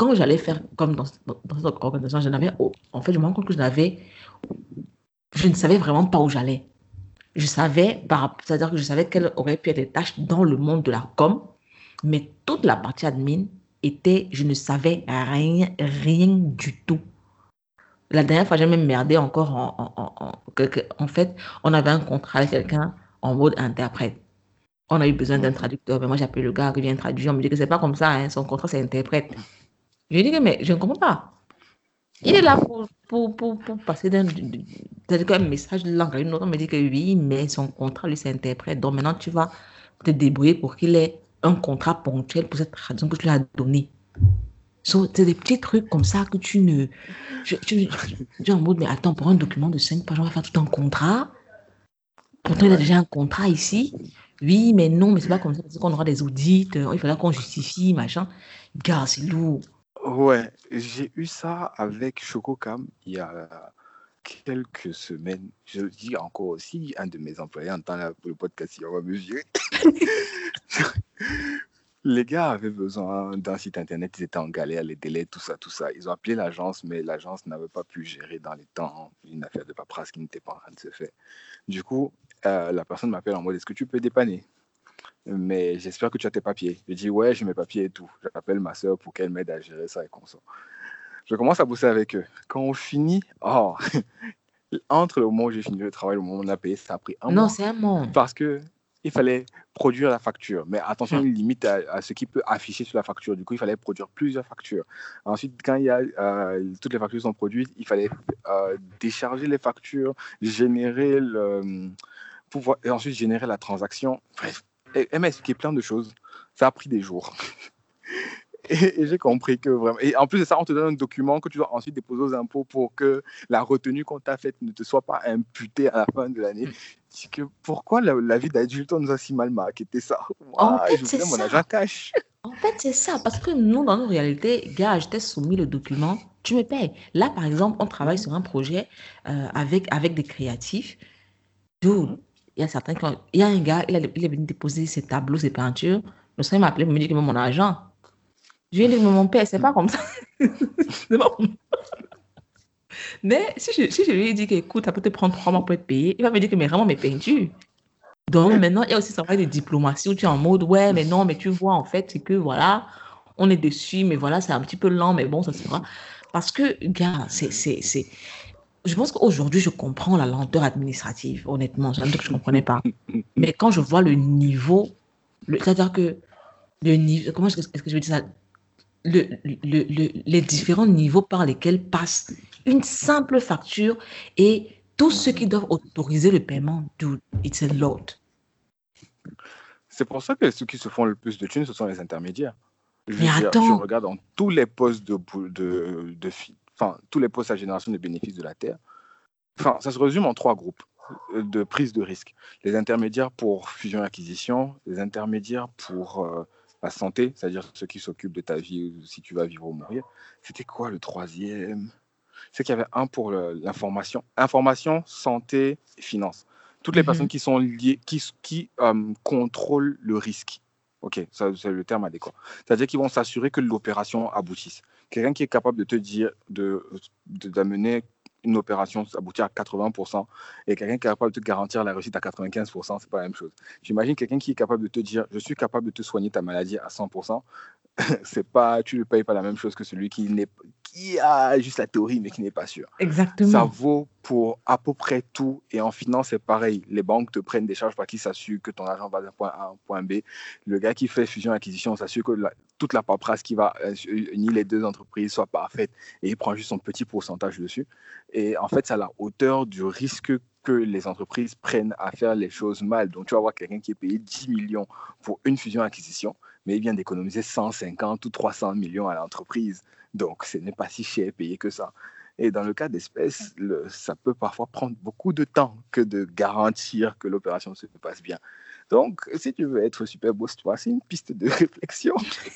quand j'allais faire comme dans cette organisation, en fait, je me rends compte que je ne savais vraiment pas où j'allais. C'est-à-dire que je savais quelles auraient pu être les tâches dans le monde de la com, mais toute la partie admin je ne savais rien du tout. La dernière fois, j'ai même merdé encore en fait, on avait un contrat avec quelqu'un en mode interprète. On a eu besoin d'un traducteur, mais moi j'ai appelé le gars qui vient traduire, on me dit que c'est pas comme ça, hein, son contrat c'est interprète. Je lui ai dit que mais je ne comprends pas. Il est là pour passer d'un message de langue à une autre. On me dit que oui, mais son contrat lui c'est interprète. Donc maintenant tu vas te débrouiller pour qu'il ait un contrat ponctuel pour cette traduction que tu lui as donnée. C'est des petits trucs comme ça que tu ne... Tu es en mode, mais attends, pour un document de 5 pages, on va faire tout un contrat. Pourtant, il y a déjà un contrat ici. Oui, mais non, mais c'est pas comme ça, parce qu'on aura des audits, il faudra qu'on justifie, machin. Gars, c'est lourd. Ouais, j'ai eu ça avec Chococam il y a quelques semaines. Je dis encore aussi, un de mes employés entend le podcast, il va me virer. Les gars avaient besoin d'un site internet, ils étaient en galère, les délais, tout ça. Ils ont appelé l'agence, mais l'agence n'avait pas pu gérer dans les temps une affaire de paperasse qui n'était pas en train de se faire. Du coup, la personne m'appelle en mode, est-ce que tu peux dépanner? Mais j'espère que tu as tes papiers. Je dis, ouais, j'ai mes papiers et tout. J'appelle ma soeur pour qu'elle m'aide à gérer ça et qu'on sort. Je commence à bosser avec eux. Quand on finit, entre le moment où j'ai fini le travail et le moment où on a payé, ça a pris un mois. Non, c'est un mois. Parce qu'il fallait produire la facture. Mais attention, une limite à ce qui peut afficher sur la facture. Du coup, il fallait produire plusieurs factures. Ensuite, quand toutes les factures sont produites, il fallait décharger les factures, générer et ensuite générer la transaction. Bref, elle m'a expliqué plein de choses. Ça a pris des jours. Et j'ai compris que vraiment... Et en plus de ça, on te donne un document que tu dois ensuite déposer aux impôts pour que la retenue qu'on t'a faite ne te soit pas imputée à la fin de l'année. Pourquoi la vie d'adulte, on nous a si mal marketé ça? En fait, je voulais mon agent cash. En fait, c'est ça. Parce que nous, dans nos réalités, gars, je t'ai soumis le document, tu me payes. Là, par exemple, on travaille sur un projet avec des créatifs. Dude, il y a un gars, il est venu déposer ses tableaux, ses peintures. Le soir, il m'a appelé pour me dire que mon argent. Je lui ai dit, mais mon père, c'est pas comme ça. C'est pas comme ça. Mais si je lui ai dit que, écoute, ça peut te prendre 3 mois pour être payé, il va me dire que, mais vraiment, mes peintures. Donc maintenant, il y a aussi ce travail de diplomatie où tu es en mode, ouais, mais non, mais tu vois, en fait, c'est que, voilà, on est dessus, mais voilà, c'est un petit peu lent, mais bon, ça sera. Parce que, gars, je pense qu'aujourd'hui, je comprends la lenteur administrative, honnêtement. C'est un truc que je ne comprenais pas. Mais quand je vois le niveau, c'est-à-dire que le niveau, comment est-ce que je veux dire ça? Les différents niveaux par lesquels passe une simple facture et tous ceux qui doivent autoriser le paiement, dude, it's a lot. C'est pour ça que ceux qui se font le plus de thunes, ce sont les intermédiaires. Attends. Je regarde dans tous les postes tous les postes à génération de bénéfices de la terre. Ça se résume en 3 groupes de prise de risque. Les intermédiaires pour fusion-acquisition, les intermédiaires pour la santé, c'est-à-dire ceux qui s'occupent de ta vie, si tu vas vivre ou mourir. C'était quoi le 3e? C'est qu'il y avait un pour l'information. Information, santé et finance. Toutes les personnes qui sont liées, qui contrôlent le risque. Ok, ça, c'est le terme adéquat. C'est-à-dire qu'ils vont s'assurer que l'opération aboutisse. Quelqu'un qui est capable de te dire, d'amener une opération aboutir à 80% et quelqu'un qui est capable de te garantir la réussite à 95%, c'est pas la même chose. J'imagine quelqu'un qui est capable de te dire, je suis capable de te soigner ta maladie à 100%, tu ne payes pas la même chose que celui qui a juste la théorie mais qui n'est pas sûr. Exactement. Ça vaut pour à peu près tout et en finance c'est pareil. Les banques te prennent des charges parce qu'ils s'assurent que ton argent va d'un point A à un point B. Le gars qui fait fusion-acquisition s'assure que toute la paperasse qui va unir les 2 entreprises soit parfaite et il prend juste son petit pourcentage dessus. Et en fait, c'est à la hauteur du risque que les entreprises prennent à faire les choses mal. Donc, tu vas voir quelqu'un qui est payé 10 millions pour une fusion-acquisition, mais il vient d'économiser 150 ou 300 millions à l'entreprise. Donc, ce n'est pas si cher payé que ça. Et dans le cas d'espèces, ça peut parfois prendre beaucoup de temps que de garantir que l'opération se passe bien. Donc, si tu veux être super boss, c'est une piste de réflexion.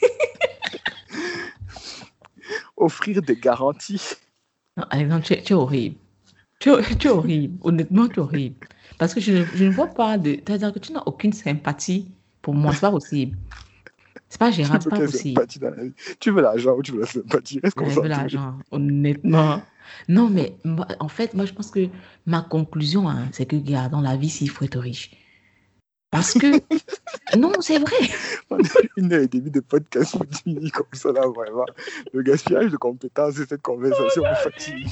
Offrir des garanties. Non, Alexandre, tu es horrible. Tu es horrible. Honnêtement, tu es horrible. Parce que je ne vois pas c'est-à-dire que tu n'as aucune sympathie pour moi. C'est pas possible. C'est pas Tu gérable, c'est veux pas quelle possible. sympathie dans la vie? Tu veux l'argent ou tu veux la sympathie? Reste Je veux concentré. l'argent, honnêtement. Non, mais en fait, moi, je pense que ma conclusion, hein, c'est que, gars, dans la vie, il faut être riche. Parce que, non, c'est vrai. On a 1h30 de podcast pour 10 minutes comme ça, là, vraiment. Le gaspillage de compétences de cette conversation me fatigue.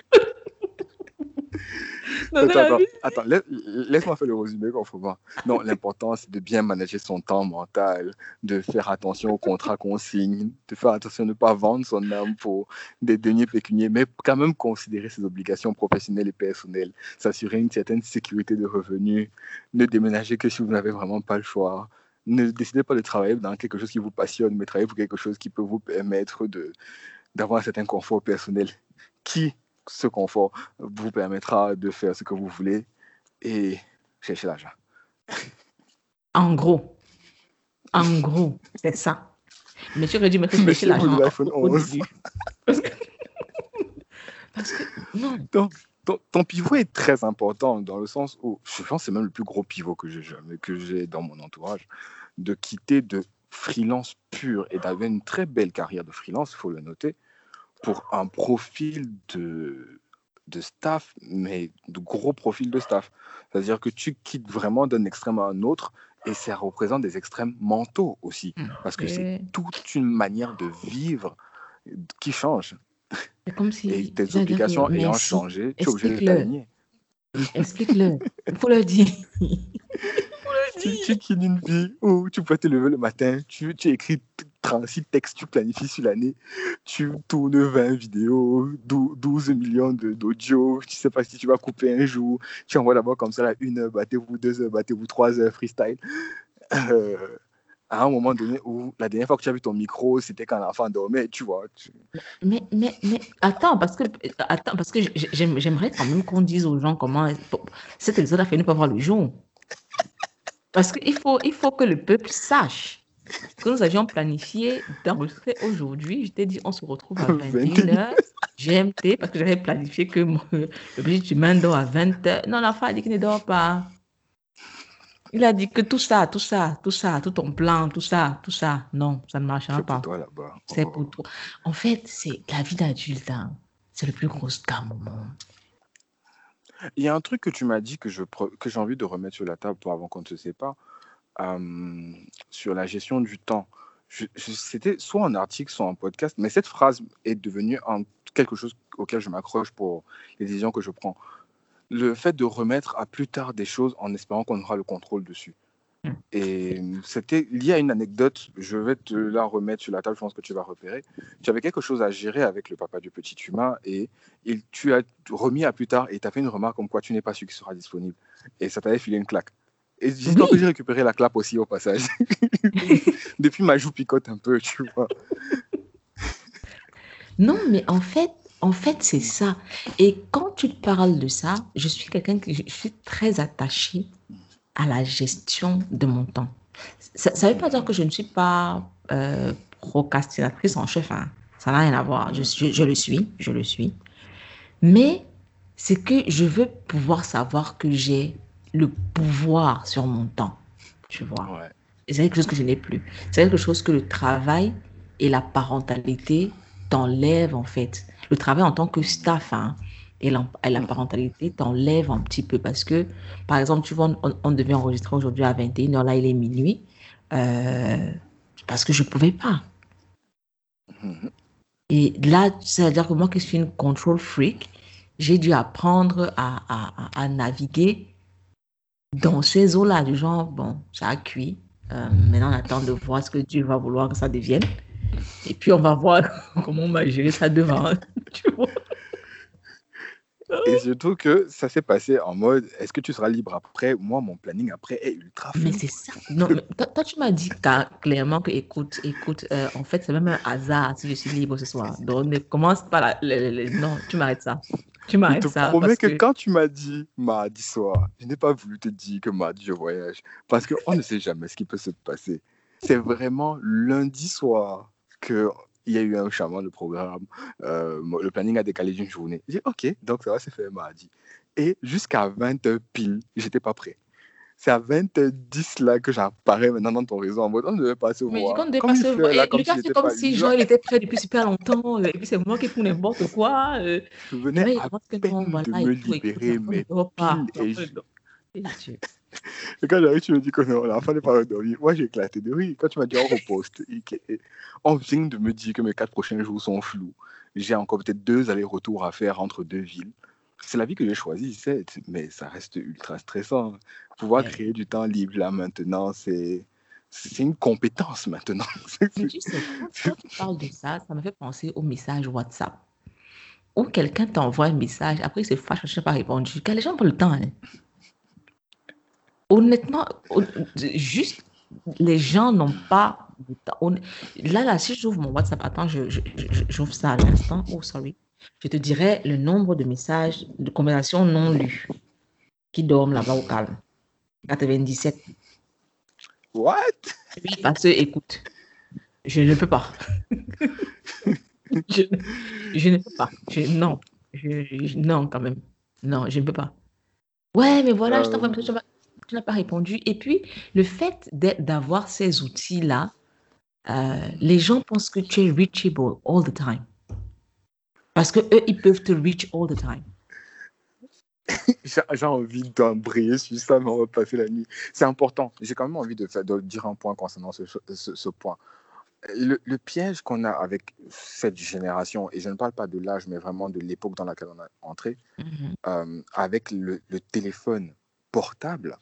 Attends, laisse-moi faire le résumé qu'on faut voir. Non, l'important, c'est de bien manager son temps mental, de faire attention aux contrats qu'on signe, de faire attention à ne pas vendre son âme pour des deniers pécuniaires, mais quand même considérer ses obligations professionnelles et personnelles, s'assurer une certaine sécurité de revenus, ne déménager que si vous n'avez vraiment pas le choix. Ne décidez pas de travailler dans quelque chose qui vous passionne, mais travaillez pour quelque chose qui peut vous permettre d'avoir un certain confort personnel. Ce confort vous permettra de faire ce que vous voulez et chercher l'argent. En gros, c'est ça. Mais tu aurais dû mettre chercher l'argent au début. Parce que, non. Donc, ton pivot est très important dans le sens où, je pense que c'est même le plus gros pivot que j'ai dans mon entourage, de quitter de freelance pur et d'avoir une très belle carrière de freelance, il faut le noter, pour un profil de staff, mais de gros profils de staff. C'est-à-dire que tu quittes vraiment d'un extrême à un autre et ça représente des extrêmes mentaux aussi, parce que c'est toute une manière de vivre qui change. C'est comme si... Et tes obligations ayant changé, tu es obligé de t'aligner. Explique-le. Il faut le dire. Tu quittes une vie où tu peux te lever le matin, tu écris 36 textes, tu planifies sur l'année, tu tournes 20 vidéos, 12 millions d'audio, tu ne sais pas si tu vas couper un jour, tu envoies d'abord comme ça, là, 1 heure, battez-vous 2 heures, battez-vous 3 heures, freestyle. À un moment donné où la dernière fois que tu as vu ton micro, c'était quand l'enfant dormait, tu vois. Mais attends, parce que j'aimerais quand même qu'on dise aux gens comment cet épisode a fini par voir le jour. Parce qu'il faut que le peuple sache que nous avions planifié d'enregistrer aujourd'hui. Je t'ai dit, on se retrouve à 21h, GMT, parce que j'avais planifié que le petit humain dort à 20h. Non, l'enfant a dit qu'il ne dort pas. Il a dit que tout ton plan, tout ça, non, ça ne marchera pas. C'est pour toi là-bas. C'est pour toi. En fait, c'est la vie d'adulte, hein. C'est le plus gros scam au monde. Il y a un truc que tu m'as dit que j'ai envie de remettre sur la table avant qu'on ne se sépare, sur la gestion du temps. C'était soit un article, soit un podcast, mais cette phrase est devenue quelque chose auquel je m'accroche pour les décisions que je prends. Le fait de remettre à plus tard des choses en espérant qu'on aura le contrôle dessus. Et c'était lié à une anecdote, je vais te la remettre sur la table, je pense que tu vas repérer. Tu avais quelque chose à gérer avec le papa du petit humain et tu as remis à plus tard et tu as fait une remarque comme quoi tu n'es pas sûr qu'il sera disponible. Et ça t'avait filé une claque. Et j'espère que j'ai récupéré la claque aussi au passage. Depuis, ma joue picote un peu, tu vois. Non, mais en fait, c'est ça. Et quand tu parles de ça, je suis quelqu'un je suis très attachée à la gestion de mon temps. Ça ne veut pas dire que je ne suis pas procrastinatrice en chef, hein. Ça n'a rien à voir. Je le suis. Mais c'est que je veux pouvoir savoir que j'ai le pouvoir sur mon temps, tu vois. Ouais. Et c'est quelque chose que je n'ai plus. C'est quelque chose que le travail et la parentalité t'enlèvent, en fait. Le travail en tant que staff, hein, et la parentalité t'enlève un petit peu parce que, par exemple, tu vois, on devait enregistrer aujourd'hui à 21h, là, il est minuit, parce que je ne pouvais pas. Et là, c'est-à-dire que moi, qui suis une control freak, j'ai dû apprendre à naviguer dans ces eaux-là, du genre, bon, ça a cuit, maintenant on attend de voir ce que Dieu va vouloir que ça devienne, et puis on va voir comment on va gérer ça devant, tu vois. Et surtout que ça s'est passé en mode, est-ce que tu seras libre après? Moi, mon planning après est ultra fou. Mais c'est ça. Non, mais toi, tu m'as dit clairement que, écoute, en fait, c'est même un hasard si je suis libre ce soir. Donc, ne commence pas non, tu m'arrêtes ça. Tu m'arrêtes ça. Je te promets que quand tu m'as dit mardi soir, je n'ai pas voulu te dire que mardi je voyage. Parce qu'on ne sait jamais ce qui peut se passer. C'est vraiment lundi soir que... il y a eu un changement de programme, le planning a décalé d'une journée. J'ai dit, ok, donc ça va se faire mardi. Et jusqu'à 20h pile, j'étais pas prêt. C'est à 20h10 là que j'apparais maintenant dans ton réseau en mode on devait pas se Mais voir. quand on devait Comme pas il se fait voir, là, et comme le gars, s'il c'est n'était comme pas si, vivant. genre, il était prêt depuis super longtemps, et puis c'est moi qui fous n'importe quoi. Et Je venais là, il à pense que non, peine de voilà, et me tout, écoute, libérer, l'enfant ne mais dort pas. pile. Et Dieu. Et quand j'arrive, tu me dis que non, l'enfant n'est pas endormi. Moi, j'ai éclaté de rire. Quand tu m'as dit on reposte, on vient de me dire que mes 4 prochains jours sont flous. J'ai encore peut-être 2 allers-retours à faire entre 2 villes. C'est la vie que j'ai choisie, certes, mais ça reste ultra stressant. Pouvoir Ouais. créer du temps libre là maintenant, c'est une compétence maintenant. Mais tu sais, quand tu parles de ça, ça me fait penser au message WhatsApp. Où quelqu'un t'envoie un message, après il se fâche, je n'ai pas répondu. Car les gens ont pas le temps. Hein. Honnêtement, juste les gens n'ont pas le temps. Là, si j'ouvre mon WhatsApp, attends, j'ouvre ça à l'instant. Oh, sorry. Je te dirai le nombre de messages de conversations non lues qui dorment là-bas au calme. 97. What? Oui, parce que, écoute, je ne peux pas. je ne peux pas. Non. Non, quand même. Non, je ne peux pas. Ouais, mais voilà, je t'envoie un message, tu n'as pas répondu. Et puis, le fait d'avoir ces outils-là, les gens pensent que tu es reachable all the time. Parce que eux, ils peuvent te reach all the time. J'ai envie d'embrayer sur ça, mais on va passer la nuit. C'est important. J'ai quand même envie de dire un point concernant ce point. Le piège qu'on a avec cette génération, et je ne parle pas de l'âge, mais vraiment de l'époque dans laquelle on est entré, avec le téléphone portable,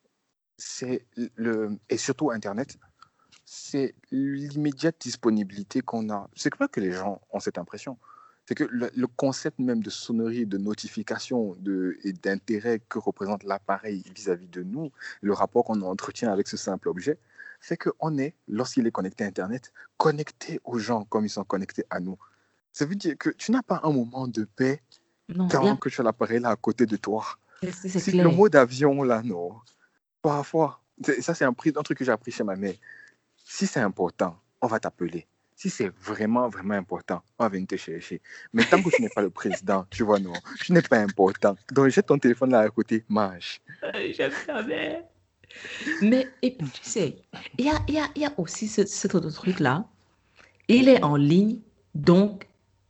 et surtout Internet, c'est l'immédiate disponibilité qu'on a. C'est pas que les gens ont cette impression. C'est que le concept même de sonnerie, de notification et d'intérêt que représente l'appareil vis-à-vis de nous, le rapport qu'on entretient avec ce simple objet, fait qu'on est, lorsqu'il est connecté à Internet, connecté aux gens comme ils sont connectés à nous. Ça veut dire que tu n'as pas un moment de paix tant que tu as l'appareil là à côté de toi. C'est clair. Le mot d'avion là, non. Parfois, ça c'est un truc que j'ai appris chez ma mère. Si c'est important, on va t'appeler. Si c'est vraiment, vraiment important, on va venir te chercher. Mais tant que tu n'es pas le président, tu vois, non, tu n'es pas important. Donc, jette ton téléphone là à côté, mange. J'aime ça, mais, et puis, tu sais, il y a aussi cet autre truc-là. Il est en ligne, donc,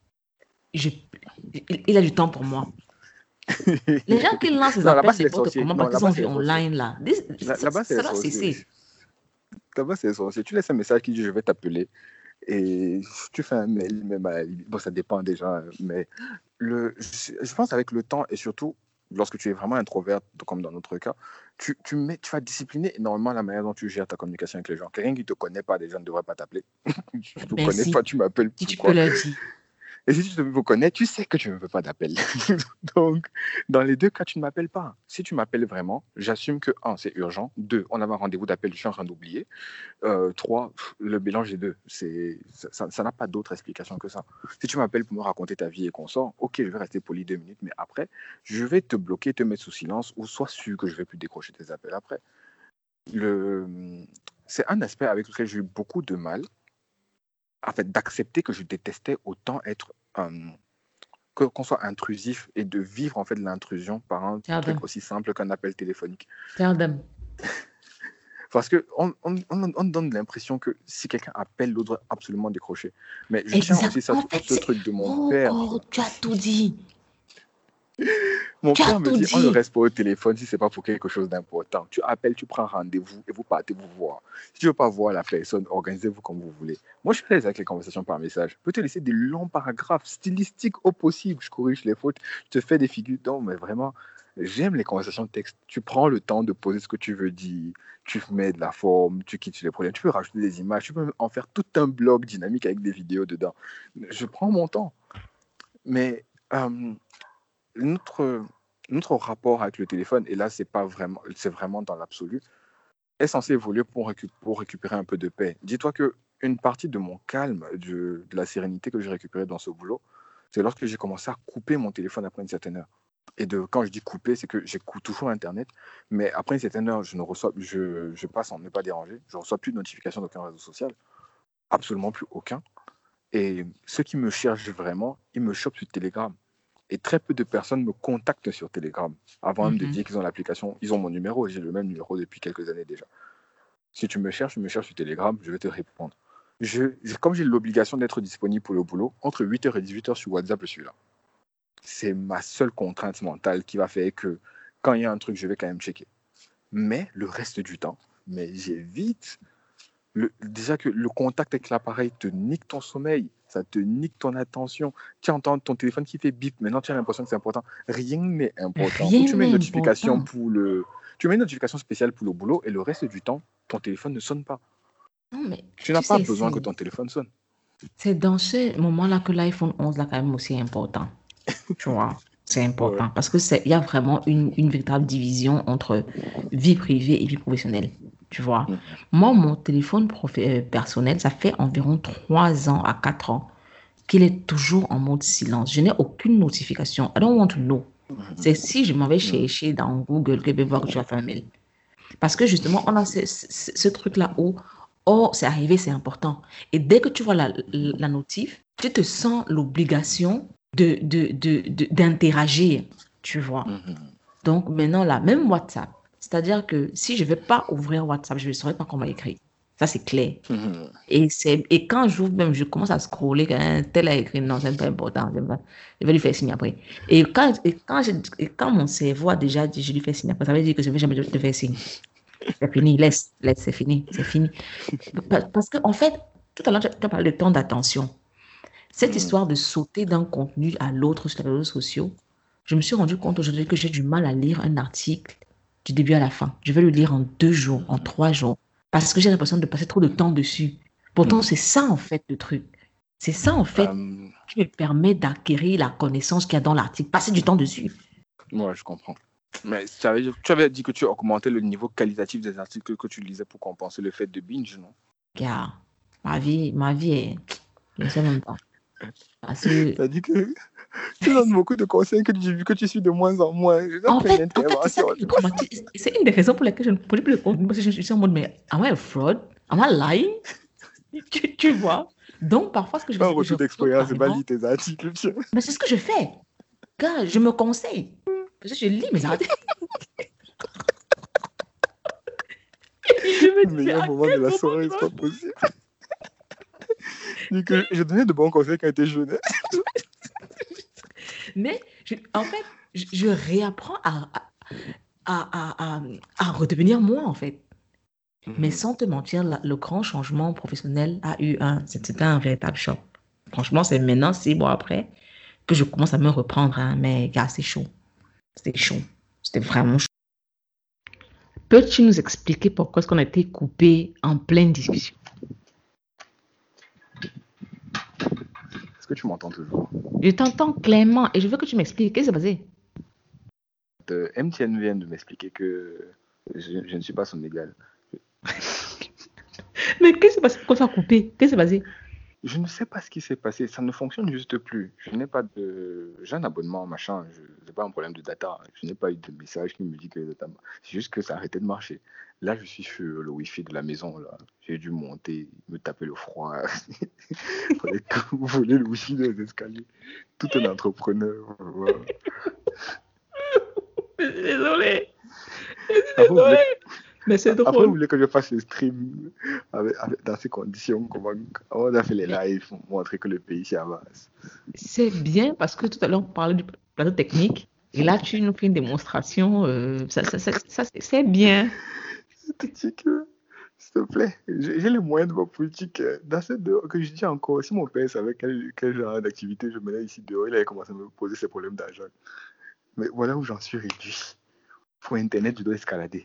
il a du temps pour moi. Les gens qui lancent des appels n'importe comment parce qu'ils sont vus online, là. Là-bas, c'est les sorciers. Là-bas, c'est les sorciers. Tu laisses un message qui dit « je vais t'appeler ». Et tu fais un mail, même bon, ça dépend déjà, mais je pense avec le temps et surtout lorsque tu es vraiment introvert, comme dans notre cas, tu vas discipliner énormément la manière dont tu gères ta communication avec les gens. Quelqu'un qui ne te connaît pas, déjà, ne devrait pas t'appeler. Tu ne te connais pas, tu m'appelles. Si tu peux le dire. Et si tu me connais, tu sais que tu ne veux pas d'appel. Donc, dans les deux cas, tu ne m'appelles pas. Si tu m'appelles vraiment, j'assume que, 1, c'est urgent. 2, on avait un rendez-vous d'appel, je suis en train d'oublier. 3, le mélange des deux. Ça n'a pas d'autre explication que ça. Si tu m'appelles pour me raconter ta vie et qu'on sort, ok, je vais rester poli 2 minutes, mais après, je vais te bloquer, te mettre sous silence ou sois sûr que je ne vais plus décrocher tes appels après. C'est un aspect avec lequel j'ai eu beaucoup de mal, en fait, d'accepter que je détestais autant être qu'on soit intrusif et de vivre en fait l'intrusion par un truc aussi simple qu'un appel téléphonique. Parce qu'on donne l'impression que si quelqu'un appelle, l'autre doit absolument décrocher. Mais je tiens aussi ça sur ce truc de mon père. Oh, tu as tout dit. Mon père me dit, on ne reste pas au téléphone si ce n'est pas pour quelque chose d'important. Tu appelles, tu prends rendez-vous et vous partez vous voir. Si tu ne veux pas voir la personne, organisez-vous comme vous voulez. Moi, je suis à l'aise avec les conversations par message. Je peux te laisser des longs paragraphes stylistiques au possible. Je corrige les fautes, je te fais des figures. Non, mais vraiment, j'aime les conversations de texte. Tu prends le temps de poser ce que tu veux dire. Tu mets de la forme, tu quittes les problèmes. Tu peux rajouter des images. Tu peux en faire tout un blog dynamique avec des vidéos dedans. Je prends mon temps. Mais notre rapport avec le téléphone, et là, c'est vraiment dans l'absolu, est censé évoluer pour récupérer un peu de paix. Dis-toi qu'une partie de mon calme, de la sérénité que j'ai récupérée dans ce boulot, c'est lorsque j'ai commencé à couper mon téléphone après une certaine heure. Et quand je dis couper, c'est que j'écoute toujours Internet, mais après une certaine heure, je passe en ne pas déranger. Je ne reçois plus de notifications d'aucun réseau social, absolument plus aucun. Et ceux qui me cherchent vraiment, ils me chopent sur Telegram. Et très peu de personnes me contactent sur Telegram. Avant même de dire qu'ils ont l'application, ils ont mon numéro. J'ai le même numéro depuis quelques années déjà. Si tu me cherches sur Telegram, je vais te répondre. Comme j'ai l'obligation d'être disponible pour le boulot, entre 8h et 18h sur WhatsApp, je suis là. C'est ma seule contrainte mentale qui va faire que quand il y a un truc, je vais quand même checker. Mais le reste du temps, j'évite. Déjà que le contact avec l'appareil te nique ton sommeil, ça te nique ton attention. Tu entends ton téléphone qui fait bip, maintenant tu as l'impression que c'est important. Rien n'est important. Rien Tu mets une n'est notification important. tu mets une notification spéciale pour le boulot et le reste du temps, ton téléphone ne sonne pas. Non, mais Tu n'as pas besoin que ton téléphone sonne. C'est dans ce moment-là que l'iPhone 11 là, quand même aussi important. Tu vois, c'est important parce que il y a vraiment une véritable division entre vie privée et vie professionnelle. Tu vois, moi, mon téléphone personnel, ça fait environ 3 ans à 4 ans qu'il est toujours en mode silence. Je n'ai aucune notification. I don't want to know. C'est si je m'en vais chercher dans Google que je vais voir que tu vas faire un mail. Parce que justement, on a ce truc-là où, oh, c'est arrivé, c'est important. Et dès que tu vois la notif, tu te sens l'obligation d'interagir, tu vois. Donc maintenant, là, même WhatsApp, c'est-à-dire que si je ne vais pas ouvrir WhatsApp, je ne saurais pas comment écrire. Ça, c'est clair. Et quand j'ouvre, même, je commence à scroller, tel a écrit, non, c'est pas important. Je vais lui faire signe après. Et quand mon cerveau a déjà dit, je lui fais signe après, ça veut dire que je ne vais jamais te faire signe. C'est fini, laisse, c'est fini. Parce qu'en fait, tout à l'heure, tu as parlé de temps d'attention. Cette histoire de sauter d'un contenu à l'autre sur les réseaux sociaux, je me suis rendu compte aujourd'hui que j'ai du mal à lire un article du début à la fin. Je vais le lire en 2 jours, en 3 jours, parce que j'ai l'impression de passer trop de temps dessus. Pourtant, c'est ça, en fait, le truc. C'est ça, en fait, qui me permet d'acquérir la connaissance qu'il y a dans l'article. Passer du temps dessus. Ouais, je comprends. Mais tu avais dit que tu augmentais le niveau qualitatif des articles que tu lisais pour compenser le fait de binge, non? Regarde, ma vie est... Je ne sais même pas. Parce que... Tu as dit que tu donnes beaucoup de conseils que tu suis de moins en moins. En fait, c'est ça qui me traumatise. C'est une des raisons pour lesquelles je ne produis plus de contenu. Parce que je suis en mode, mais am I a fraud? Am I lying? Tu vois? Donc, parfois, ce que je fais, c'est que je... d'expérience, c'est pas lire tes articles. Mais c'est ce que je fais. Gars, je me conseille. Parce que je lis mes articles. Le meilleur moment de la soirée, c'est pas possible. Je donnais de bons conseils quand j'étais jeune. Mais, en fait, je réapprends à redevenir moi, en fait. Mais sans te mentir, le grand changement professionnel c'était un véritable choc. Franchement, c'est maintenant, 6 mois après, que je commence à me reprendre. Hein. Mais, gars, c'est chaud. C'était chaud. C'était vraiment chaud. Peux-tu nous expliquer pourquoi est-ce qu'on a été coupé en pleine discussion? Est-ce que tu m'entends toujours? Je t'entends clairement et je veux que tu m'expliques. Qu'est-ce qui s'est passé? MTN vient de m'expliquer que je ne suis pas son égal. Mais qu'est-ce qui s'est passé? Pourquoi ça a coupé? Qu'est-ce qui s'est passé? Je ne sais pas ce qui s'est passé. Ça ne fonctionne juste plus. J'ai un abonnement, machin. C'est pas un problème de data. Je n'ai pas eu de message qui me dit que les data... C'est juste que ça a arrêté de marcher. Là, je suis sur le Wi-Fi de la maison. Là. J'ai dû monter, me taper le froid. Il fallait voler le Wi-Fi dans les escaliers. Tout un entrepreneur. Voilà. Désolé. Mais c'est drôle. Après, vous voulez que je fasse le stream dans ces conditions, on a fait les lives pour montrer que le pays s'y avance. C'est bien parce que tout à l'heure, on parlait du plateau technique et là, tu nous fais une démonstration. Ça c'est bien. Je te dis que, s'il te plaît, j'ai les moyens de ma politique. Dans cette dehors, que je dis encore, si mon père savait quel genre d'activité je menais ici dehors, il avait commencé à me poser ses problèmes d'argent. Mais voilà où j'en suis réduit. Pour Internet, je dois escalader.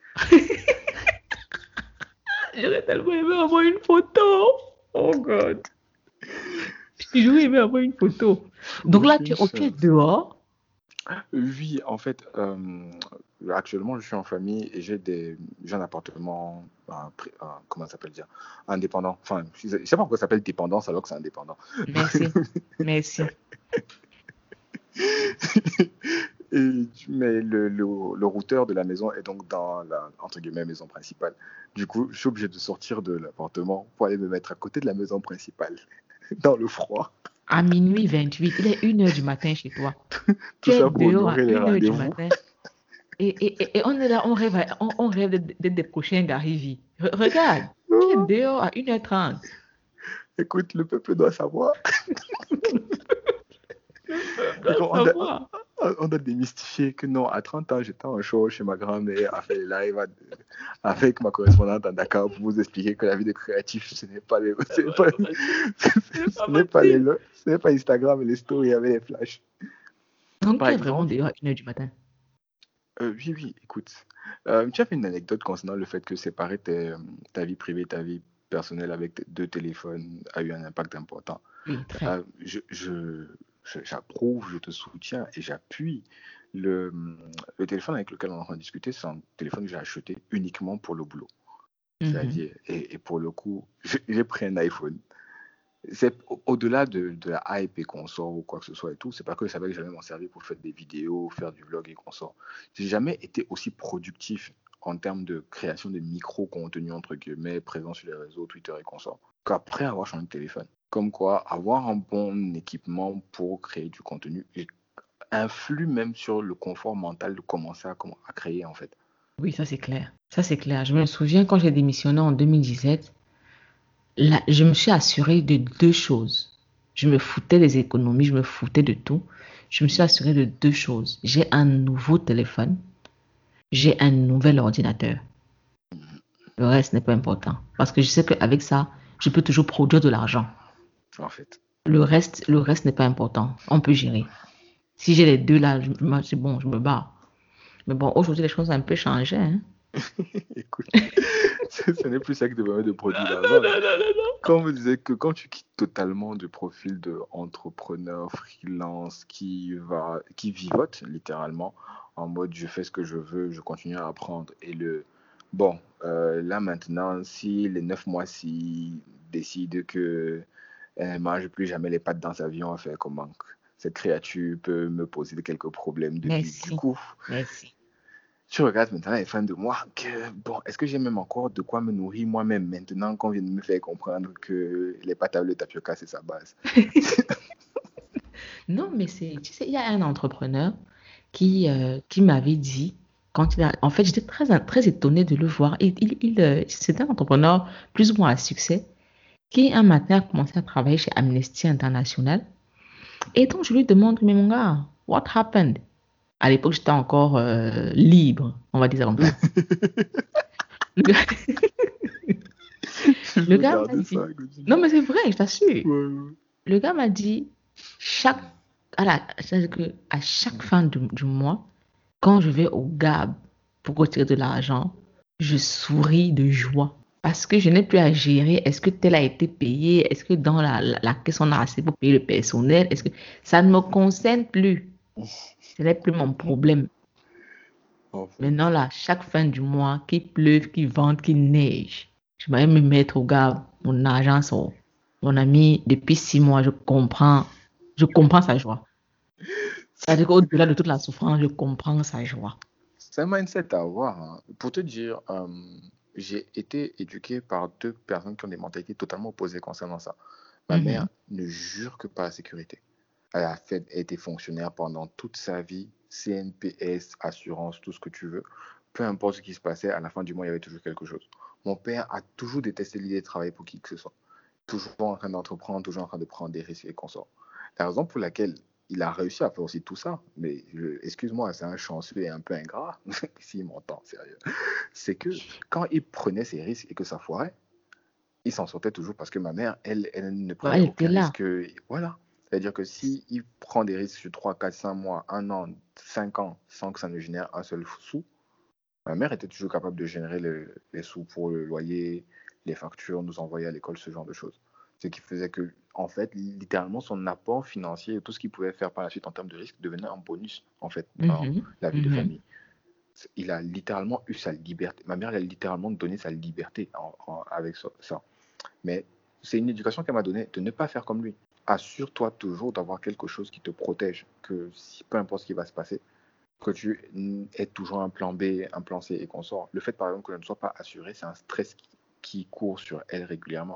J'aurais tellement aimé avoir une photo. Oh God. J'aurais aimé avoir une photo. Donc là, tu es dehors? Oui, en fait, actuellement, je suis en famille et j'ai un appartement, comment ça s'appelle dire, indépendant. Enfin, je ne sais pas pourquoi ça s'appelle dépendance alors que c'est indépendant. Merci. Mais le routeur de la maison est donc dans la, entre guillemets, maison principale. Du coup, je suis obligé de sortir de l'appartement pour aller me mettre à côté de la maison principale, dans le froid. À minuit 28, il est 1h du matin chez toi. Tout Tu es ça pour dehors à honorer les 1h du rendez-vous. matin. Et on est là, on rêve d'être des prochains Gary V. Regarde, tu es dehors à 1h30. Écoute, le peuple doit savoir. Doit savoir. On doit démystifier que non, à 30 ans, j'étais en show chez ma grand-mère, à faire les lives avec ma correspondante à Dakar pour vous expliquer que la vie de créatif, ce n'est pas les, ce n'est pas Instagram et les stories avec les flashs. Donc, Par tu es exemple, vraiment dehors à 1h du matin. oui, écoute. Tu as fait une anecdote concernant le fait que séparer ta vie privée et ta vie personnelle avec 2 téléphones a eu un impact important. Oui, très. J'approuve, je te soutiens et j'appuie. Le téléphone avec lequel on est en train de discuter, c'est un téléphone que j'ai acheté uniquement pour le boulot. C'est-à-dire, et pour le coup, j'ai pris un iPhone. C'est au-delà de la hype et qu'on sort ou quoi que ce soit et tout, c'est pas que je savais que j'allais m'en servir pour faire des vidéos, faire du vlog et qu'on sort. J'ai jamais été aussi productif en termes de création de micro-contenu, entre guillemets, présent sur les réseaux, Twitter et qu'on sort, qu'après avoir changé de téléphone. Comme quoi, avoir un bon équipement pour créer du contenu influe même sur le confort mental de commencer à créer, en fait. Oui, ça c'est clair. Ça c'est clair. Je me souviens quand j'ai démissionné en 2017, là, je me suis assurée de 2 choses. Je me foutais des économies, je me foutais de tout. Je me suis assurée de 2 choses. J'ai un nouveau téléphone, j'ai un nouvel ordinateur. Le reste n'est pas important. Parce que je sais qu'avec ça, je peux toujours produire de l'argent. En fait. Le reste n'est pas important. On peut gérer. Si j'ai les 2 là, c'est bon, je me barre. Mais bon, aujourd'hui, les choses ont un peu changé. Hein? Écoute, ce n'est plus ça qui te permet de produire l'argent. Quand on me disait que quand tu quittes totalement du profil d'entrepreneur freelance qui vivote littéralement en mode je fais ce que je veux, je continue à apprendre et là maintenant, si les 9 mois-ci décident que elle ne mange plus jamais les pattes dans sa vie, on va faire comment? Cette créature peut me poser quelques problèmes de vie. Du coup, Merci. tu regardes maintenant les fins de mois est-ce que j'ai même encore de quoi me nourrir moi-même maintenant qu'on vient de me faire comprendre que les pâtes à le tapioca, c'est sa base? Non, mais tu sais, il y a un entrepreneur qui m'avait dit, en fait, j'étais très étonnée de le voir. C'est un entrepreneur plus ou moins à succès qui un matin a commencé à travailler chez Amnesty International. Et donc, je lui demande, mais mon gars, what happened? À l'époque, j'étais encore libre, on va dire ça comme ça. Le gars, le gars m'a dit, non, mais c'est vrai, je t'assure. Ouais. Le gars m'a dit, c'est-à-dire que à chaque fin du mois, quand je vais au GAB pour retirer de l'argent, je souris de joie. Parce que je n'ai plus à gérer. Est-ce que tel a été payé? Est-ce que dans la caisse, on a assez pour payer le personnel? Est-ce que ça ne me concerne plus? Ce n'est plus mon problème. En fait. Maintenant, là, chaque fin du mois, qu'il pleuve, qu'il vente, qu'il neige, je vais me mettre au GAB, mon argent sort. Mon ami, depuis 6 mois, je comprends sa joie. C'est-à-dire qu'au-delà de toute la souffrance, je comprends sa joie. C'est un mindset à avoir. Hein. Pour te dire, j'ai été éduqué par 2 personnes qui ont des mentalités totalement opposées concernant ça. Ma mère ne jure que par la sécurité. Elle a été fonctionnaire pendant toute sa vie, CNPS, assurance, tout ce que tu veux. Peu importe ce qui se passait, à la fin du mois, il y avait toujours quelque chose. Mon père a toujours détesté l'idée de travailler pour qui que ce soit. Toujours en train d'entreprendre, toujours en train de prendre des risques et consorts. La raison pour laquelle il a réussi à faire aussi tout ça, mais excuse-moi, c'est un chanceux et un peu ingrat, s'il m'entend, sérieux, c'est que quand il prenait ses risques et que ça foirait, il s'en sortait toujours parce que ma mère, elle ne prenait aucun risque. Voilà. C'est-à-dire que s'il prend des risques sur 3, 4, 5 mois, 1 an, 5 ans, sans que ça ne génère un seul sou, ma mère était toujours capable de générer les sous pour le loyer, les factures, nous envoyer à l'école, ce genre de choses. Ce qui faisait que, en fait, littéralement, son apport financier et tout ce qu'il pouvait faire par la suite en termes de risque devenait un bonus, en fait, dans la vie de famille. Il a littéralement eu sa liberté. Ma mère, elle a littéralement donné sa liberté avec ça. Mais c'est une éducation qu'elle m'a donnée de ne pas faire comme lui. Assure-toi toujours d'avoir quelque chose qui te protège, que peu importe ce qui va se passer, que tu aies toujours un plan B, un plan C et qu'on sort. Le fait, par exemple, que je ne sois pas assuré, c'est un stress qui court sur elle régulièrement.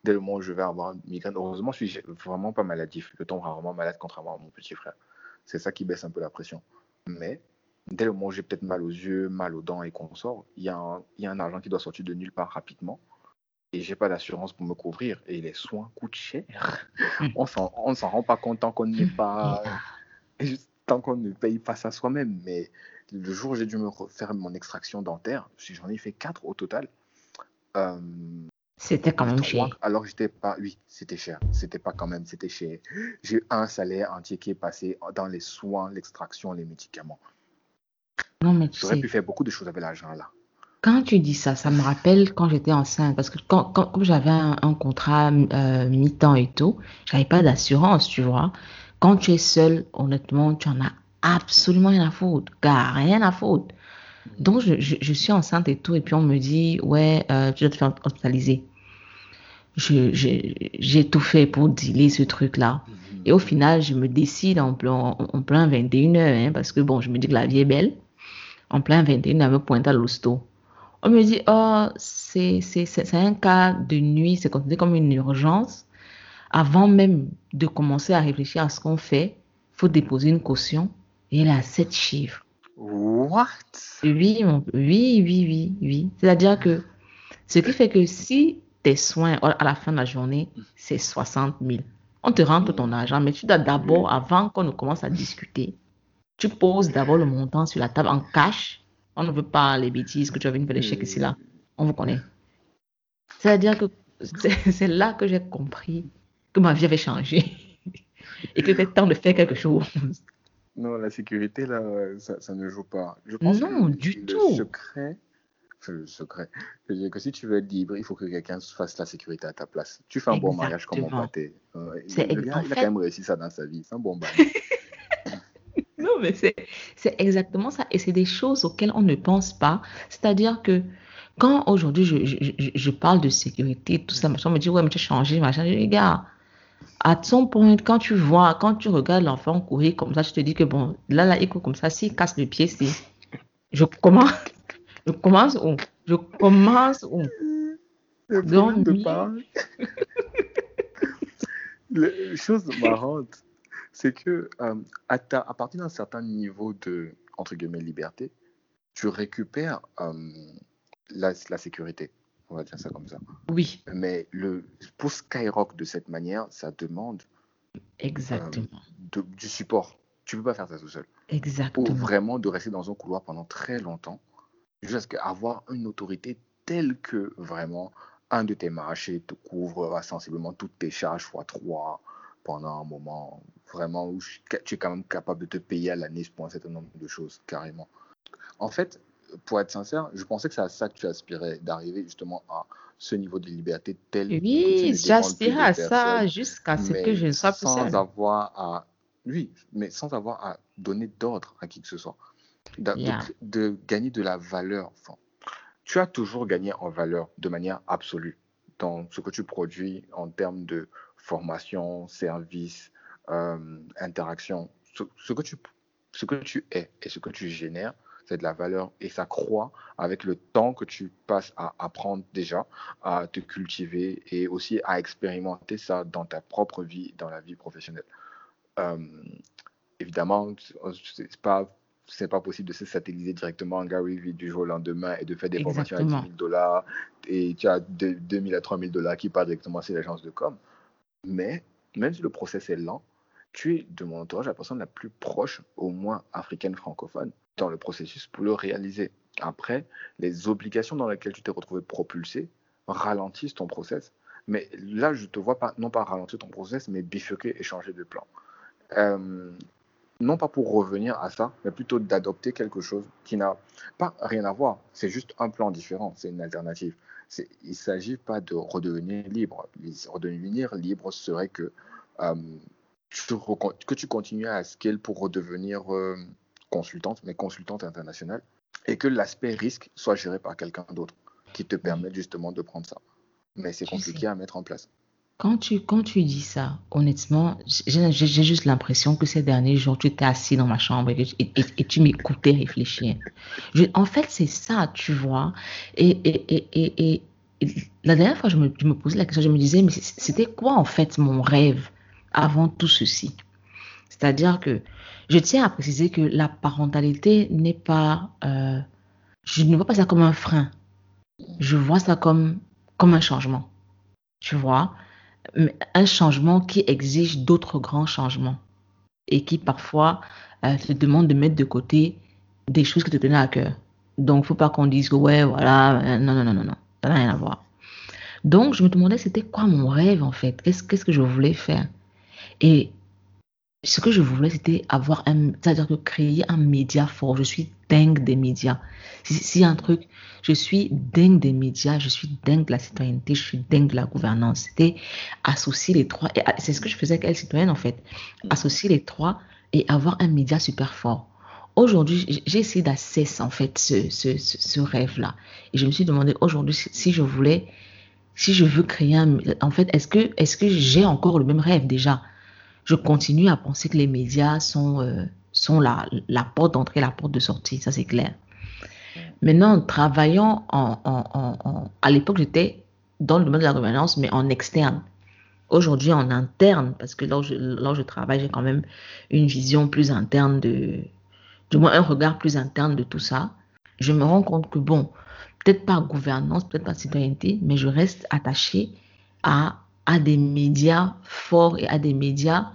dès le moment où je vais avoir une migraine, heureusement, je suis vraiment pas maladif. Je tombe rarement malade, contrairement à mon petit frère. C'est ça qui baisse un peu la pression. Mais dès le moment où j'ai peut-être mal aux yeux, mal aux dents et qu'on sort, il y a un argent qui doit sortir de nulle part rapidement. Et j'ai pas d'assurance pour me couvrir. Et les soins coûtent cher. On s'en rend pas compte tant qu'on n'est pas... tant qu'on ne paye pas ça soi-même. Mais le jour où j'ai dû me refaire mon extraction dentaire, j'en ai fait 4 au total. C'était quand même cher. Alors que j'étais pas... Oui, c'était cher. C'était pas quand même, c'était cher. J'ai eu un salaire entier qui est passé dans les soins, l'extraction, les médicaments. Non, mais j'aurais pu faire beaucoup de choses avec l'argent là. Quand tu dis ça, ça me rappelle quand j'étais enceinte, parce que comme j'avais un contrat mi-temps et tout, j'avais pas d'assurance, tu vois. Quand tu es seule, honnêtement, tu en as absolument rien à foutre, rien à foutre. Donc, je suis enceinte et tout, et puis on me dit, ouais, tu dois te faire hospitaliser. J'ai tout fait pour dealer ce truc-là. Et au final, je me décide en plein 21h, hein, parce que bon, je me dis que la vie est belle. En plein 21h, elle me pointe à l'hosto. On me dit, oh, c'est un cas de nuit, c'est considéré comme une urgence. Avant même de commencer à réfléchir à ce qu'on fait, il faut déposer une caution et elle est à 7 chiffres. What? Oui. C'est-à-dire que ce qui fait que si tes soins à la fin de la journée, c'est 60 000, on te rentre ton argent, mais tu dois d'abord, avant qu'on ne commence à discuter, tu poses d'abord le montant sur la table en cash. On ne veut pas les bêtises que tu as venir faire des chèques ici, là. On vous connaît. C'est-à-dire que c'est là que j'ai compris que ma vie avait changé et que c'était temps de faire quelque chose. Non, la sécurité, là, ça ne joue pas. Je pense non, que du le tout. secret, je veux dire que si tu veux être libre, il faut que quelqu'un fasse la sécurité à ta place. Tu fais un bon mariage comme mon pâté. Le gars, il a quand même réussi ça dans sa vie. C'est un bon bail. Non, mais c'est exactement ça. Et c'est des choses auxquelles on ne pense pas. C'est-à-dire que quand aujourd'hui je parle de sécurité, tout ça, on me dit, ouais, mais tu as changé, machin. Je dis, gars, à son point, quand tu regardes l'enfant courir comme ça, tu te dis que bon, là, il court comme ça, s'il casse le pied, c'est. Je commence où? Donc, les choses marrantes, c'est que à partir d'un certain niveau de, entre guillemets, liberté, tu récupères la sécurité, on va dire ça comme ça. Oui. Mais pour skyrock de cette manière, ça demande exactement du support. Tu peux pas faire ça tout seul. Exactement. Ou vraiment de rester dans un couloir pendant très longtemps, jusqu'à avoir une autorité telle que vraiment un de tes marchés te couvre sensiblement toutes tes charges x3 pendant un moment vraiment où tu es quand même capable de te payer à l'année pour un certain nombre de choses, carrément. En fait, pour être sincère, je pensais que c'est à ça que tu aspirais, d'arriver justement à ce niveau de liberté tel que tu ne Oui, dépendes j'aspirais à plus de ça personne, jusqu'à ce mais que je ne sois plus sans seule. avoir à... Oui, mais sans avoir à donner d'ordre à qui que ce soit. De gagner de la valeur. Enfin, tu as toujours gagné en valeur de manière absolue dans ce que tu produis en termes de formation, service, interaction. Ce que tu es et ce que tu génères, c'est de la valeur et ça croît avec le temps que tu passes à apprendre déjà, à te cultiver et aussi à expérimenter ça dans ta propre vie, dans la vie professionnelle. Évidemment, c'est pas possible de se satelliser directement en Gary Vee du jour au lendemain et de faire des formations à $10,000 et tu as $2,000 à $3,000 qui partent directement sur l'agence de com. Mais même si le process est lent, tu es de mon entourage la personne la plus proche, au moins africaine francophone, dans le processus pour le réaliser. Après, les obligations dans lesquelles tu t'es retrouvé propulsé ralentissent ton process. Mais là, je te vois pas, non pas ralentir ton process, mais bifurquer et changer de plan. Non pas pour revenir à ça, mais plutôt d'adopter quelque chose qui n'a pas rien à voir. C'est juste un plan différent, c'est une alternative. Il ne s'agit pas de redevenir libre. Redevenir libre serait que tu continues à scale pour redevenir consultante, mais consultante internationale, et que l'aspect risque soit géré par quelqu'un d'autre qui te permet justement de prendre ça. Mais c'est compliqué à mettre en place. Quand tu dis ça, honnêtement, j'ai juste l'impression que ces derniers jours, tu t'es assis dans ma chambre et tu m'écoutais réfléchir. En fait, c'est ça, tu vois. Et la dernière fois, je me posais la question, je me disais, mais c'était quoi en fait mon rêve avant tout ceci? C'est-à-dire que je tiens à préciser que la parentalité n'est pas... je ne vois pas ça comme un frein. Je vois ça comme un changement. Tu vois? Un changement qui exige d'autres grands changements et qui parfois te demande de mettre de côté des choses qui te tenaient à cœur. Donc, il ne faut pas qu'on dise que ouais, voilà, non, non, non, non, non, ça n'a rien à voir. Donc, je me demandais c'était quoi mon rêve en fait, qu'est-ce que je voulais faire. Et ce que je voulais, c'était c'est-à-dire que créer un média fort. Je suis dingue des médias. S'il y a un truc, je suis dingue des médias, je suis dingue de la citoyenneté, je suis dingue de la gouvernance. C'était associer les trois. Et c'est ce que je faisais avec Elle Citoyenne, en fait. Associer les trois et avoir un média super fort. Aujourd'hui, j'ai essayé d'assesser, en fait, ce rêve-là. Et je me suis demandé, aujourd'hui, si je veux créer en fait, est-ce que j'ai encore le même rêve déjà? Je continue à penser que les médias sont la porte d'entrée, la porte de sortie, ça c'est clair. Maintenant, travaillant à l'époque, j'étais dans le domaine de la gouvernance, mais en externe. Aujourd'hui, en interne, parce que là où je travaille, j'ai quand même une vision plus interne du moins un regard plus interne de tout ça. Je me rends compte que bon, peut-être pas gouvernance, peut-être pas citoyenneté, mais je reste attachée à des médias forts et à des médias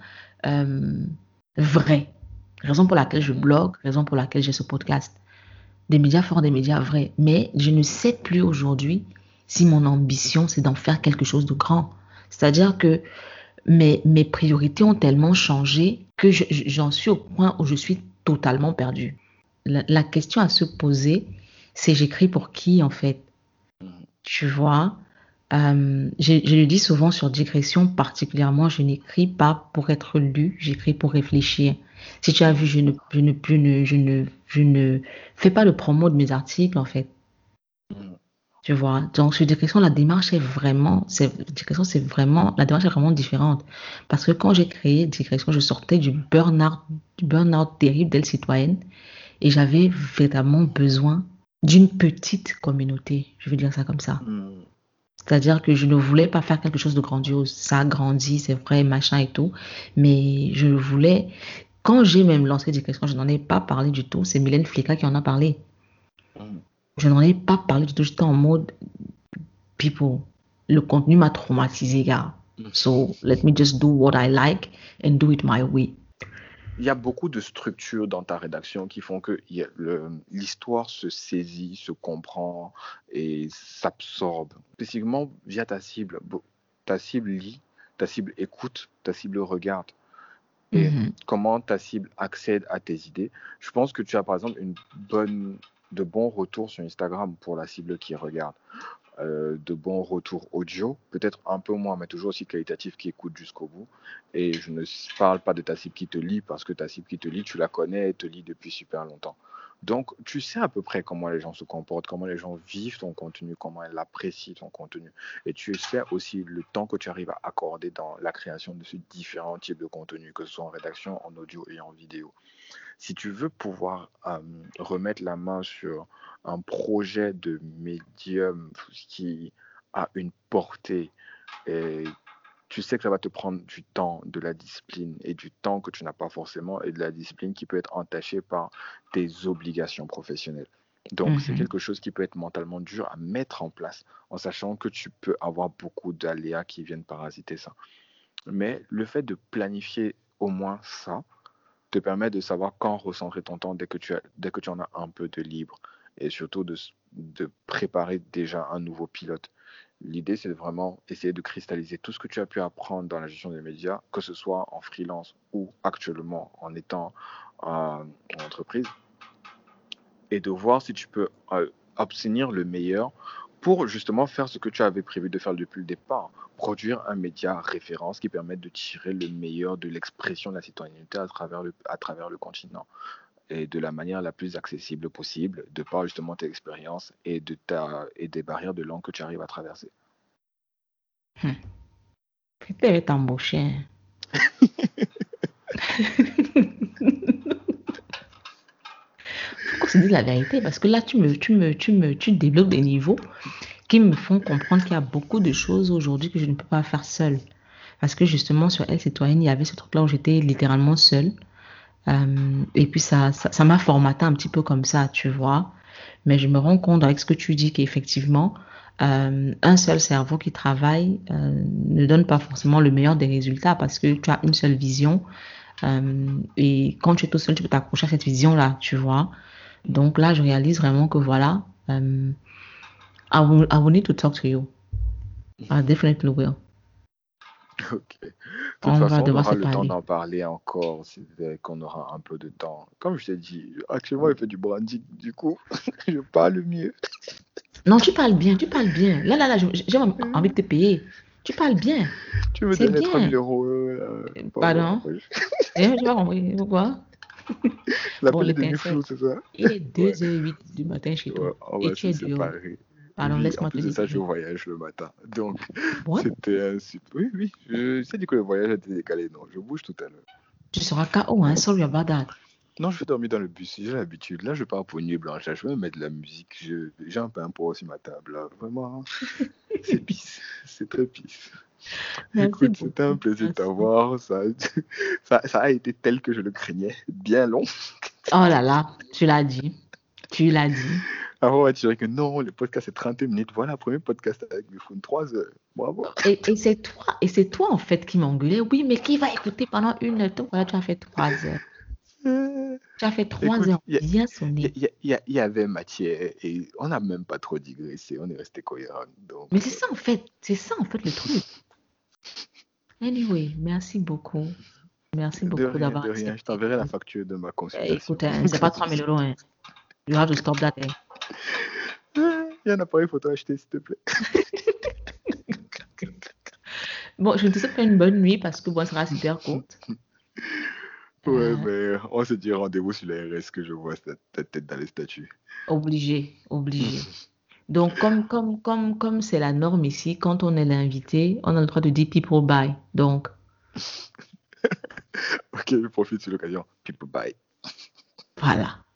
vrais. Raison pour laquelle je blogue, raison pour laquelle j'ai ce podcast. Des médias forts, des médias vrais. Mais je ne sais plus aujourd'hui si mon ambition, c'est d'en faire quelque chose de grand. C'est-à-dire que mes priorités ont tellement changé que j'en suis au point où je suis totalement perdue. La question à se poser, c'est j'écris pour qui en fait? Tu vois? Je le dis souvent sur Digression, particulièrement, je n'écris pas pour être lu, j'écris pour réfléchir. Si tu as vu, je ne fais pas le promo de mes articles, en fait. Tu vois? Donc, sur Digression, la démarche est vraiment différente. Parce que quand j'ai créé Digression, je sortais du burn-out terrible d'Elle Citoyenne et j'avais véritablement besoin d'une petite communauté. Je vais dire ça comme ça. C'est-à-dire que je ne voulais pas faire quelque chose de grandiose. Ça a grandi, c'est vrai, machin et tout. Mais je voulais... Quand j'ai même lancé Digression, je n'en ai pas parlé du tout. C'est Mylène Flicka qui en a parlé. Je n'en ai pas parlé du tout. J'étais en mode... People, le contenu m'a traumatisé, gars. So, let me just do what I like and do it my way. Il y a beaucoup de structures dans ta rédaction qui font que l'histoire se saisit, se comprend et s'absorbe. Spécifiquement via ta cible. Ta cible lit, ta cible écoute, ta cible regarde. Et comment ta cible accède à tes idées. Je pense que tu as par exemple de bons retours sur Instagram pour la cible qui regarde. De bons retours audio, peut-être un peu moins, mais toujours aussi qualitatifs, qui écoutent jusqu'au bout. Et je ne parle pas de ta cible qui te lit, parce que ta cible qui te lit, tu la connais, elle te lit depuis super longtemps. Donc, tu sais à peu près comment les gens se comportent, comment les gens vivent ton contenu, comment ils apprécient ton contenu. Et tu sais aussi le temps que tu arrives à accorder dans la création de ces différents types de contenus, que ce soit en rédaction, en audio et en vidéo. Si tu veux pouvoir remettre la main sur un projet de médium qui a une portée, et tu sais que ça va te prendre du temps, de la discipline et du temps que tu n'as pas forcément, et de la discipline qui peut être entachée par tes obligations professionnelles. Donc, c'est quelque chose qui peut être mentalement dur à mettre en place, en sachant que tu peux avoir beaucoup d'aléas qui viennent parasiter ça. Mais le fait de planifier au moins ça te permet de savoir quand recentrer ton temps dès que tu en as un peu de libre, et surtout de préparer déjà un nouveau pilote. L'idée, c'est de vraiment essayer de cristalliser tout ce que tu as pu apprendre dans la gestion des médias, que ce soit en freelance ou actuellement en étant en entreprise, et de voir si tu peux obtenir le meilleur pour justement faire ce que tu avais prévu de faire depuis le départ, produire un média référence qui permette de tirer le meilleur de l'expression de la citoyenneté à travers le continent, et de la manière la plus accessible possible, de par justement tes expériences et des barrières de langue que tu arrives à traverser. Peter est embauché. Faut qu'on se dise la vérité, parce que là tu débloques des niveaux qui me font comprendre qu'il y a beaucoup de choses aujourd'hui que je ne peux pas faire seule. Parce que justement, sur Elle Citoyenne, il y avait ce truc-là où j'étais littéralement seule. Et puis, ça m'a formaté un petit peu comme ça, tu vois. Mais je me rends compte avec ce que tu dis qu'effectivement, un seul cerveau qui travaille ne donne pas forcément le meilleur des résultats parce que tu as une seule vision. Et quand tu es tout seul, tu peux t'accrocher à cette vision-là, tu vois. Donc là, je réalise vraiment que voilà, I will need to talk to you. I definitely will. Ok. De toute On va façon, on devoir aura se le temps parler. d'en parler encore dès qu'on aura un peu de temps. Comme je t'ai dit, actuellement, il fait du branding, du coup, je parle mieux. Non, tu parles bien, tu parles bien. Là, j'ai envie de te payer. Tu parles bien. Tu me C'est donnais 3 000 bien. euros. Pardon? J'ai pas compris. Pourquoi? Bon, L'appel est devenu l'étincelle. flou, c'est ça? Il est Ouais, 2h08 du matin chez ouais, toi. on Et va tu se es dehors. séparer. Pardon, Oui, en laisse-moi te plus de ça, je libérer. voyage le matin. Donc, What? c'était un super. Oui, oui, je sais dit que le voyage était décalé. Non, je bouge tout à l'heure. Tu seras KO, hein? Sorry about that. Non, je vais dormir dans le bus, j'ai l'habitude. Là, je pars pour une nuit blanche. Là, je vais mettre de la musique. J'ai un pain pour sur ma table. Là. Vraiment, c'est pisse. C'est très pisse. Merci Écoute, c'était un beaucoup. plaisir de Merci. t'avoir. Ça a été tel que je le craignais. Bien long. Oh là là, tu l'as dit. Tu l'as dit. Avant, on va dire que non, le podcast c'est 30 minutes. Voilà, premier podcast avec Bifoun, 3 heures. Bravo. Et c'est toi en fait qui m'engueulais. Oui, mais qui va écouter pendant 1 heure? Donc voilà, tu as fait 3 heures. Tu as fait 3 Écoute, heures bien sonné. il y avait matière et on n'a même pas trop digressé. On est resté cohérent. Donc, Mais c'est ça en fait. C'est ça en fait le truc. Anyway, merci beaucoup. Merci beaucoup d'avoir de rien. Je accepté. t'enverrai la facture de ma consultation. Écoute, c'est pas 3 000 euros. Hein. You have to stop that. Hein. Il y a un appareil photo à acheter, s'il te plaît. Bon, je ne te souhaite pas une bonne nuit parce que bon, elle sera super courte. Ouais, mais on se dit rendez-vous sur les RS que je vois ta tête dans les statuts. Obligé. Donc, comme c'est la norme ici, quand on est l'invité, on a le droit de dire people bye. Donc, Ok, je profite sur l'occasion. People bye. voilà.